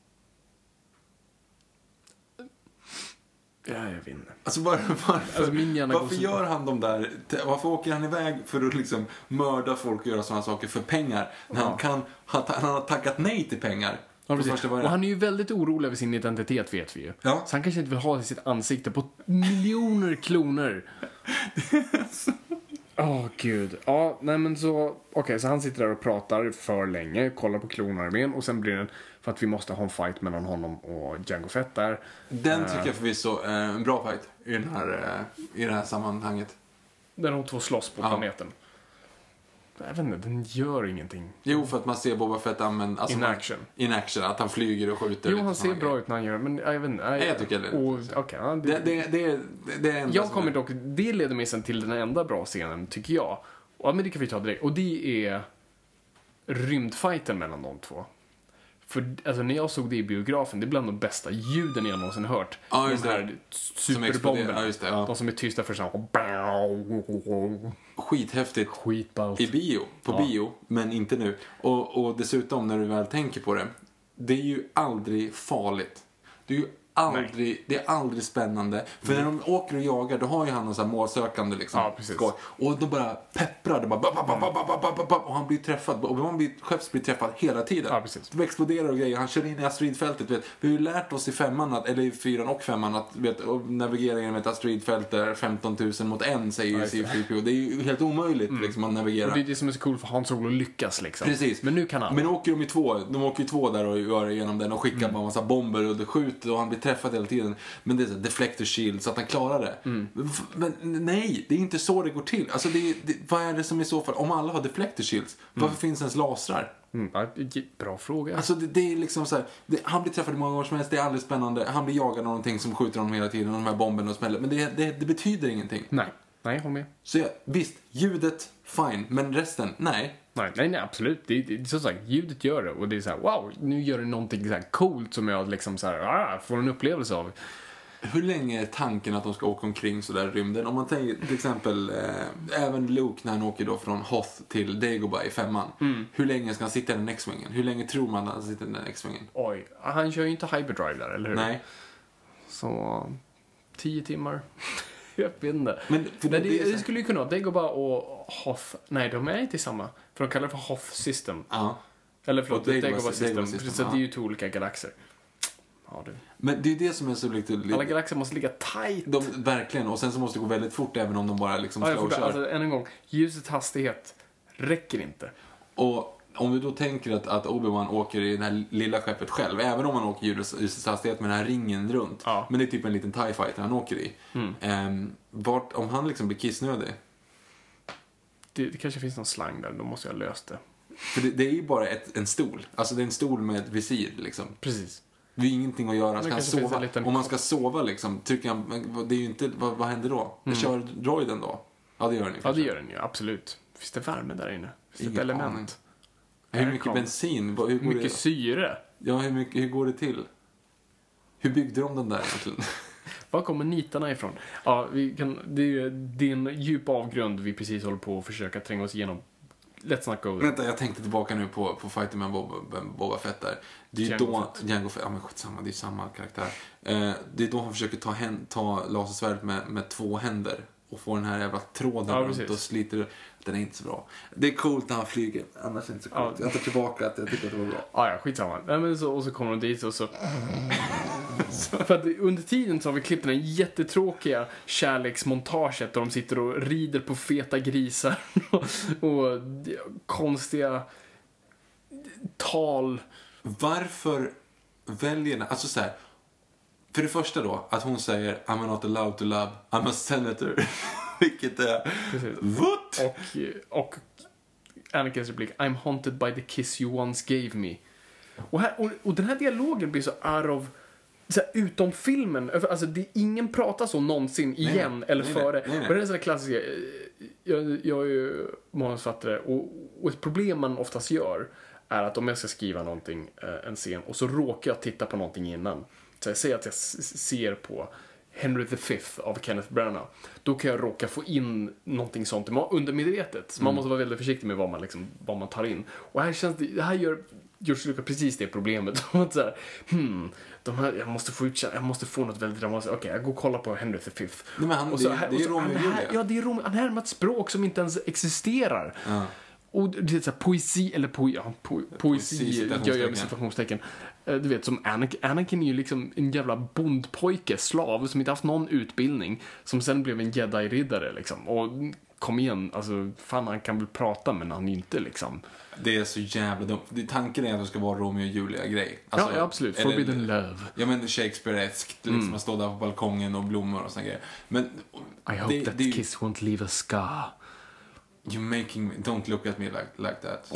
Ja, jag vet inte. Alltså varför gör han de där? Varför åker han iväg för att liksom mörda folk och göra sådana saker för pengar? När han har tackat nej till pengar. Ja, och han är ju väldigt orolig över sin identitet, vet vi ju. Ja. Så han kanske inte vill ha sitt ansikte på miljoner kloner. Gud. Ja, nej men så okej, så han sitter där och pratar för länge, kollar på klonarmén och sen blir det för att vi måste ha en fight mellan honom och Django Fett där. Den tycker jag förvisso är en bra fight i det här sammanhanget. Där de två slåss på planeten. Jag vet inte, den gör ingenting. Jo, för att man ser Boba Fett använda... Alltså in action, att han flyger och skjuter. Jo, han ser bra ut när han gör det, men jag vet inte. Jag tycker det. Jag kommer dock, det leder mig sen till den enda bra scenen, tycker jag. Ja, men det kan vi ta direkt. Och det är rymdfighten mellan de två. För alltså, när jag såg det i biografen, det är bland de bästa ljuden jag någonsin hört. Ja, just de här superbomberna. Ja, ja. De som är tysta för så. Skithäftigt. Skitballt. I bio, bio, men inte nu. Och dessutom, när du väl tänker på det, det är ju aldrig farligt. Det är ju aldrig spännande. För när de åker och jagar, då har ju han någon sån här målsökande liksom. Ja, precis. Och då bara pepprar det bara, och han blir träffad. Och Skeps blir träffad hela tiden. Ja, precis. Det exploderar och grejer. Han kör in i asteroidfältet. Vet. Vi har ju lärt oss i 5:an, eller i 4:an och 5:an, att navigeringen med ett asteroidfält är 15 000 mot 1, säger C-3PO. Det är ju helt omöjligt liksom, att navigera. Och det är det som är så cool för Han Solo lyckas liksom. Precis. Men nu kan han. Men åker de i 2. De åker ju 2 där och gör igenom den och skickar bara en massa bomber och det skjuter och han blir träffad hela tiden. Men det är så deflector shield så att han klarar det. Men nej, det är inte så det går till. Alltså vad är det som i så fall, om alla har deflector shields, varför finns ens lasrar? Bra fråga. Alltså det är liksom så här, han blir träffad i många år som helst, det är aldrig spännande. Han blir jagad av någonting som skjuter honom hela tiden och de här bomberna och smäller. Men det betyder ingenting. Nej, håll med. Så visst, ljudet, fine. Men resten, nej. Nej, absolut. Det är så sagt, ljudet gör det. Och det är så här, wow, nu gör det någonting så här coolt som jag liksom så här, får en upplevelse av. Hur länge är tanken att de ska åka omkring så där i rymden? Om man tänker till exempel även Luke när han åker då från Hoth till Dagobah i 5:an. Hur länge ska han sitta i den X-wingen? Hur länge tror man att han sitter i den X-wingen? Oj, han kör ju inte hyperdrive där, eller hur? Nej. Så 10 timmar. Jag vet inte. Men det skulle ju kunna vara Dagobah och Hoth. Nej, de är inte i samma. För de kallar det för Hoth System. Ja. Eller förlåt, Dagobah System. Så ja. det är ju 2 olika galaxer. Ja, du. Men det är ju det som är så lite... Alla galaxer måste ligga tight. Verkligen, och sen så måste det gå väldigt fort även om de bara liksom slowkör. Alltså, än en gång, ljusets hastighet räcker inte. Och om vi då tänker att Obi-Wan åker i det här lilla skeppet själv, även om han åker ljusets hastighet med den här ringen runt, men det är typ en liten TIE Fighter han åker i. Om han liksom blir kissnödig? Det kanske finns någon slang där, då måste jag ha löst det. För det är ju bara en stol. Alltså det är en stol med ett visir liksom. Precis. Det är ingenting att göra. Ska han sova? Om man ska sova liksom, tycker han, det är ju inte, vad händer då? Kör droiden då? Ja, det gör den ju. Ja, det gör den ju, absolut. Finns det värme där inne? Finns det ett element? Hur mycket bensin? Hur mycket syre? Ja, hur går det till? Hur byggde de den där egentligen? Var kommer nitarna ifrån? Ja, det är en djup avgrund vi precis håller på att försöka tränga oss igenom. Let's not go there. Vänta, jag tänkte tillbaka nu på Fighter med Boba Fett där. Det är ju då Jango Fett, ja men skitsamma, det är samma karaktär. Det är då han försöker ta lasersvärdet med 2 händer och få den här jävla tråden runt och sliter. Den är inte så bra. Det är coolt när han flyger, annars är det inte så coolt. Jag tar tillbaka att jag tycker att det var bra. Ja, skitsamma. Nej, men och så kommer de dit och så... För att under tiden så har vi klippt den jättetråkiga kärleksmontaget där de sitter och rider på feta grisar och konstiga tal. Varför väljer alltså så här, för det första då att hon säger I'm not allowed to love, I'm a senator. Vilket är what? Och Anakins replik I'm haunted by the kiss you once gave me. Och den här dialogen blir så out of så här, utom filmen, alltså ingen pratar så någonsin igen eller före. Och det är så här klassiska, jag är ju manusförfattare och ett problem man oftast gör är att om jag ska skriva någonting, en scen, och så råkar jag titta på någonting innan. Så jag säger att jag ser på Henry V av Kenneth Branagh, då kan jag råka få in någonting sånt undermedvetet. Så man måste vara väldigt försiktig med vad man tar in. Och här gör George Lucas precis det problemet. Så här, jag måste få något väldigt dramatiskt. Okej, jag går och kollar på Henry V. Men det är Romeo och Julia. Ja, det är Romeo. Han härmar ett språk som inte ens existerar. Ja. Och det är så här, poesi eller poesi gör jag med situationstecken. Du vet, som Anakin är ju liksom en jävla bondpojke, slav som inte haft någon utbildning, som sen blev en Jedi-riddare liksom. Och kom igen, alltså fan, han kan väl prata, men han är inte liksom. Det är så jävla dumt. Tanken är att det ska vara Romeo och Julia-grej. Alltså, ja, absolut. Forbidden love. Ja, men Shakespeare-eskt. Liksom, man står där på balkongen och blommor och såna grejer. Men I hope that kiss won't leave a scar. You're making me... Don't look at me like that.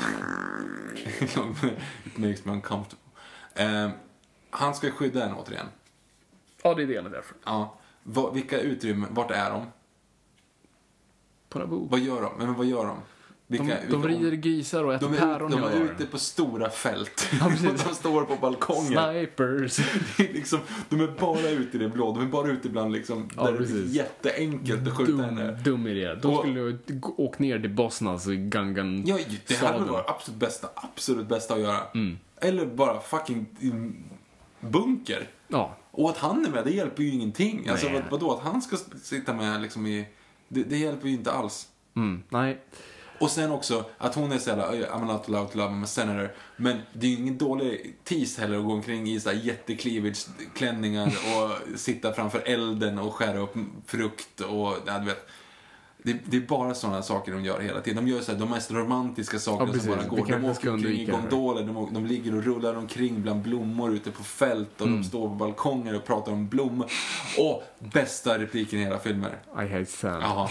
It makes me uncomfortable. Han ska skydda en återigen. Ja, det är det därför. Ja. Vilka utrymmen... Vart är de? På Naboo. Vad gör de? Men vad gör de? De rider grisar och äter päron. De är ute på stora fält. De står på balkongen. Snipers. Liksom, de är bara ute i det blå. De är bara ute ibland liksom, där det är jätteenkelt att skjuta henne. Dum idé. De skulle åka ner till Bosnas och Gangan. Ja, det här var absolut bästa att göra. Eller bara fucking bunker. Ja. Och att han är med, det hjälper ju ingenting. Alltså Nej. vadå, att han ska sitta med liksom i... Det hjälper ju inte alls. Nej. Och sen också att hon är så här, I'm not allowed to love him, a senator. Men det är ju ingen dålig tis heller att gå omkring i så här jättekleavage-klänningar och sitta framför elden och skära upp frukt och, ja, du vet. Det är bara sådana saker de gör hela tiden. De gör så här, de mest romantiska saker som bara går. De åker omkring i gondoler, de ligger och rullar omkring bland blommor ute på fält och de står på balkonger och pratar om blommor. Och bästa repliken i hela filmen. I hate sand. Jaha.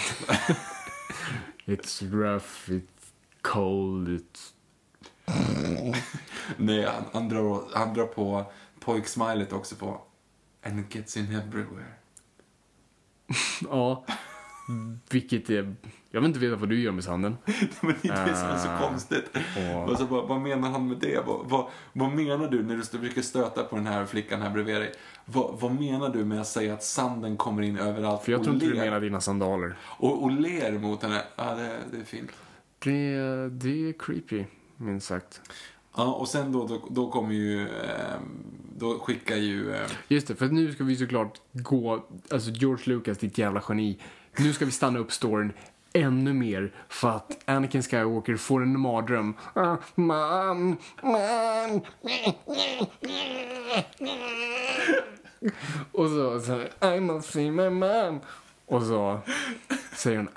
It's rough, it's cold, it's... Nej, han drar på pojksmilet också på and it gets in everywhere. Ja, vilket är... Jag vill inte veta vad du gör med sanden. Men det är det som är så konstigt. Och så bara, vad menar han med det? Vad menar du när du brukar stöta på den här flickan här bredvid dig? Vad menar du med att säga att sanden kommer in överallt? För jag tror inte du menar dina sandaler. Och ler mot henne. Ja, det är fint. Det är creepy, minst sagt. Ja, och sen då kommer ju... Då skickar ju... Just det, för nu ska vi såklart gå... Alltså George Lucas, ditt jävla geni. Nu ska vi stanna upp storyn ännu mer för att Anakin Skywalker får en mardröm. Man. Och så I must see my mom. Och så säger hon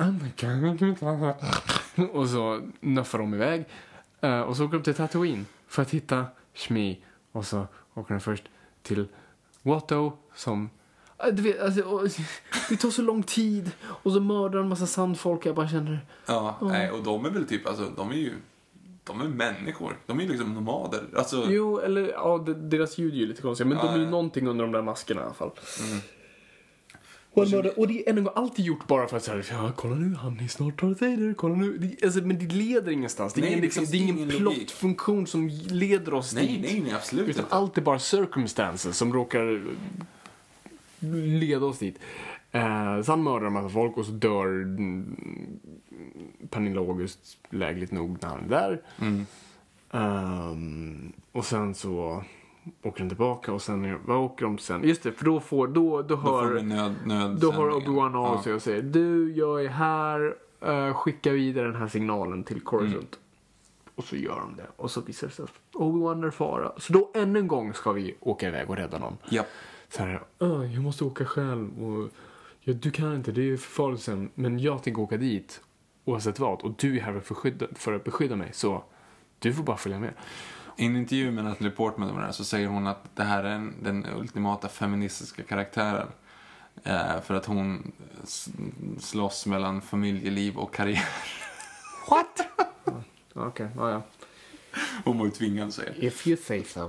och så nuffar de iväg. Och så åker de till Tatooine för att hitta Shmi. Och så åker de först till Watto som... Du vet, alltså, det tar så lång tid. Och så mördar en massa sandfolk. Jag bara känner... Ja, nej, och de är väl typ... Alltså, de är människor. De är liksom nomader. Alltså... Jo, eller... Ja, deras ljud är ju lite konstigt. Men de är ju någonting under de där maskerna i alla fall. Och det är ändå alltid gjort bara för att säga, ja, kolla nu, han är snart Darth Vader, kolla nu. Alltså, men det leder ingenstans. Det är ingen plottfunktion som leder oss dit. Nej, absolut utan inte. Allt är bara circumstances som råkar leda oss dit. Så han mördar en massa folk och så dör Pernilla August lägligt nog när han är där. Och sen så åker den tillbaka och sen vad åker de sen? Just det, för då hör Obi-Wan av sig och säger, du, jag är här, skicka vidare den här signalen till Coruscant. Och så gör de det. Och så visar det sig att Obi-Wan är fara. Så då ännu en gång ska vi åka iväg och rädda någon. Ja. Så här, jag måste åka själv och du kan inte, det är för farligt sen, men jag tänker åka dit oavsett vad, och du är här för att beskydda mig, så du får bara följa med. I en intervju med Natalie Portman så säger hon att det här är den ultimata feministiska karaktären. För att hon slåss mellan familjeliv och karriär. What? Okej, ja. Hon var ju tvingad, säger. If you say so.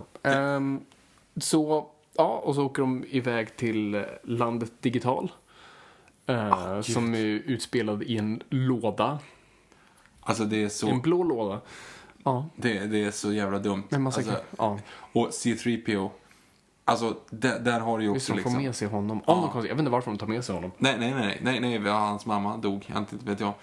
Så, ja, och så åker de iväg till landet Digital. Som är utspelad i en låda. Alltså det är så... En blå låda. Ja. Det är så jävla dumt. Alltså, ja. Och C-3PO. Alltså, där har du ju också liksom... får med sig honom. Jag vet inte varför de tar med sig honom. Nej, hans mamma dog. Inte vet jag.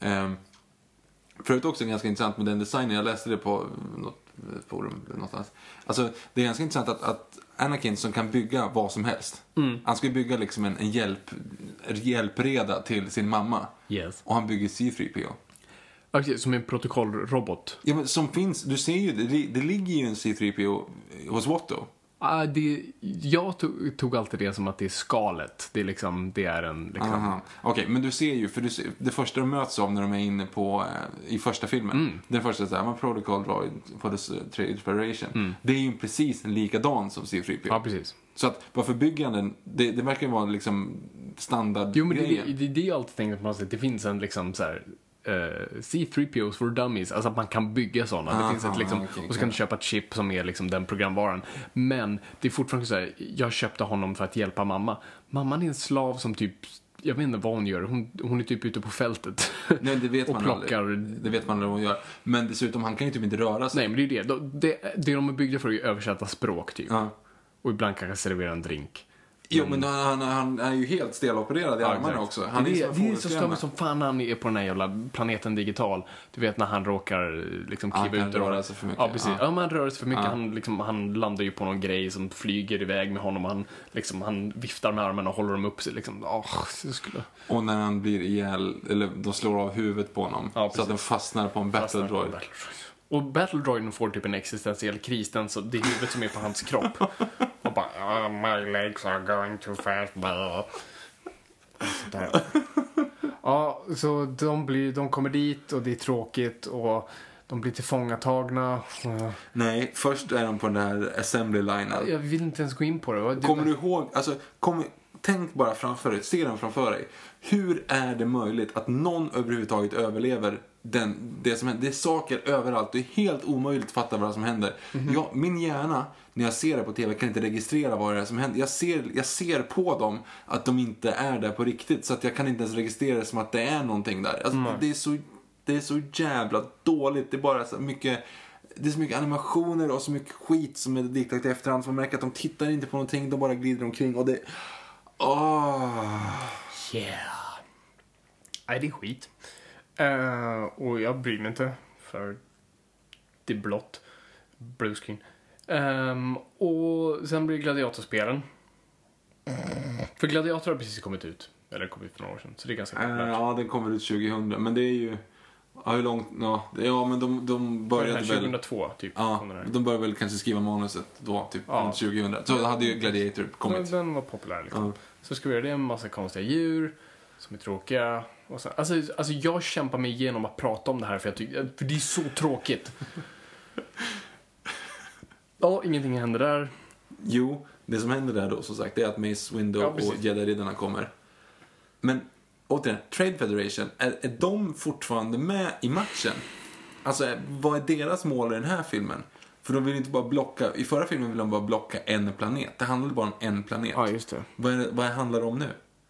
Förut också ganska intressant med den designen. Jag läste det på något forum någonstans. Alltså, det är ganska intressant att Anakin som kan bygga vad som helst. Han ska bygga liksom en hjälpreda till sin mamma. Yes. Och han bygger C-3PO. Okay, som en protokollrobot. Ja, men som finns, du ser ju, det ligger ju en C-3PO hos Watto. Jag tog alltid det som att det är skalet. Det är liksom, det är en liksom... Okej, men du ser ju, för det första de möts av när de är inne på i första filmen. Den första så här, man protocol droid for the trade federation. Det är ju precis en likadan som C-3PO. Ja, precis. Så att varför bygger den, det verkar ju vara liksom standard. Jo, men det är ju alltid tänkt att det finns en liksom så här C-3POs for dummies, alltså att man kan bygga sådana. Det finns ett liksom, och så kan du köpa ett chip som är liksom den programvaran. Men det är fortfarande så här, jag köpte honom för att hjälpa mamma. Mamman är en slav som typ, jag vet inte vad hon gör. Hon är typ ute på fältet. Nej, det vet och man plockar. Aldrig. Det vet man aldrig vad hon gör. Men dessutom, han kan ju typ inte röra sig. Nej, men det är ju det de är byggda för att översätta språk typ. Och ibland kanske servera en drink. Jo, men han är ju helt stelopererad i armarna också. Han det är så större som fan han är på den här jävla planeten digital. Du vet när han råkar liksom kliva ut och röra sig för mycket. Ja, precis. Ja, man rör sig för mycket. Han landar ju på någon grej som flyger iväg med honom. Han viftar med armarna och håller dem upp sig liksom. Och när han blir ihjäl, eller de slår av huvudet på honom så att den fastnar på en battle droid. Och battle droiden får typ en existentiell kris, den så det är huvudet som är på hans kropp. Och bara my legs are going too fast. Ja, så de kommer dit och det är tråkigt och de blir tillfångatagna. Nej, först är de på den här assembly linen. Jag vill inte ens gå in på det. Kommer du ihåg, alltså tänk bara framför dig, se den framför dig. Hur är det möjligt att någon överhuvudtaget överlever det som händer? Det är saker överallt. Det är helt omöjligt att fatta vad som händer. Min hjärna, när jag ser det på tv, kan inte registrera vad det är som händer. Jag ser på dem att de inte är där på riktigt. Så att jag kan inte ens registrera det som att det är någonting där. Alltså, det är så jävla dåligt. Det är bara så mycket... Det är så mycket animationer och så mycket skit som är diktat i efterhand. Så man märker att de tittar inte på någonting. De bara glider omkring och det... Yeah. Nej, det är skit. Och jag bryr mig inte. För det är blått. Blue screen. Och sen blir det gladiatorspelen. För gladiator har precis kommit ut. Eller kommit ut för några år sedan. Så det är ganska populärt. Ja, den kommer ut 2000. Men det är ju... Ja, hur långt? Ja, men de började väl... 2002, typ. Ja, de började väl kanske skriva manuset då, typ 2000. Så hade ju Gladiator kommit. Den var populär, liksom. Så ska vi göra det en massa konstiga djur som är tråkiga. Och sen, alltså jag kämpar mig igenom att prata om det här för det är så tråkigt. Ja, ingenting händer där. Jo, det som händer där då, som sagt, det är att Mace Windu och Jedi-riddarna kommer. Men återigen, Trade Federation, är de fortfarande med i matchen? Alltså, vad är deras mål i den här filmen? För de vill inte bara blocka... I förra filmen vill de bara blocka en planet. Det handlar bara om en planet. Ja, just det. Vad handlar det om nu?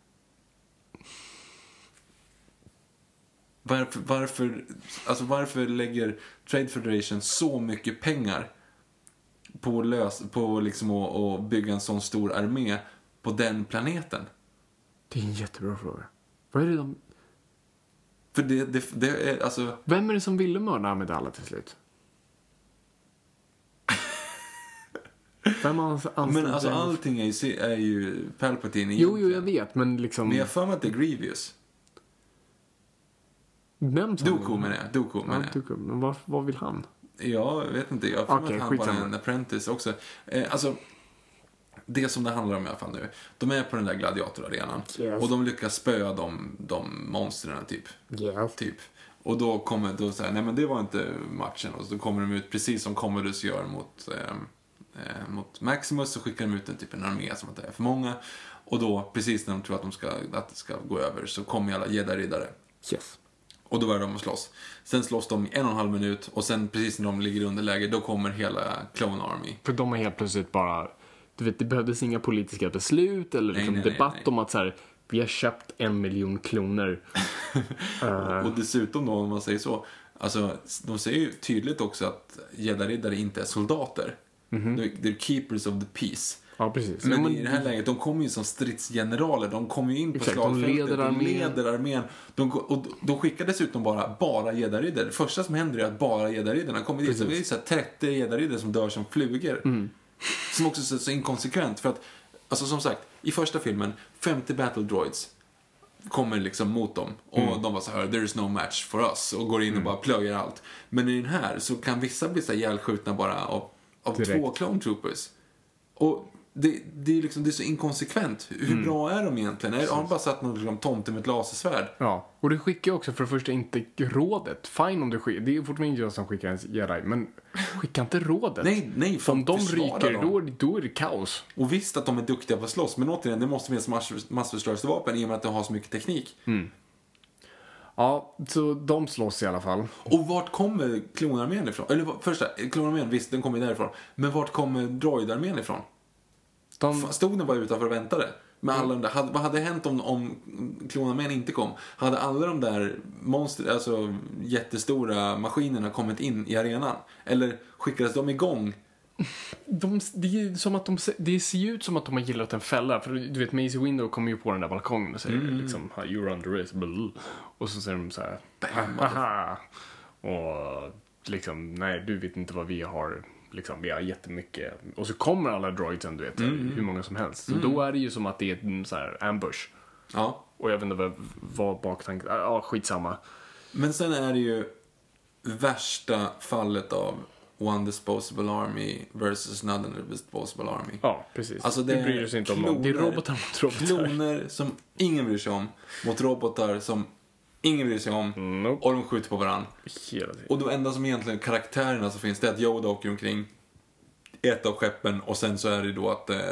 Varför lägger Trade Federation så mycket pengar på liksom att bygga en sån stor armé på den planeten? Det är en jättebra fråga. Vad är det de... För det är alltså... Vem är det som ville mörda Amidala till slut? Men alltså allting är ju Palpatine egentligen. Jo, jag vet, men liksom... Men jag för mig att det är Grievous. Dooku menar jag. Men vad vill han? Jag vet inte. Jag för mig att han var en apprentice också. Alltså... Det som det handlar om i alla fall nu. De är på den där gladiatorarenan. Yes. Och de lyckas spöa de monstren typ. Yes. Typ. Och då kommer då säga nej men det var inte matchen. Och så kommer de ut precis som Commodus gör mot Maximus. Så skickar de ut en armé som att det är för många. Och då precis när de tror att det ska gå över så kommer alla Jedi-riddare. Yes. Och då börjar de att slåss. Sen slåss de i 1,5 minut. Och sen precis när de ligger under läge då kommer hela Clone Army. För de är helt plötsligt bara... Du vet, det behövdes inga politiska beslut eller liksom debatt om att så här, vi har köpt 1 miljon kloner. Och dessutom då, om man säger så, alltså, de säger ju tydligt också att Jedi-riddare inte är soldater. They're keepers of the peace. Ja, precis. Men i det här läget, de kommer ju som stridsgeneraler. De kommer ju in på slagfältet. De leder armén. De skickar dessutom bara Jedi-riddare. Det första som händer är att bara Jedi-riddarna kommer dit. Så det är så 30 Jedi-riddare som dör som flugor. Som också är så inkonsekvent. För att, alltså som sagt, i första filmen 50 battle droids kommer liksom mot dem. Och de var så här, there is no match for us. Och går in och bara plöjer allt. Men i den här så kan vissa bli så ihjälskjutna bara av 2 clone troopers. Och det är liksom, det är så inkonsekvent. Hur bra är de egentligen? Har de bara satt någon liksom, tomte med ett lasersvärd? Ja, och det skickar också för det första inte rådet. Fine om det skickar. Det är fortfarande inte jag som skickar en Jedi. Men skicka inte rådet. Nej, för om de ryker, då är det kaos. Och visst att de är duktiga på att slåss. Men återigen, det måste finnas massförstörelsevapen i och med att de har så mycket teknik. Ja, så de slåss i alla fall. Och vart kommer klonarmén ifrån? Eller första, klonarmén, visst, den kommer därifrån. Men vart kommer droidarmén ifrån? Stod den bara utanför och väntade? Med alla de där. Vad hade hänt om klonarmén inte kom? Hade alla de där alltså jättestora maskinerna kommit in i arenan? Eller skickades de igång det är som att det ser ut som att de har gillat en fälla. För du vet, Macy Window kommer ju på den där balkongen och säger liksom, you're under arrest. Och så säger de så här, haha. Och liksom, nej, du vet inte vad vi har. Liksom, vi har jättemycket. Och så kommer alla droidsen, du vet, hur många som helst. Så då är det ju som att det är en så här ambush. Ja. Och jag vet inte vad baktanken. Ja, skitsamma. Men sen är det ju värsta fallet av One Disposable Army versus Another Disposable Army. Ja, precis. Alltså det bryr sig inte om någon. Det är robotar mot robotar. Kloner som ingen bryr sig om mot robotar som ingen bryr sig om. Nope. Och de skjuter på varandra. Hela tiden. Och då enda som egentligen karaktärerna som finns, det är att Yoda åker omkring ett av skeppen. Och sen så är det då att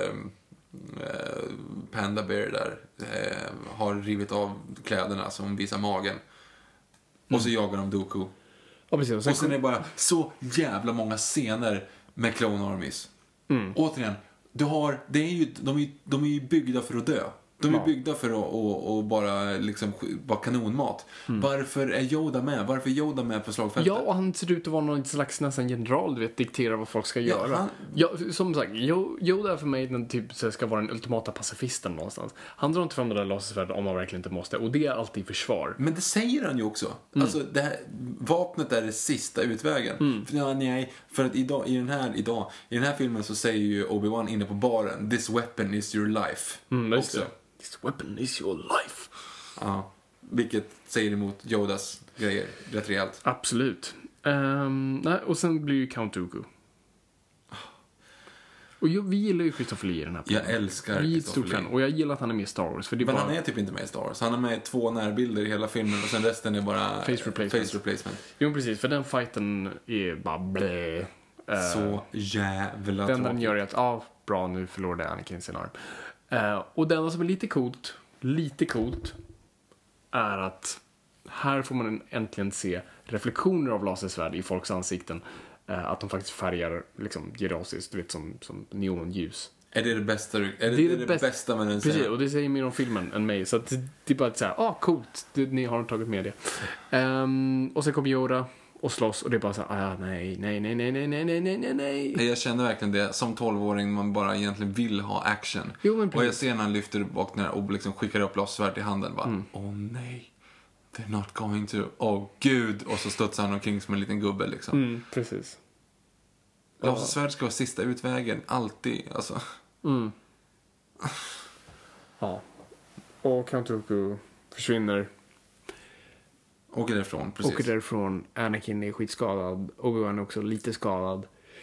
Panda Bear där har rivit av kläderna som visar magen. Och så jagar de Dooku. Ja, precis. Och sen är det bara så jävla många scener med Clone Armies. Återigen, de är ju byggda för att dö. De är byggda för att bara liksom vara kanonmat. Varför är Yoda med? Varför är Yoda med på slagfältet? Ja, och han ser ut att vara någon slags nästan general, du vet, dikterar vad folk ska göra. Ja, som sagt, Yoda för mig den typ ska vara den ultimata pacifisten någonstans. Han drar inte fram det där lasersvärdet om man verkligen inte måste. Och det är alltid försvar. Men det säger han ju också. Alltså, det här, vapnet är det sista utvägen. För att i den här filmen så säger ju Obi-Wan inne på baren, this weapon is your life. Just det. This weapon is your life. Ja, vilket säger emot Yodas grejer rätt rejält. Absolut. Nej, och sen blir ju Count Dooku. Och vi gillar ju Christopher Lee i den här filmen. Jag älskar vi är ett Christopher stort fan. Och jag gillar att han är med i Star Wars. För det är men bara... han är typ inte med i Star Wars. Han är med i 2 närbilder i hela filmen. Och sen resten är bara face replacement. Jo, precis. För den fighten är bara blä. Så jävla tråkigt. Den gör ju att, bra, nu förlorade Anakin sin arm. Och det enda som är lite coolt är att här får man äntligen se reflektioner av lasersvärd i folks ansikten. Att de faktiskt färgar liksom gerasiskt, du vet, som neonljus. Är det bästa? Är det bästa med den scenen? Precis, och det säger mer om filmen än mig. Så att det är bara så här, coolt, ni har tagit med det. Och sen kommer Yoda och slåss och det är bara så här, nej. Jag känner verkligen det. Som 12-åring man bara egentligen vill ha action. Jo, men och jag ser när han lyfter bak när och liksom skickar upp lasersvärd i handen. Bara, nej. They're not going to. Gud. Och så studsar han omkring som en liten gubbe liksom. Precis. Lasersvärd ska vara sista utvägen. Alltid. Alltså. Ja. Och Count Dooku försvinner. Åker därifrån, precis. Åker därifrån. Anakin är skitskadad. Obi-Wan är också lite skadad.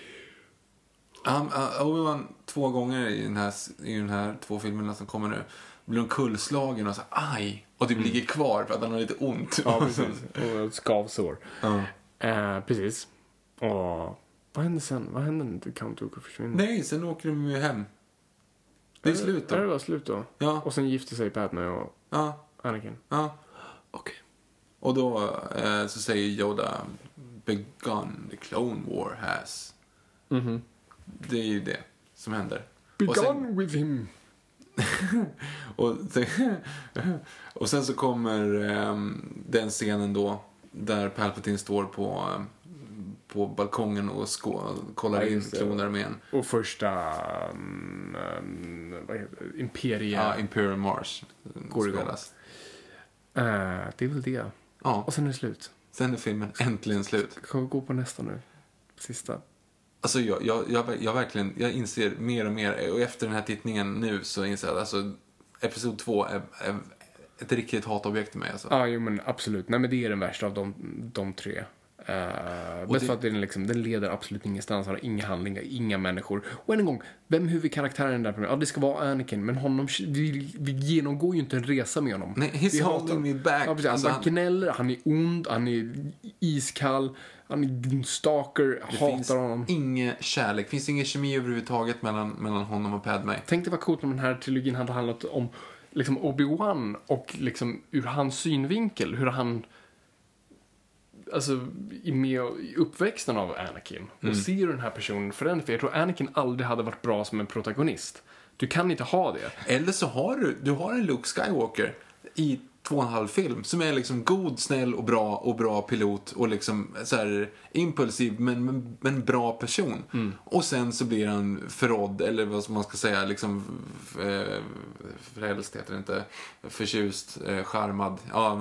Obi-Wan 2 gånger i den här 2 filmerna som kommer nu blir en kullslagen och så aj. Och det ligger kvar för att han har lite ont. Ja, precis. Och ett skavsår. Precis. Och vad händer sen? Vad händer när Count Dooku försvinner? Nej, sen åker de ju hem. Det är slut då. Det var slut då. Ja. Och sen gifter sig Padme och Anakin. Ja. Okej. Och då så säger Yoda, begun the Clone War has. Det är ju det som händer. Begun with him. och sen så kommer den scenen då där Palpatine står på balkongen och kollar in klonarmén. Och första vad heter det? Imperial March går igång. Det är väl det. Ja. Och sen är det slut. Sen är filmen äntligen slut. Kan vi gå på nästa nu? Sista. Alltså jag verkligen, jag inser mer och mer, och efter den här tittningen nu så inser jag att alltså, episod 2 är ett riktigt hatobjekt till mig. Alltså. Ja, jo, men absolut. Nej, men det är den värsta av de 3. Bäst för att den leder absolut ingenstans. Har inga handlingar, inga människor. Och en gång, vem huvudkaraktären där? Ja, det ska vara Anakin. Men honom, vi genomgår ju inte en resa med honom. Nej, he's holding me back. Ja, han bara gnäller, han är ond, han är iskall, han är en stalker, hatar honom. Ingen kärlek, finns ingen kemi överhuvudtaget mellan honom och Padme. Tänk dig vad coolt om den här trilogin hade handlat om liksom Obi-Wan och liksom ur hans synvinkel, hur han alltså med uppväxten av Anakin och ser den här personen förändras. För jag tror Anakin aldrig hade varit bra som en protagonist. Du kan inte ha det. Eller så har du har en Luke Skywalker i 2,5 film som är liksom god, snäll och bra pilot och liksom så här impulsiv men bra person. Och sen så blir han förrådd, eller vad man ska säga, liksom frälst heter det inte, förtjust, charmad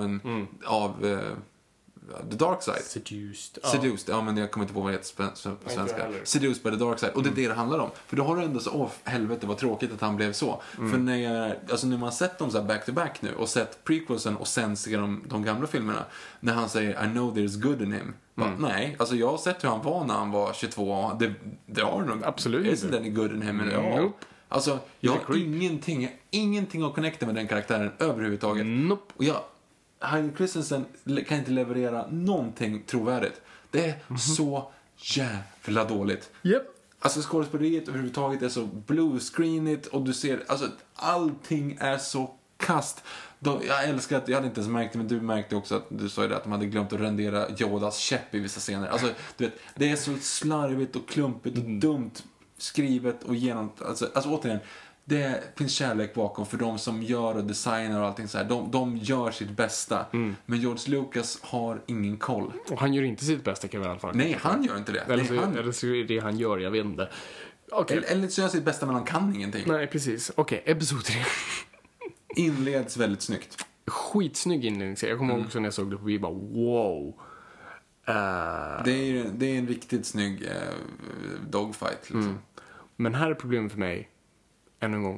av The Dark Side. Seduced. Ja, men jag kommer inte på vad det heter på svenska. Seduced by the Dark Side. Och det är det handlar om. För då har du ändå så, helvete vad tråkigt att han blev så. För när man sett dem så här back to back nu och sett prequelsen och sen ser de gamla filmerna, när han säger I know there's good in him. Nej, alltså jag har sett hur han var när han var 22. Det har nog absolut inte. Isn't any good in him? Nope. Alltså, jag har ingenting att connecta med den karaktären överhuvudtaget. Nope. Och Hayden Christensen kan inte leverera någonting trovärdigt. Det är så jävla dåligt. Yep. Alltså skådespeleriet överhuvudtaget är så bluescreenigt och du ser, alltså allting är så kast. Jag älskar att, jag hade inte ens märkt det, men du märkte också att du sa ju det, att de hade glömt att rendera Yodas käpp i vissa scener. Alltså, du vet, det är så slarvigt och klumpigt och dumt skrivet och alltså återigen, det finns kärlek bakom för de som gör och designar och allting så här. De gör sitt bästa. Men George Lucas har ingen koll. Och han gör inte sitt bästa, kan vi i alla fall. Nej, han gör inte det. Eller så är det han gör, jag vet inte. Okay. Eller så gör han sitt bästa, men han kan ingenting. Nej, precis. Okej, episod 3. Inleds väldigt snyggt. Skitsnygg inledning. Jag kommer ihåg också när jag såg det på bara wow. Det är en riktigt snygg dogfight liksom. Men här är problemet för mig, ännu en gång,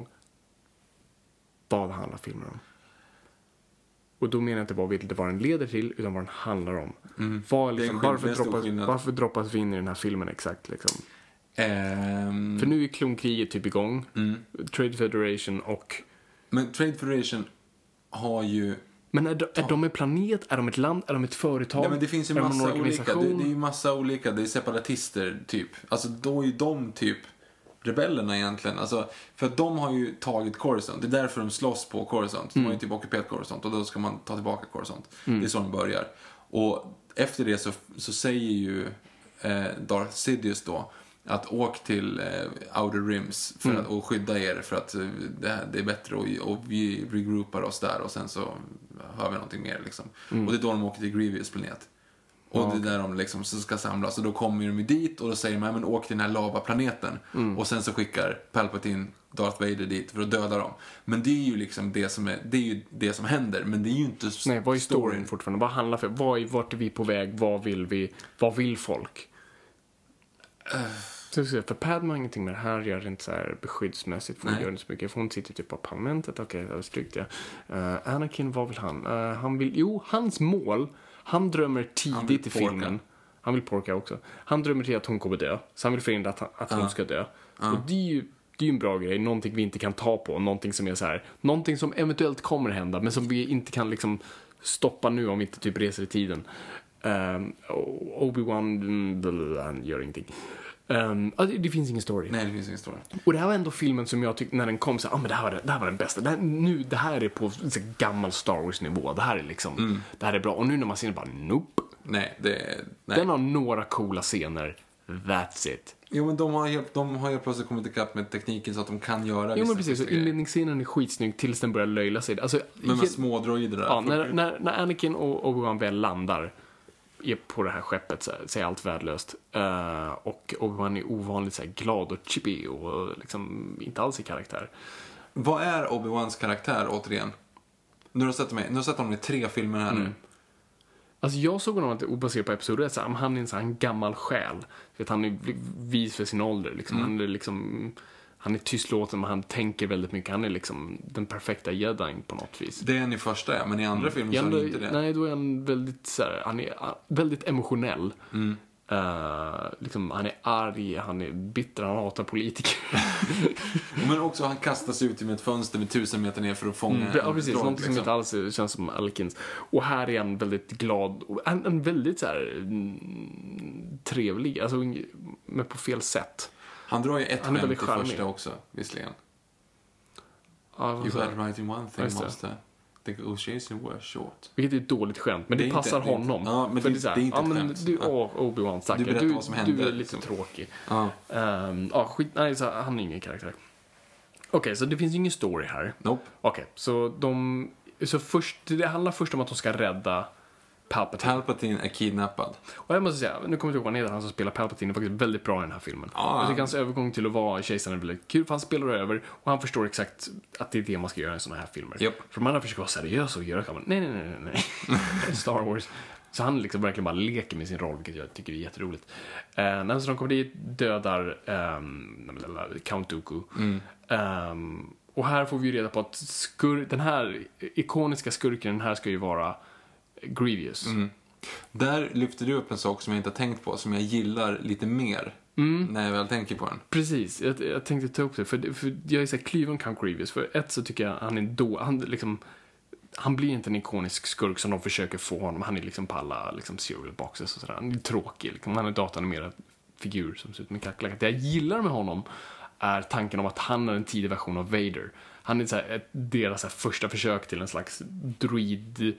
vad handlar filmen om? Och då menar jag inte bara vad den leder till, utan vad den handlar om. Varför droppas vi in i den här filmen exakt liksom? För nu är klonkriget typ igång. Trade Federation och... Men Trade Federation har ju... Men är de en planet? Är de ett land? Är de ett företag? Nej, men det finns ju massa olika. Det är ju massa olika. Det är separatister typ. Alltså då är ju de typ rebellerna egentligen. Alltså, för att de har ju tagit Coruscant. Det är därför de slåss på Coruscant. De har ju typ ockuperat Coruscant. Och då ska man ta tillbaka Coruscant. Det är så de börjar. Och efter det så säger ju Darth Sidious då att åk till Outer Rims för att skydda er, för att det är bättre och vi regroupar oss där och sen så hör vi någonting mer liksom. Och det är då de åker till Grievous planet. Och det är där de liksom så ska samlas, och då kommer de ju dit och då säger man, men åk till den här lavaplaneten. Och sen så skickar Palpatine Darth Vader dit för att döda dem. Men det är ju liksom det är ju det som händer, men det är ju inte nej, vad är storyn fortfarande? Vad handlar för? Vart är vi på väg? Vad vill vi? Vad vill folk? För Padme har ingenting med det här, gör det inte så här beskyddsmässigt, för hon gör inte så mycket, för hon sitter typ på parlamentet. Okej, det var strykt, ja. Anakin, vad vill han? Han vill, hans mål, han drömmer tidigt i filmen. Han vill porka också. Han drömmer till att hon kommer dö, så han vill förhindra att hon ska dö. Och det är ju en bra grej, någonting vi inte kan ta på, någonting som är så här, någonting som eventuellt kommer hända, men som vi inte kan liksom stoppa nu om vi inte typ reser i tiden. Obi-Wan, han gör ingenting. Det finns ingen story. Nej, det finns ingen story. Och det här var ändå filmen som jag tyckte när den kom så men det här var den bästa. Det här är på så gammal Star Wars nivå. Det här är liksom det här är bra. Och nu när man ser det bara nope. Nej. Den har några coola scener. That's it. Jo, men de har ju plötsligt kommit ikapp med tekniken så att de kan göra. Jo, men precis. Så inledningsscenen är skitsnygg tills den börjar löjla sig. Alltså, med små droider där. Ja, när Anakin och Obi-Wan väl landar på det här skeppet så är allt värdelöst. Och Obi-Wan är ovanligt så här glad och chippy och liksom inte alls i karaktär. Vad är Obi-Wans karaktär återigen? Nu har du sett honom i 3 filmer här nu. Alltså jag såg honom obaserat på episoder så han är en sån här gammal själ. För att han är vis för sin ålder liksom. Han är liksom, han är tystlåten, men han tänker väldigt mycket. Han är liksom den perfekta jedin på något vis. Det är han i första, ja, men i andra filmer så är han inte det. Nej, då är han väldigt så här, han är väldigt emotionell. Liksom, han är arg, han är bitter, han hatar politiker. Men också han kastas ut med ett fönster med 1000 meter ner för att fånga ja, precis, någonting som inte alls känns som Alkins. Och här är han väldigt glad och en väldigt så här trevlig, alltså, men på fel sätt. Han drar ju ett skämt i första också, visserligen. You got right in one thing, master. The negotiation was short. Vilket är ett dåligt skämt, men det passar honom. Ja, men det är inte ett skämt. Du, Obi-Wan, du berättar vad som händer. Du är lite tråkig. Skit, nej, så han är ingen karaktär. Okej, så det finns ingen story här. Nope. Okej, så Så det handlar först om att de ska rädda Palpatine. Palpatine är kidnappad. Och jag måste säga, nu kommer jag ihåg vad han heter, han som spelar Palpatine är faktiskt väldigt bra i den här filmen. Jag tycker hans övergång till att vara kejsaren är väldigt kul, för han spelar över och han förstår exakt att det är det man ska göra i såna här filmer. Yep. För de andra försöker vara seriösa och göra kan man, nej. Star Wars. Så han liksom verkligen bara leker med sin roll, vilket jag tycker är jätteroligt. När de kommer dit dödar Count Dooku. Och här får vi reda på att den här ikoniska skurken, den här ska ju vara Grievous. Där lyfter du upp en sak som jag inte har tänkt på, som jag gillar lite mer när jag väl tänker på den. Precis, jag tänkte ta upp det, för jag är så här kluven Count Grievous. För ett så tycker jag han blir inte en ikonisk skurk som de försöker få honom. Han är liksom på alla liksom serial boxes och sådär. Han är tråkig, liksom. Han är datanimerad figur som ser ut med kacklack. Det jag gillar med honom är tanken om att han är en tidig version av Vader. Han är så här, deras så här, första försök till en slags droid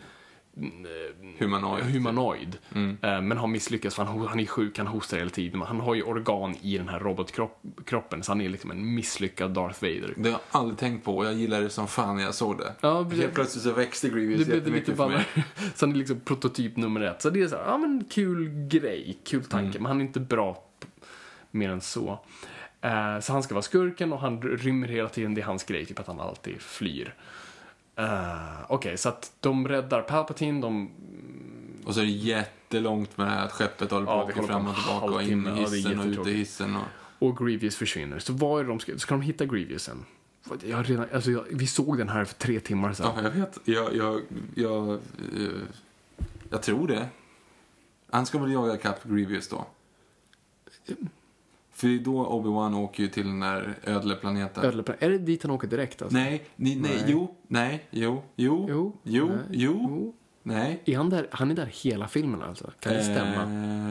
humanoid. Men har misslyckats för han är sjuk, han hostar hela tiden. Han har ju organ i den här robotkroppen, så han är liksom en misslyckad Darth Vader. Det har jag aldrig tänkt på och jag gillar det som fan när jag såg det. Ja, helt plötsligt så växte Grievous jättemycket för mig. Så han är liksom prototyp nummer 1. Så det är så här, ja men kul grej, kul tanke, men han är inte bra mer än så. Så han ska vara skurken och han rymmer hela tiden, det är hans grej, typ att han alltid flyr. Okej, så att de räddar Palpatine, och så är det jättelångt med det här att skeppet håller på att åka fram och tillbaka och in i hissen och ut i hissen och Grievous försvinner. Så vad är det de ska de hitta Grievous sen? Vi såg den här för 3 timmar sedan. Ja, jag vet. Jag tror det. Han ska väl jaga Cap Grievous då. För då Obi-Wan åker ju till den där ödleplaneten. Är det dit han åker direkt alltså? Nej. Är han är där hela filmen alltså? Kan det stämma?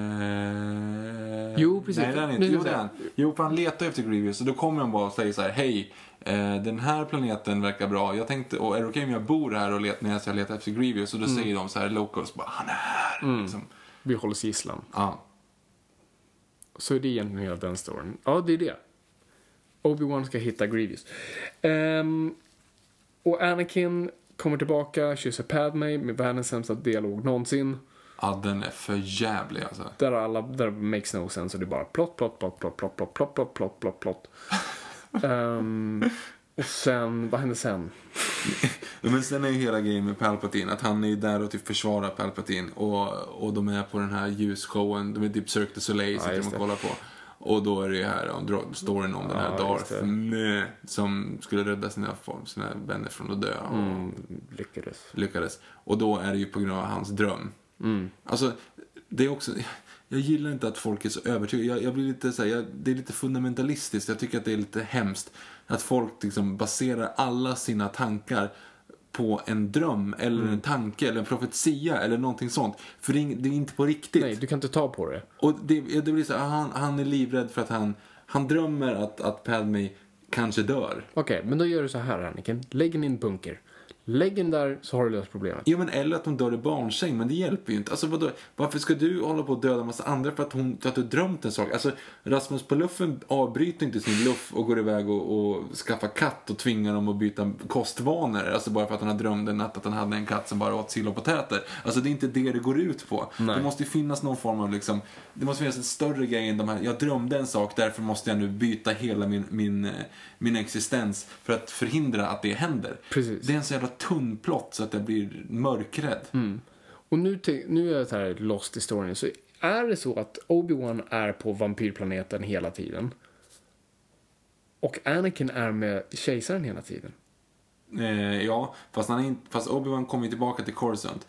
Jo, precis. Nej, det är inte. Jo, för han letar efter Grievous och då kommer han bara och säger så här: hej, den här planeten verkar bra. Jag tänkte, och är det okej om jag bor här och när jag ska leta efter Grievous? Och då säger de så här, locals bara, han är här. Liksom. Vi håller gisslan. Ja. Så är det egentligen hela den storyn. Ja, det är det. Obi-Wan ska hitta Grievous. Och Anakin kommer tillbaka, kysser Padme med världens sämsta dialog någonsin. Ja, den är för jävlig alltså. Där makes no sense, och det är bara plott. Och sen, vad händer sen? Men sen är ju hela grejen med Palpatine att han är där och typ försvarar Palpatine och de är på den här ljusshowen, de är typ Cirque du Soleil sitter de och kollar på. Och då är det här storyn om den här Darth som skulle rädda sina vänner från att dö och lyckades. Och då är det ju på grund av hans dröm. Alltså, det är också, jag gillar inte att folk är så övertygade. Jag blir lite så här, det är lite fundamentalistiskt. Jag tycker att det är lite hemskt att folk liksom baserar alla sina tankar på en dröm eller en tanke eller en profetia eller någonting sånt. För det är inte på riktigt. Nej, du kan inte ta på det. Och det blir så han är livrädd för att han drömmer att Padme kanske dör. Okej, men då gör du så här, Anakin. Lägg in i en bunker. Lägg den där så har du löst problemet. Ja, men eller att de dör i barnsäng, men det hjälper ju inte. Alltså vadå? Varför ska du hålla på att döda en massa andra för att du drömt en sak? Alltså Rasmus på luffen avbryter inte sin luff och går iväg och skaffar katt och tvingar dem att byta kostvanor. Alltså bara för att han har drömt en natt att han hade en katt som bara åt sill och potäter. Alltså det är inte det går ut på. Nej. Det måste ju finnas någon form av liksom, det måste finnas en större grej än de här. Jag drömde en sak, därför måste jag nu byta hela min existens för att förhindra att det händer. Precis. Det är en så jävla tunn plott så att jag blir mörkrädd. Och nu är jag så här lost i storyn. Så är det så att Obi-Wan är på vampyrplaneten hela tiden och Anakin är med kejsaren hela tiden? Ja, fast Obi-Wan kommer ju tillbaka till Coruscant.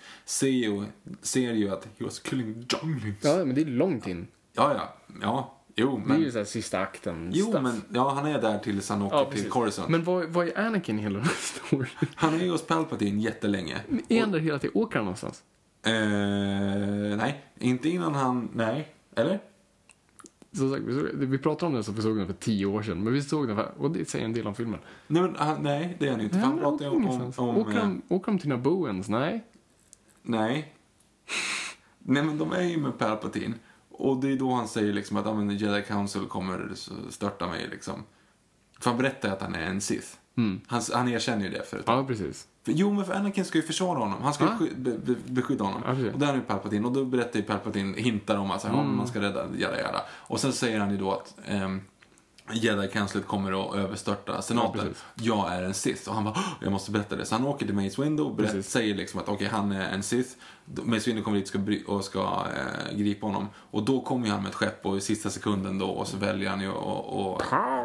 Ser ju att he was killing junglings. Ja, men det är långt in. Ja. Jo, men... Det är ju så här sista akten. Men han är där tills han åker till Coruscant. Men vad är Anakin i hela den här storyn? Han är ju hos Palpatine jättelänge. Är han där hela tiden? Åker han någonstans? Nej, inte innan han... Nej, eller? Så sagt, vi pratade om den så vi såg den för 10 år sedan. Men vi såg den och det säger en del om filmen. Nej, det är han inte. Han pratar ju om... Åker de till Nabooans? Nej. Nej, men de är ju med Palpatine. Och det är då han säger liksom att Jedi Council kommer störta mig liksom. För han berättar att han är en Sith. Han erkänner ju det förut. Ja, precis. För Anakin ska ju försvara honom. Han ska ju beskydda honom. Och där är ju Palpatine. Och då berättar ju Palpatine, hintar om att man ska rädda jada. Och sen säger han ju då att Jedi-kanslet kommer att överstörta senaten. Jag är en Sith. Och han bara, jag måste berätta det. Så han åker till Mace Windu och säger liksom att okej, han är en Sith. Mace Windu kommer dit och ska gripa honom. Och då kommer han med ett skepp och i sista sekunden då, och så väljer han ju och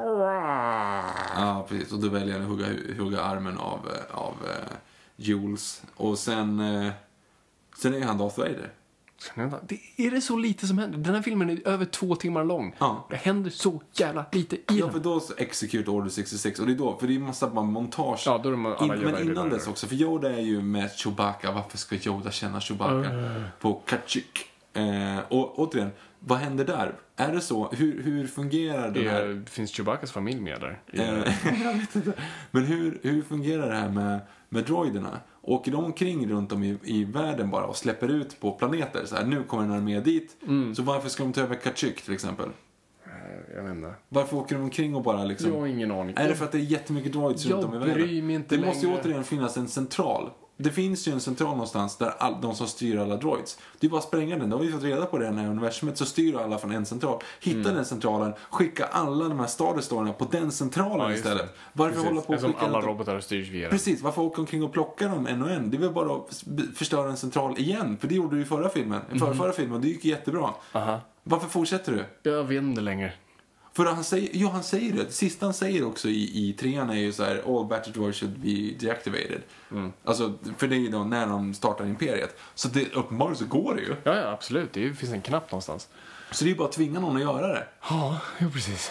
ja, precis. Och då väljer han att hugga armen av Jules. Och sen är han Darth Vader. Är det så lite som händer? Den här filmen är över 2 timmar lång. Ja. Det händer så jävla lite i den. Ja, för då Execute Order 66. Och det är då, för det är en massa montage. Ja, då är de alla men innan dess också. För Yoda är ju med Chewbacca. Varför ska Yoda känna Chewbacca? På Kashyyyk. Och återigen, vad händer där? Är det så? Hur fungerar det här? Det finns Chewbaccas familj med där. Jag vet inte. Men hur fungerar det här med droiderna? Åker de omkring runt om i världen bara och släpper ut på planeter? Så här, nu kommer en armé dit. Så varför ska de ta över Kashyyyk till exempel? Jag vet inte. Varför åker de omkring och bara liksom... Jag har ingen aning. Är det för att det är jättemycket droids runt om i världen? Jag bryr mig inte längre. Det måste ju återigen finnas en central. Det finns ju en central någonstans där de som styr alla droids. Det är bara att spränga den. Då har vi fått reda på det här universumet, så styr alla från en central. Hitta den centralen, skicka alla de här Star Destroyerna på den centralen istället. Varför hålla på och som alla robotar styrs via. Precis, varför åka omkring och plocka dem en och en? Det är väl bara att förstöra en central igen. För det gjorde du i förra filmen. Förra filmen, det gick jättebra. Varför fortsätter du? Jag vet inte längre. För han säger det. Sista han säger också i 3:an är ju så här: all battle droids should be deactivated. Alltså, för det är ju då när de startar imperiet. Så det uppenbarligen så går det ju. Ja, absolut. Det finns en knapp någonstans. Så det är ju bara att tvinga någon att göra det. Ja, jo, precis.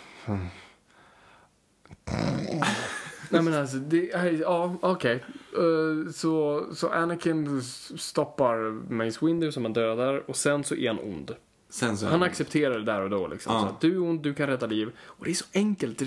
Nej, men alltså, okej. Så Anakin stoppar Mace Windu som han dödar, och sen så är han ond. Han accepterar det där och då liksom. Så att du är ond, du kan rädda liv. Och det är så enkelt. Det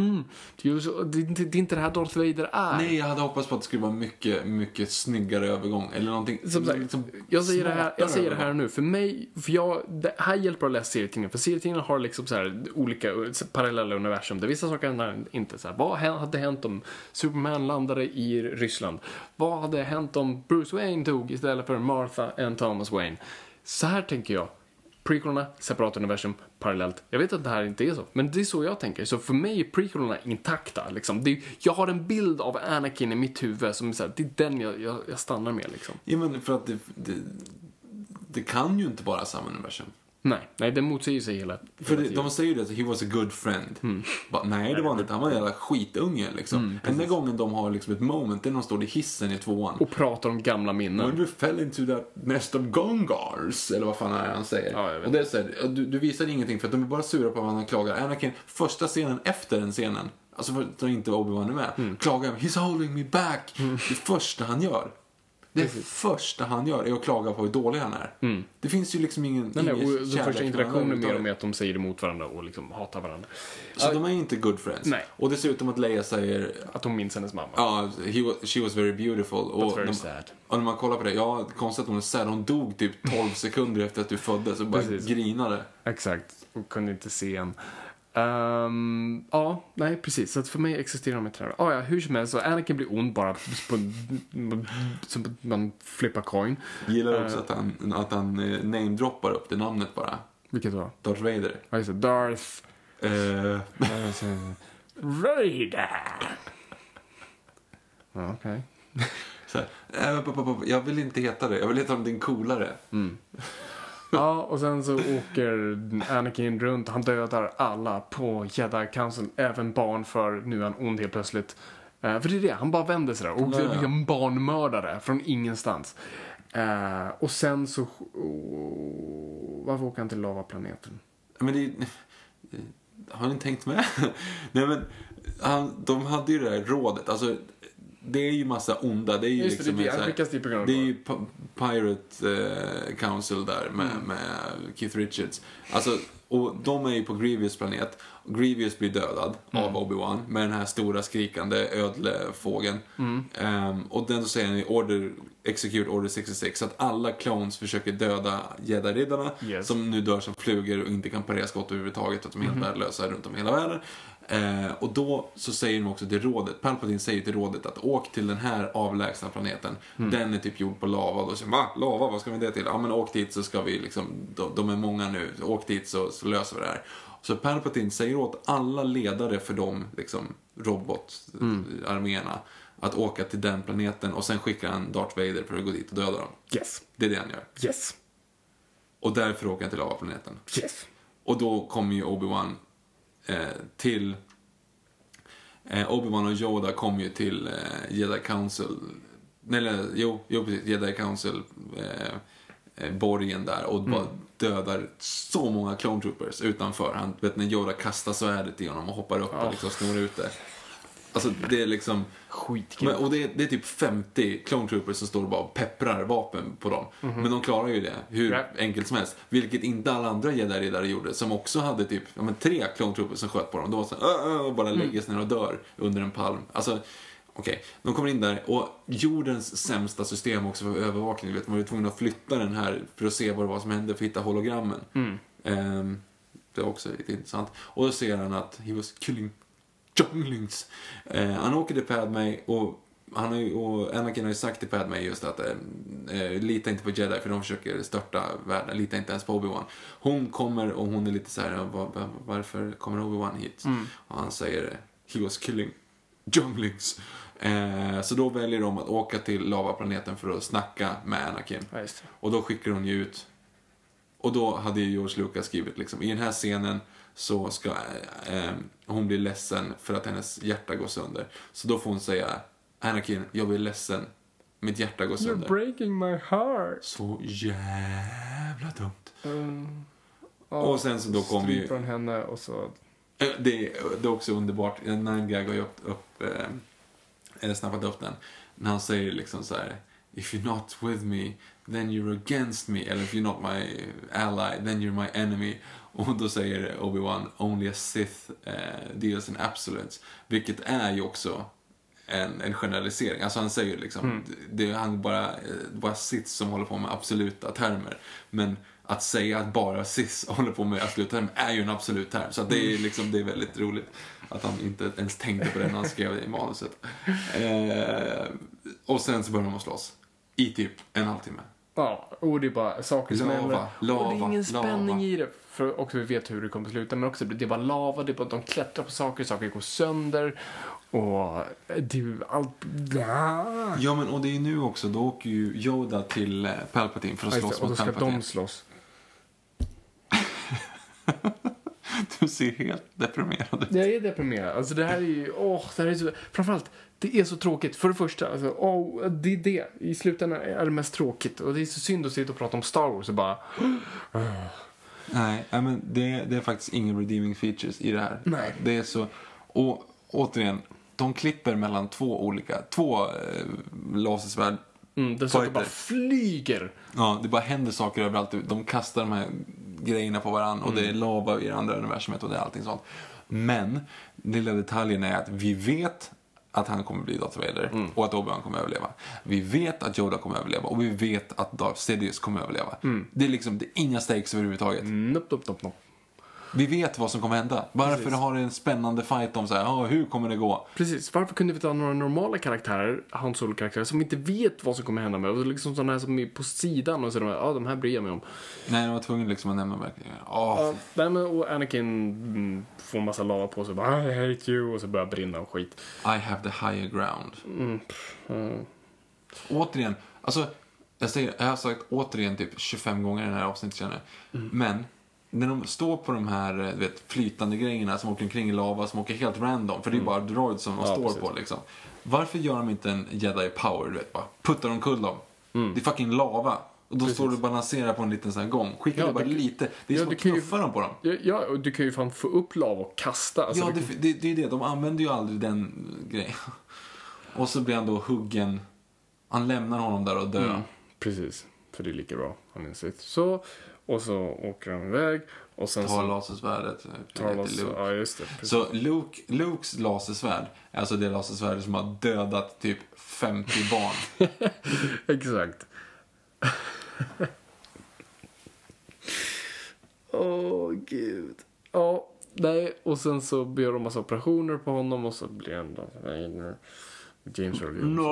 är inte det här Darth Vader är. Nej, jag hade hoppats på att det skulle vara mycket, mycket snyggare övergång. Eller någonting som sagt, liksom, jag säger det här nu. För mig, det här hjälper att läsa serietidningen. För serietidningen har liksom så här olika parallella universum. Där vissa saker inte så här. Vad hade hänt om Superman landade i Ryssland? Vad hade hänt om Bruce Wayne tog istället för Martha and Thomas Wayne? Så här tänker jag. Prequelerna, separat universum, parallellt. Jag vet att det här inte är så, men det är så jag tänker. Så för mig är prequelerna intakta. Liksom. Jag har en bild av Anakin i mitt huvud som är så här, det är den jag stannar med. Liksom. Ja, men för att det kan ju inte vara samma universum. Nej, det motsäger sig hela för de säger ju att he was a good friend. Nej, det var inte. Han var en jävla skitunge liksom. Enda gången de har liksom ett moment är när de står i hissen i 2:an och pratar om gamla minnen. When we fell into that nest of Gungars, eller vad fan är han säger. Ja, och det är så här, du visar ingenting för att de är bara sura på vad han klagar. Anakin, första scenen efter den scenen, alltså för att inte Obi-Wan är med, klagar, he's holding me back. Det första han gör. Det första han gör är att klaga på hur dålig han är. Det finns ju liksom ingen den första interaktionen med dem är att de säger emot varandra och liksom hatar varandra. Så de är inte good friends. Nej. Och dessutom att Leia säger att hon minns hennes mamma. Ja, she was very beautiful. But very sad. Och när man kollar på det, konstigt att hon är sad. Hon dog typ 12 sekunder efter att du föddes och bara grinade. Exakt, och kunde inte se en. Nej, precis. Så att för mig existerar de inte där. Hur som helst, så Anakin blir ond bara som man flippar coin. Gillar också att han namedroppar upp det namnet bara. Vilket då? Darth Vader. Ja, just det. Darth Vader. Okej. Jag vill inte heta det. Jag vill heta någonting coolare. Ja, och sen så åker Anakin runt. Han dödar alla på Jedi Council, även barn, för nu är han ond helt plötsligt. För det är det, han bara vänder sig där. Och det är en barnmördare från ingenstans. Och sen så... varför åker han till lavaplaneten? Men har ni tänkt med? Nej, men de hade ju det här rådet. Alltså... Det är ju massa onda. Det är ju liksom det är ju Pirate Council där med Keith Richards. Alltså Och de är ju på Grievous planet. Grievous blir dödad av Obi-Wan med den här stora skrikande ödlefågeln. Och den så säger han execute order 66, så att alla clones försöker döda Jedi-riddarna som nu dör som flugor och inte kan parera skott överhuvudtaget, att de är helt värdelösa runt om i hela världen. Och då så säger de också till rådet, Palpatine säger till rådet att åk till den här avlägsna planeten. Den är typ gjord på lava. Då säger man, lava, vad ska vi det till? Ja, men åk dit så ska vi liksom, de är många nu, åk dit så löser vi det här. Så Palpatine säger åt alla ledare för de liksom robotarméerna att åka till den planeten, och sen skickar han Darth Vader för att gå dit och döda dem. Yes. Det är det han gör. Yes. Och därför åker han till lavaplaneten. Yes. Och då kommer ju Obi-Wan till Obi-Wan och Yoda kom ju till Jedi Council, precis, Jedi Council borgen där, och bara dödar så många clone troopers utanför. Han vet när Yoda kastar svärdet i honom och hoppar upp och liksom snor ut det. Alltså det är liksom skitkul. Och det är typ 50 clone troopers som står och bara pepprar vapen på dem. Men de klarar ju det hur enkelt som helst, vilket inte alla andra Jedi-riddare gjorde, som också hade typ 3 clone troopers som sköt på dem. De var så och bara lägger sig ner och dör under en palm. Alltså okej, de kommer in där, och jordens sämsta system också för övervakning. Man var tvungen att flytta den här för att se vad det var som hände, för att hitta hologrammen. Det är också lite intressant. Och då ser han att he was killing junglings. Han åker till Padme, och Anakin har ju sagt till Padme just att lita inte på Jedi, för de försöker störta världen. Lita inte ens på Obi-Wan. Hon kommer, och hon är lite så här: varför kommer Obi-Wan hit? Och han säger he was killing junglings. Så då väljer de att åka till lavaplaneten för att snacka med Anakin. Och då skickar hon ju ut. Och då hade ju George Lucas skrivit liksom, i den här scenen så ska hon bli ledsen för att hennes hjärta går sönder. Så då får hon säga: Anakin, jag blir ledsen, mitt hjärta går sönder. You're breaking my heart. Så jävla dumt. Och sen så då kommer vi från henne, och så det är också underbart. Nine Gag har ju snappat upp den. När han säger liksom så här: if you're not with me, then you're against me. Eller if you're not my ally, then you're my enemy. Och då säger Obi-Wan: only a Sith deals in absolutes. Vilket är ju också en generalisering. Alltså han säger liksom, det är bara Sith som håller på med absoluta termer. Men att säga att bara Sith håller på med absoluta termer är ju en absolut term. Så att det är liksom, det är väldigt roligt att han inte ens tänkte på det när han skrev det i manuset. Och sen så börjar de att slåss i typ en halvtimme. Ja, och det är bara saker som lava, och det är ingen spänning i det, för också vi vet hur det kommer att sluta, men också det är bara lava, det är bara att de klättrar på saker går sönder, och det är allt. Ja, men och det är nu också, då åker ju Yoda till Palpatine för att slåss mot Palpatine. Och då ska de slåss. Du ser helt deprimerad ut. Jag är deprimerad. Alltså det här är ju, det här är så, framförallt, det är så tråkigt. För det första, alltså, det är det. I slutändan är det mest tråkigt. Och det är så synd att sitta och prata om Star Wars och bara... Nej, men det är faktiskt ingen redeeming features i det här. Nej. Det är så... Och återigen, de klipper mellan två lasersvärd. Det saker bara flyger. Ja, det bara händer saker överallt. De kastar de här grejerna på varandra, och det är lava i det andra universumet, och det är allting sånt. Men den lilla detaljen är att vi vet att han kommer bli Darth Vader och att Obi-Wan kommer överleva. Vi vet att Yoda kommer överleva, och vi vet att Darth Sidious kommer överleva. Det är liksom, det är inga stakes överhuvudtaget. Nope. Vi vet vad som kommer hända. Varför har det en spännande fight om så här, hur kommer det gå? Precis, varför kunde vi ta några normala karaktärer, Han Solo-karaktärer, som inte vet vad som kommer hända med, och liksom sådana här som är på sidan och så de här bryr jag mig om. Nej, de var tvungen liksom att nämna verkligen. Och Anakin får en massa lava på sig, bara I hate you, och så börjar brinna och skit. I have the higher ground. Återigen, alltså jag har sagt återigen typ 25 gånger i den här avsnittet, känner jag. Men när de står på de här flytande grejerna som åker omkring i lava, som åker helt random, för det är bara droids som de står precis på liksom. Varför gör de inte en Jedi power, bara puttar de kull dem? Det är fucking lava. Och då står du och balanserar på en liten sån här gång. Skickar du bara lite. Det är som att knuffa dem på dem. Ja, och du kan ju fan få upp lava och kasta. Alltså, ja, det är det. De använder ju aldrig den grejen. Och så blir han då huggen. Han lämnar honom där och dör. Precis, för det är lika bra. Han inser så. Och så åker han iväg. Och sen tar lasersvärdet. Ja, just det. Precis. Så Lukes lasersvärd är alltså det lasersvärdet som har dödat typ 50 barn. Exakt. Gud. Ja, nej. Och sen så gör de massa operationer på honom och så blir han James Earl Jones.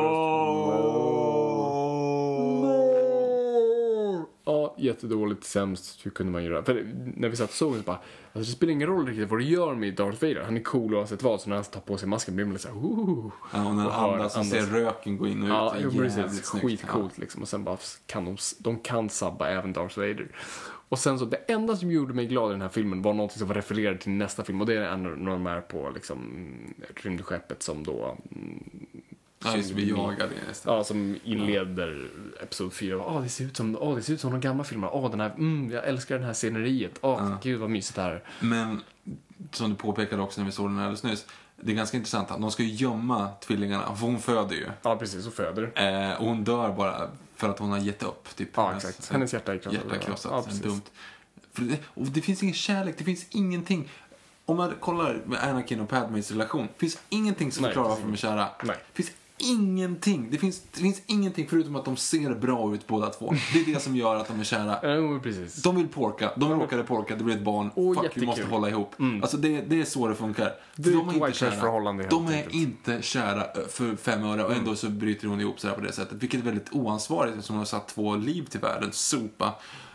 Ja, jättedåligt, sämst. Hur kunde man göra? För när vi satt och såg så bara, alltså det spelar ingen roll riktigt vad det gör med Darth Vader. Han är cool och har sett vad, så när han tar på sig masken blir man lite såhär, Ja, och när han andas och ser röken gå in och ut. Ja, det är precis. Skitcoolt liksom. Och sen bara kan de kan sabba även Darth Vader. Och sen så, det enda som gjorde mig glad i den här filmen var något som var refererat till nästa film. Och det är när de är på liksom rymdskeppet som då... Ja, just vi jagar det nästan. Ja, som inleder episod 4. Det ser ut som de gamla filmerna. Den här, jag älskar den här sceneriet. Gud vad mysigt det här. Men som du påpekade också när vi såg den alldeles nyss, det är ganska intressant att de ska ju gömma tvillingarna, för hon föder ju. Ja, precis, hon föder. Och hon dör bara för att hon har gett upp. Typ, ja, exakt. Hennes hjärta är krossat. Ja, dumt. Och det finns ingen kärlek, det finns ingenting. Om man kollar med Anakin och Padmés relation, det finns ingenting som förklarar varför de är kära. Nej. Det finns ingenting. Det finns ingenting förutom att de ser bra ut båda två. Det är det som gör att de är kära. Ja, precis. De vill porka. De råkade porka. Det blir ett barn. Fuck, vi måste hålla ihop. Alltså det är så det funkar. Det är de är inte kära. De är inte kära för 5 öre. Och ändå så bryter hon ihop sig på det sättet. Vilket är väldigt oansvarigt, som har satt 2 liv till världen. Sopa.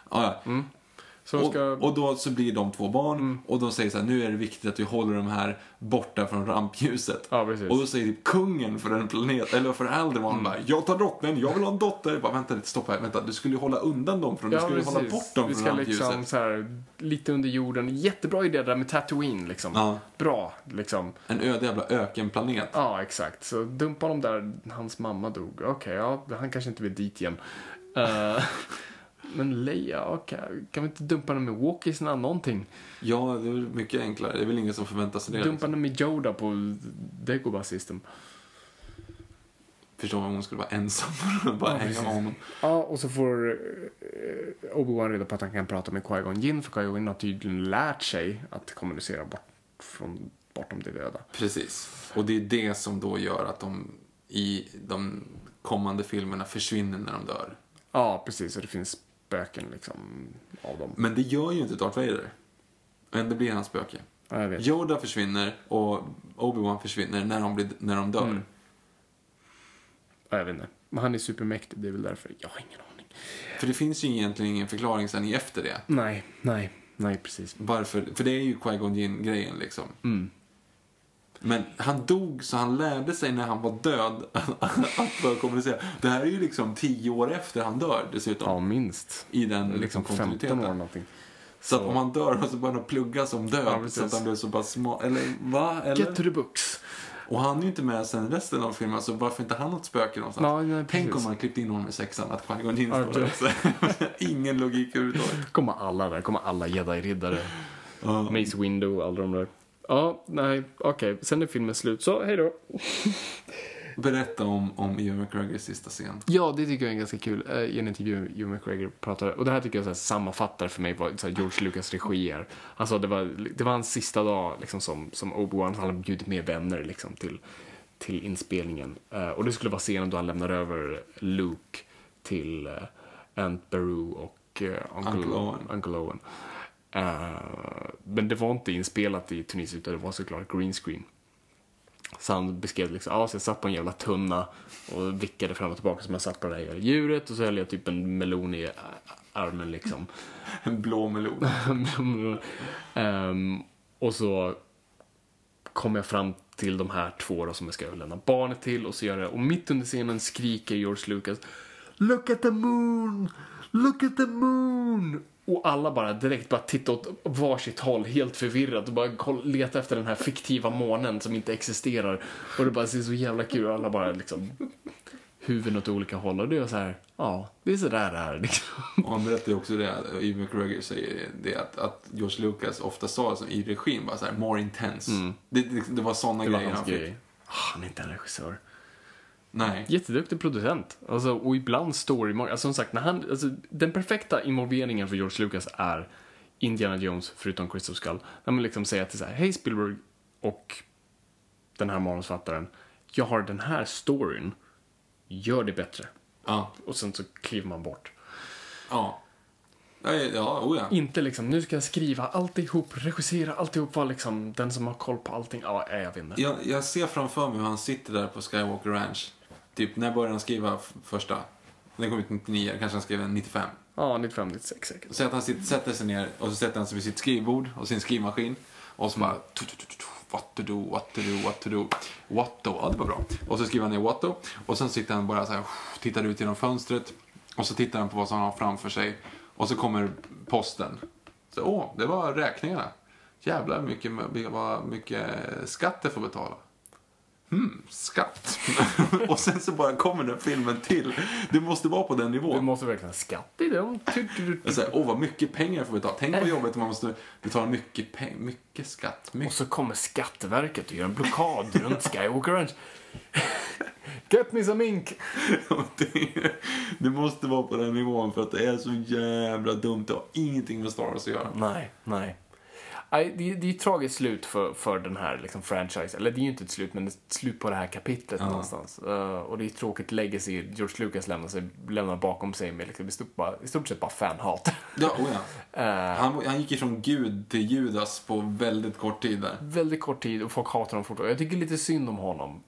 Och då så blir de 2 barn. Och de säger så här: nu är det viktigt att vi håller de här borta från rampljuset. Ja, precis. Och då säger typ kungen för en planet, eller för Alderaan bara, jag tar drottningen, jag vill ha en dotter. Bara, vänta lite, stopp här, vänta, du skulle ju hålla undan dem från, du skulle ju hålla bort dem från rampljuset. Liksom så här, lite under jorden. Jättebra idé där med Tatooine liksom. Ja. Bra liksom. En öde jävla ökenplanet. Ja, exakt. Så dumpa dem där, hans mamma dog. Okej, han kanske inte vill dit igen. Men Leia, kan vi inte dumpa den med walkiesna någonting? Ja, det är mycket enklare. Det är väl ingen som förväntar sig det. Dumpa den med Yoda på Dagobah System. Förstår man om hon skulle vara ensam och bara hänga med honom. Ja, och så får Obi-Wan reda på att han kan prata med Qui-Gon Jinn, för Qui-Gon har tydligen lärt sig att kommunicera bortom det döda. Precis. Och det är det som då gör att de i de kommande filmerna försvinner när de dör. Ja, precis. Och det finns spöken liksom av dem. Men det gör ju inte Darth Vader. Men det blir hans spöke. Ja, jag vet. Yoda försvinner och Obi-Wan försvinner när de dör. Ja, jag vet inte. Men han är supermäktig, det är väl därför. Jag har ingen aning. För det finns ju egentligen ingen förklaring sen efter det. Nej, precis. Varför? För det är ju Qui-Gon Jinn-grejen liksom. Men han dog, så han lärde sig när han var död att börja kommunicera. Det här är ju liksom 10 år efter han dör dessutom. Ja, minst. I den liksom 15 år någonting. Så att om han dör så börjar han plugga som död, så att han blir så pass smart. Eller va? Eller? Get to the books. Och han är ju inte med sen resten av filmen, så varför inte han något spöke någonstans? Nej, tänk om man klippt in honom i 6an, att Qui-Gon Jinn står där. Ingen logik överhuvudtaget. Kommer alla Jedi-riddare. Mace Windu, alla de där. Ja, nej, okej. Sen är filmen slut, så hej då. Berätta om Ewan McGregors sista scen. Ja, det tycker jag är ganska kul. I en intervju Ewan McGregor pratade, och det här tycker jag så här, sammanfattar för mig vad så här, George Lucas regi är. Alltså det var hans sista dag liksom, som Obi-Wan. Han hade bjudit med vänner liksom, till inspelningen. Och det skulle vara scenen då han lämnar över Luke till Aunt Beru och Uncle Owen. Men det var inte inspelat i Tunisien, utan det var såklart green screen. Så han beskrev liksom, så jag satt på en jävla tunna och vickade fram och tillbaka som jag satt på det här djuret, och så höll jag typ en melon i armen liksom. En blå melon. Och så kom jag fram till de här 2 då, som jag ska lämna barnet till, och så gör det, och mitt under scenen skriker George Lucas, "Look at the moon! Look at the moon!" Och alla bara direkt bara tittar åt varsitt håll, helt förvirrat, och bara letar efter den här fiktiva månen som inte existerar. Och det bara ser så jävla kul, alla bara liksom huvuden åt olika håll, och det är så här, det är så där det är liksom. Och han berättar ju också det, Ewan McGregor säger det, att George Lucas ofta sa som i regin bara så här, more intense. Det var såna grejer han fick. Han är inte en regissör. Nej. Jätteduktig producent. Alltså, och ibland story. Alltså, som sagt, den perfekta involveringen för George Lucas är Indiana Jones, förutom Crystal Skull, när man liksom säger att det är så här, hej Spielberg och den här manusfattaren, jag har den här storyn, gör det bättre. Ja. Och sen så kliver man bort. Ja. Ja. Inte liksom, nu ska jag skriva alltihop, regissera alltihop, vara liksom den som har koll på allting. Ja, jag vet inte. Jag ser framför mig hur han sitter där på Skywalker Ranch. Typ, när började han skriva första? Den kom ut 99, kanske han skrev 95. Ja, 95, 96 säkert. Så att han sätter sig ner och så sätter han sig vid sitt skrivbord och sin skrivmaskin. Och så bara... What to do. Ja, det var bra. Och så skriver han ner what to. Och sen sitter han bara så här, tittar ut genom fönstret. Och så tittar han på vad som han har framför sig. Och så kommer posten. Så, det var räkningarna. Jävlar mycket skatt jag får betala. Skatt. Och sen så bara kommer den filmen till. Det måste vara på den nivån. Du måste verkligen skatt i dem. Vad mycket pengar jag får betala. Tänk vad jobbigt man måste betala mycket skatt. Och så kommer Skatteverket och gör en blockad runt Skywalker Ranch. Get me some ink. Det måste vara på den nivån för att det är så jävla dumt. Det har ingenting med Star Wars att göra. Nej. Det är ett tragiskt slut för den här liksom, franchise. Eller det är ju inte ett slut, men ett slut på det här kapitlet någonstans. Och det är ett tråkigt legacy George Lucas lämnar bakom sig med liksom, i stort sett bara fanhat. Han gick ifrån Gud till Judas på väldigt kort tid där. Väldigt kort tid och folk hatar honom fortfarande. Jag tycker lite synd om honom.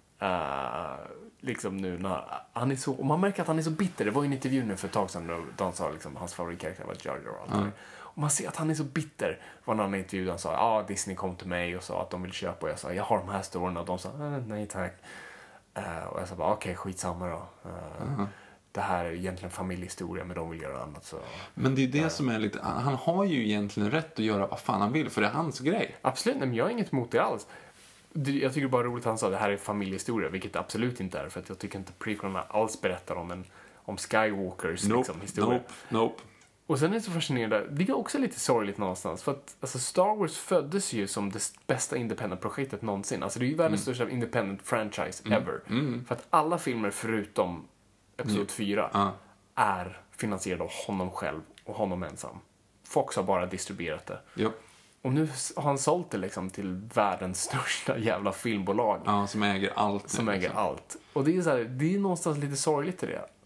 Liksom nu när han är så, och man märker att han är så bitter. Det var ju en intervju nu för ett tag sedan då han sa liksom, hans favoritkaraktär var Jar Jar och allt det. Och man ser att han är så bitter. Var en annan intervju han sa, Disney kom till mig och sa att de vill köpa, och jag sa, jag har de här storyn, och de sa, nej tack. Och jag sa bara, okej, skitsamma då. Det här är egentligen familjehistoria, men de vill göra annat. Så, men det är det som är lite, han har ju egentligen rätt att göra vad fan han vill, för det är hans grej. Absolut, men jag har inget emot det alls. Jag tycker bara roligt att han sa det här är familjehistoria, vilket det absolut inte är, för att jag tycker inte prequelarna alls berättar om Skywalkers liksom, historia. Nope. Och sen är det så fascinerande, det är också lite sorgligt någonstans, för att alltså, Star Wars föddes ju som det bästa independent-projektet någonsin. Alltså det är ju världens största independent franchise ever. För att alla filmer förutom Episod 4 är finansierade av honom själv och honom ensam. Fox har bara distribuerat det. Yep. Och nu har han sålt det liksom till världens största jävla filmbolag. Ja, som äger allt. Som äger allt. Och det är så här, det är någonstans lite sorgligt i det.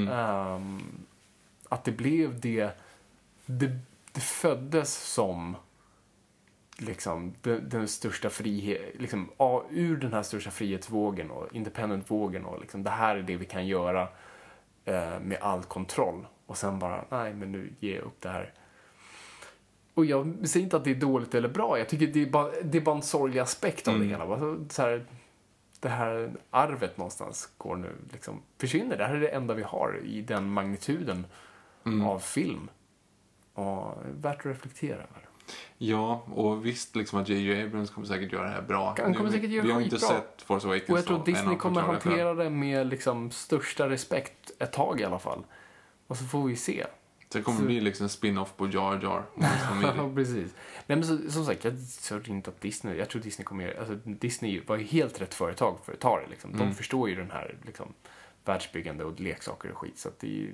Att det blev det föddes som liksom den största frihet, liksom ur den här största frihetsvågen och independent-vågen, och liksom det här är det vi kan göra med all kontroll. Och sen bara, nej men nu ger jag upp det här. Och jag säger inte att det är dåligt eller bra. Jag tycker det är bara en sorglig aspekt av det hela. Så här, det här arvet någonstans går nu liksom, försvinner. Det här är det enda vi har i den magnituden av film. Och värt att reflektera över. Ja, och visst liksom att J.J. Abrams kommer säkert göra det här bra. Han kommer säkert göra det vi har skitbra. inte sett Force Awakens. Och jag tror Disney kommer hantera det med liksom största respekt ett tag i alla fall. Och så får vi se. Det kommer bli liksom en spin-off på Jar Jar. Ja, precis. Nej, men som sagt, jag tror inte att Disney, jag tror Disney kommer, alltså Disney var ju helt rätt företag för att ta det liksom. De förstår ju den här liksom världsbyggande och leksaker och skit, så att det är ju,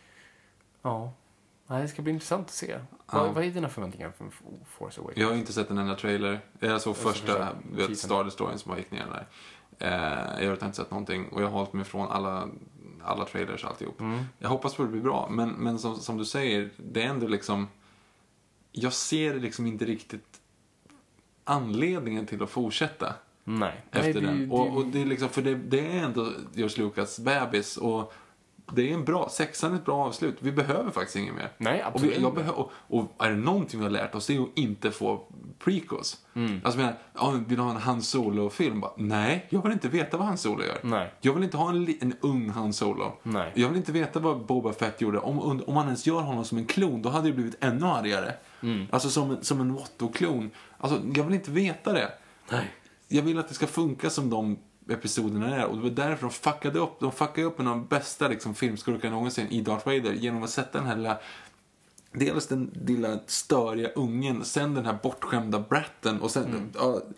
det ska bli intressant att se. Vad är dina förväntningar för Force Awakens? Jag har inte sett en enda trailer. Jag såg första Star Destroyern som bara gick ner där. Jag har inte sett någonting, och jag har hållit mig från alla trailers och alltihop. Jag hoppas på att det blir bra, men som du säger, det är ändå liksom, jag ser liksom inte riktigt anledningen till att fortsätta. Nej. Efter den. Och det är liksom, för det är ändå George Lucas bebis, och det är en bra, 6an är ett bra avslut. Vi behöver faktiskt inget mer. Nej, absolut. Och är det någonting vi har lärt oss, det är att inte få prequels. Alltså, vill du ha en Han Solo-film? Nej, jag vill inte veta vad Han Solo gör. Nej. Jag vill inte ha en ung Han Solo. Nej. Jag vill inte veta vad Boba Fett gjorde. Om man ens gör honom som en klon, då hade det blivit ännu argare. Alltså som en Watto-klon. Alltså, jag vill inte veta det. Nej. Jag vill att det ska funka som de episoderna är, och det var därför de fuckade upp en av de bästa liksom, filmskurkarna någonsin i Darth Vader, genom att sätta den här dels den lilla störiga ungen, sen den här bortskämda bratten, och sen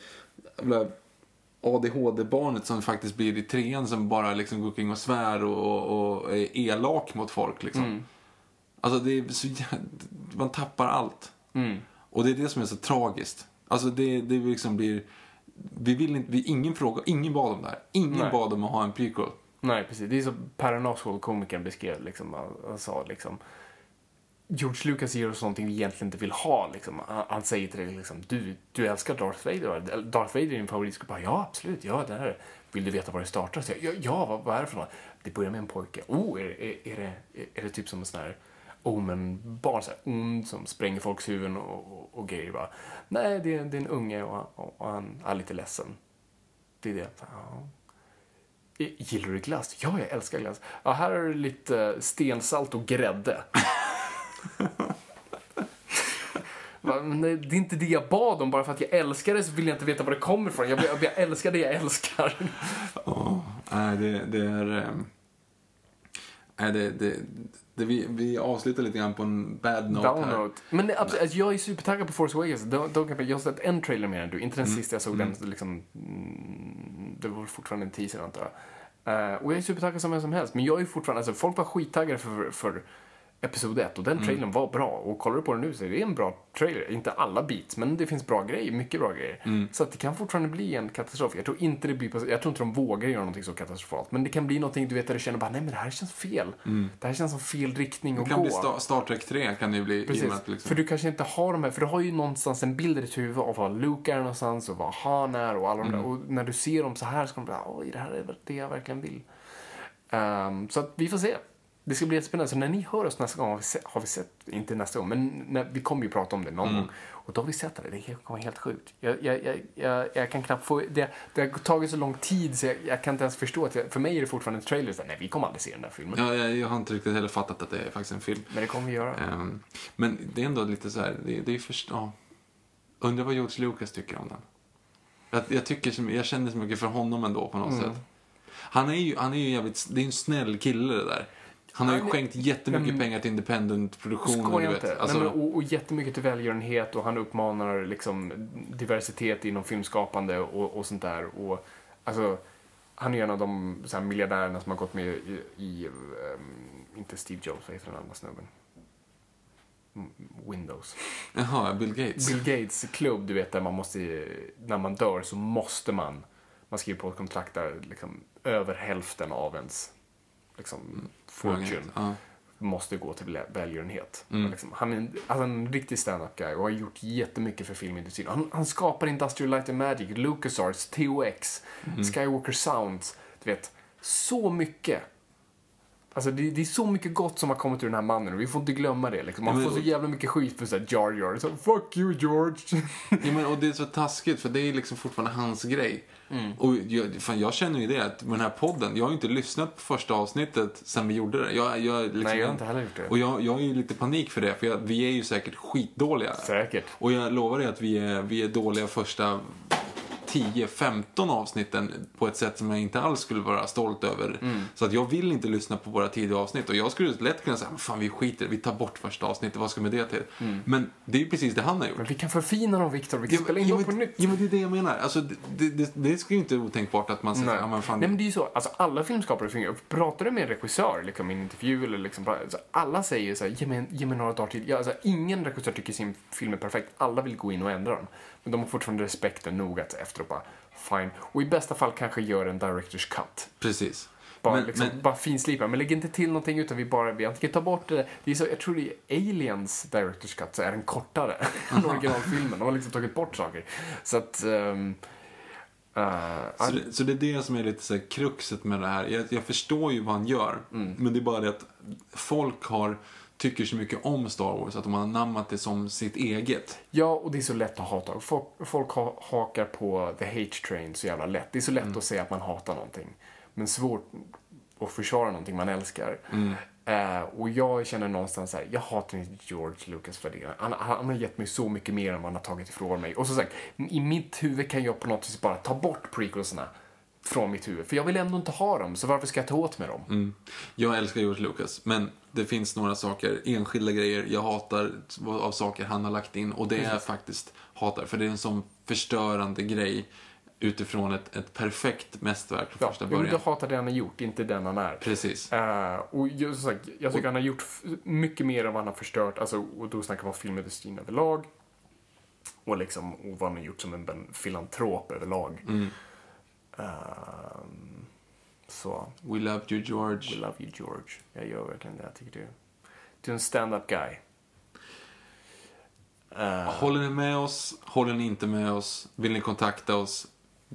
ADHD-barnet som faktiskt blir i 3:an, som bara liksom går kring och svär och är elak mot folk liksom. Alltså det är så man tappar allt. Och det är det som är så tragiskt. Alltså det liksom blir... Vi vill inte... ingen bad om det här. Ingen bad om att ha en prequel. Nej, precis. Det är så Per Oswald, komikern, beskrev liksom. Han sa liksom... George Lucas ger oss någonting vi egentligen inte vill ha. Liksom. Han säger till dig liksom, du älskar Darth Vader. Darth Vader är din favorit. Ja, absolut. Ja, det här. Vill du veta var det startar? Så vad är det för något? Det börjar med en pojke. Är det typ som en sån här Omen-barn, så här ond som spränger folks huvuden och grejer. Bara. Nej, det är en unge och han är lite ledsen. Det är det. Ja. Gillar du glass? Ja, jag älskar glass. Ja, här är det lite stensalt och grädde. Men det är inte det jag bad om. Bara för att jag älskar det så vill jag inte veta var det kommer ifrån. Jag älskar det jag älskar. Vi avslutar lite grann på en bad note här. Men alltså, jag är supertaggad på Force Awakens. Jag har sett en trailer mer än du. Inte den sista jag såg. Den liksom, det var fortfarande en teaser, antar jag. Och jag är supertaggad som helst. Men jag är fortfarande... Alltså, folk var skittaggade för episod 1. Och den trailern var bra. Och kollar du på den nu så är det en bra trailer. Inte alla beats, men det finns bra grejer. Mycket bra grejer. Så att det kan fortfarande bli en katastrof. Jag tror inte de vågar göra någonting så katastrofalt. Men det kan bli någonting, du vet, där du känner bara, nej men det här känns fel. Det här känns som fel riktning att gå. Det kan bli Star Trek 3 kan det ju bli. Precis. Liksom. För du kanske inte har de här, för du har ju någonstans en bild i ditt huvud av vad Luke är någonstans och vad Han är och alla de där. Och när du ser dem så här ska de bara, oj, det här är det jag verkligen vill. Så att vi får se. Det ska bli jättespännande. Så när ni hör oss nästa gång har vi sett, inte nästa gång, men vi kommer ju prata om det någon gång. Och då har vi sett det. Det kommer helt sjukt. Jag kan knappt få... Det har tagit så lång tid så jag kan inte ens förstå att för mig är det fortfarande en trailer. Så nej, vi kommer aldrig se den där filmen. Ja, jag har inte riktigt heller fattat att det är faktiskt en film. Men det kommer vi göra. Men det är ändå lite så här... Det är först... Ja. Undrar vad George Lucas tycker om den. Jag känner så mycket för honom ändå på något sätt. Han är ju jävligt... Det är en snäll kille det där. Han har ju skänkt jättemycket pengar till independent-produktion. Alltså... och jättemycket till välgörenhet. Och han uppmanar liksom diversitet inom filmskapande och sånt där. Och, alltså, han är ju en av de så här, miljardärerna som har gått med i inte Steve Jobs, vad heter den andra snubben? Windows. Jaha, Bill Gates. Bill Gates klubb, du vet, där man måste, när man dör så måste man skriver på ett kontrakt där liksom, över hälften av ens liksom, fortune måste gå till välgörenhet. Liksom, han är en riktig stand-up guy och har gjort jättemycket för filmindustrin. Han skapar Industrial Light and Magic, LucasArts, THX, Skywalker Sounds, du vet, så mycket. Alltså det är så mycket gott som har kommit ur den här mannen och vi får inte glömma det. Liksom. Man får så jävla mycket skit för såhär Jar Jar. Så, fuck you George. Och det är så taskigt för det är liksom fortfarande hans grej. Och jag känner ju det att med den här podden, jag har ju inte lyssnat på första avsnittet sen vi gjorde det. Nej, jag har inte heller gjort det. Och jag är ju lite panik för det, för vi är ju säkert skitdåliga. Säkert. Och jag lovar dig att vi är dåliga första 10-15 avsnitten på ett sätt som jag inte alls skulle vara stolt över. Så att jag vill inte lyssna på våra tidiga avsnitt. Och jag skulle lätt kunna säga, fan vi skiter, vi tar bort första avsnittet, vad ska med det till? Men det är ju precis det han har gjort. Men vi kan förfina dem, Victor, vi kan spela in dem på nytt. Ja, men det är det jag menar. Alltså, det ska ju inte otänkbart att man säger, Nej, men det är ju så, alltså alla filmskapare fungerar. Pratar du med en regissör, liksom i en intervju eller liksom, alltså, alla säger så här, ge mig några dagar till. Ja, alltså, ingen regissör tycker sin film är perfekt. Alla vill gå in och ändra den. Men de har fortfarande respekten nog att efteråt bara, fine. Och i bästa fall kanske gör en director's cut. Precis. Bara finslipa. Men lägg inte till någonting utan vi antingen tar bort det. Det är så, jag tror det är Aliens director's cut så är den kortare än originalfilmen. De har liksom tagit bort saker. Så att... Så det är det som är lite så här kruxet med det här. Jag förstår ju vad han gör. Men det är bara det att folk tycker så mycket om Star Wars att de har namnat det som sitt eget. Ja, och det är så lätt att hata. Folk hakar på the hate train så jävla lätt. Det är så lätt att säga att man hatar någonting. Men svårt att försvara någonting man älskar. Och jag känner någonstans så här, jag hatar inte George Lucas för det. Han har gett mig så mycket mer än vad han har tagit ifrån mig. Och så sagt, i mitt huvud kan jag på något vis bara ta bort prequelsarna från mitt huvud. För jag vill ändå inte ha dem, så varför ska jag ta åt med dem? Jag älskar George Lucas, men det finns några saker, enskilda grejer jag hatar av saker han har lagt in. Och det är faktiskt hatar, för det är en sån förstörande grej utifrån ett perfekt mästerverk från första början. Du hatar det han har gjort, inte den han är. Precis. Och jag tycker han har gjort mycket mer än vad han har förstört. Alltså, och då snackar man om filmindustrin överlag. Och liksom, och vad han har gjort som en filantrop överlag. Så. We love you, George. We love you, George. Jag gör verkligen det. Jag tycker du är en stand-up guy. Håller ni med oss? Håller ni inte med oss? Vill ni kontakta oss?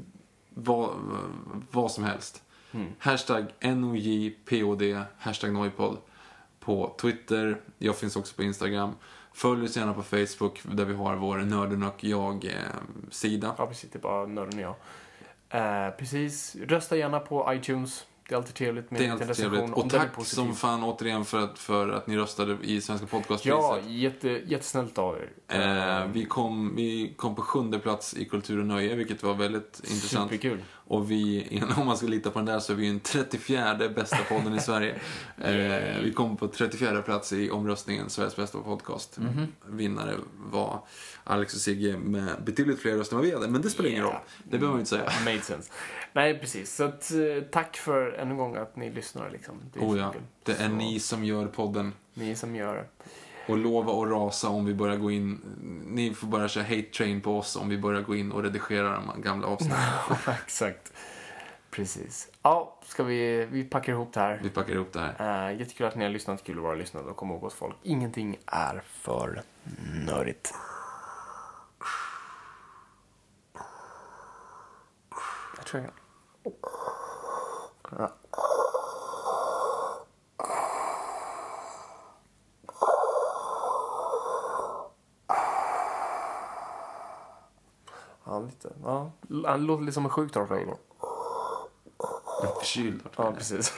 Vad som helst. Hashtag NOJPOD, hashtag Noipod på Twitter. Jag finns också på Instagram. Följ oss gärna på Facebook där vi har vår Nörden och jag-sida. Ja, precis. Det är bara Nörden och jag. Precis. Rösta gärna på iTunes. Det är alltid trevligt med en recension. Och tack som fan återigen för att ni röstade i Svenska Podcastpriset. Ja, jättesnällt av er. Vi kom på 7:e plats i Kultur och nöje, vilket var väldigt intressant. Superkul. Och om man ska lita på den där, så är vi en 34:e bästa podden i Sverige. Vi kom på 34:e plats i omröstningen Sveriges bästa podcast. Vinnare var Alex och Sigge med betydligt fler röster än vad vi hade. Men det spelar ingen roll. Det behöver man inte säga. Made sense. Nej, precis. Så att, tack för ännu en gång att ni lyssnar. Liksom. Det är det är ni som gör podden. Ni som gör det. Och lova och rasa om vi börjar gå in. Ni får bara köra hate train på oss om vi börjar gå in och redigera de gamla avsnitten. Exakt. Precis. Ja, ska vi packar ihop det här. Vi packar ihop det här. Jättekul att ni har lyssnat. Kul att vara lyssnat och komma ihåg oss folk. Ingenting är för nördigt. Jag tror jag. Ja. Ja, lite. Ja. Han låter lite som en sjuktorr. Jag är förkyld. Ja, precis.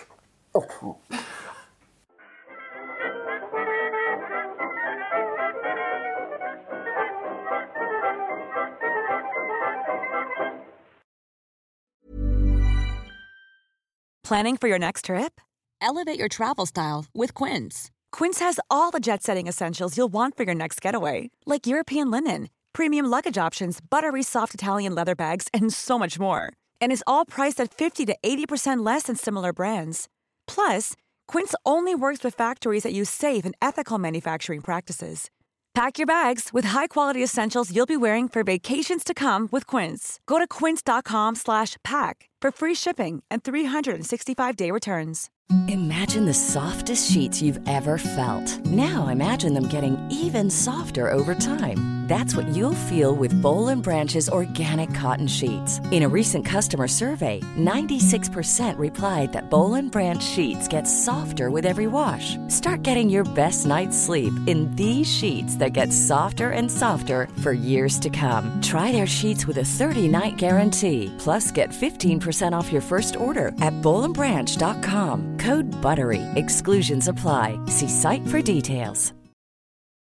Planning for your next trip? Elevate your travel style with Quince. Quince has all the jet-setting essentials you'll want for your next getaway, like European linen, premium luggage options, buttery soft Italian leather bags, and so much more. And is all priced at 50 to 80% less than similar brands. Plus, Quince only works with factories that use safe and ethical manufacturing practices. Pack your bags with high-quality essentials you'll be wearing for vacations to come with Quince. Go to quince.com/pack for free shipping and 365-day returns. Imagine the softest sheets you've ever felt. Now imagine them getting even softer over time. That's what you'll feel with Boll & Branch's organic cotton sheets. In a recent customer survey, 96% replied that Boll & Branch sheets get softer with every wash. Start getting your best night's sleep in these sheets that get softer and softer for years to come. Try their sheets with a 30-night guarantee. Plus, get 15% off your first order at bollandbranch.com. Code BUTTERY. Exclusions apply. See site for details.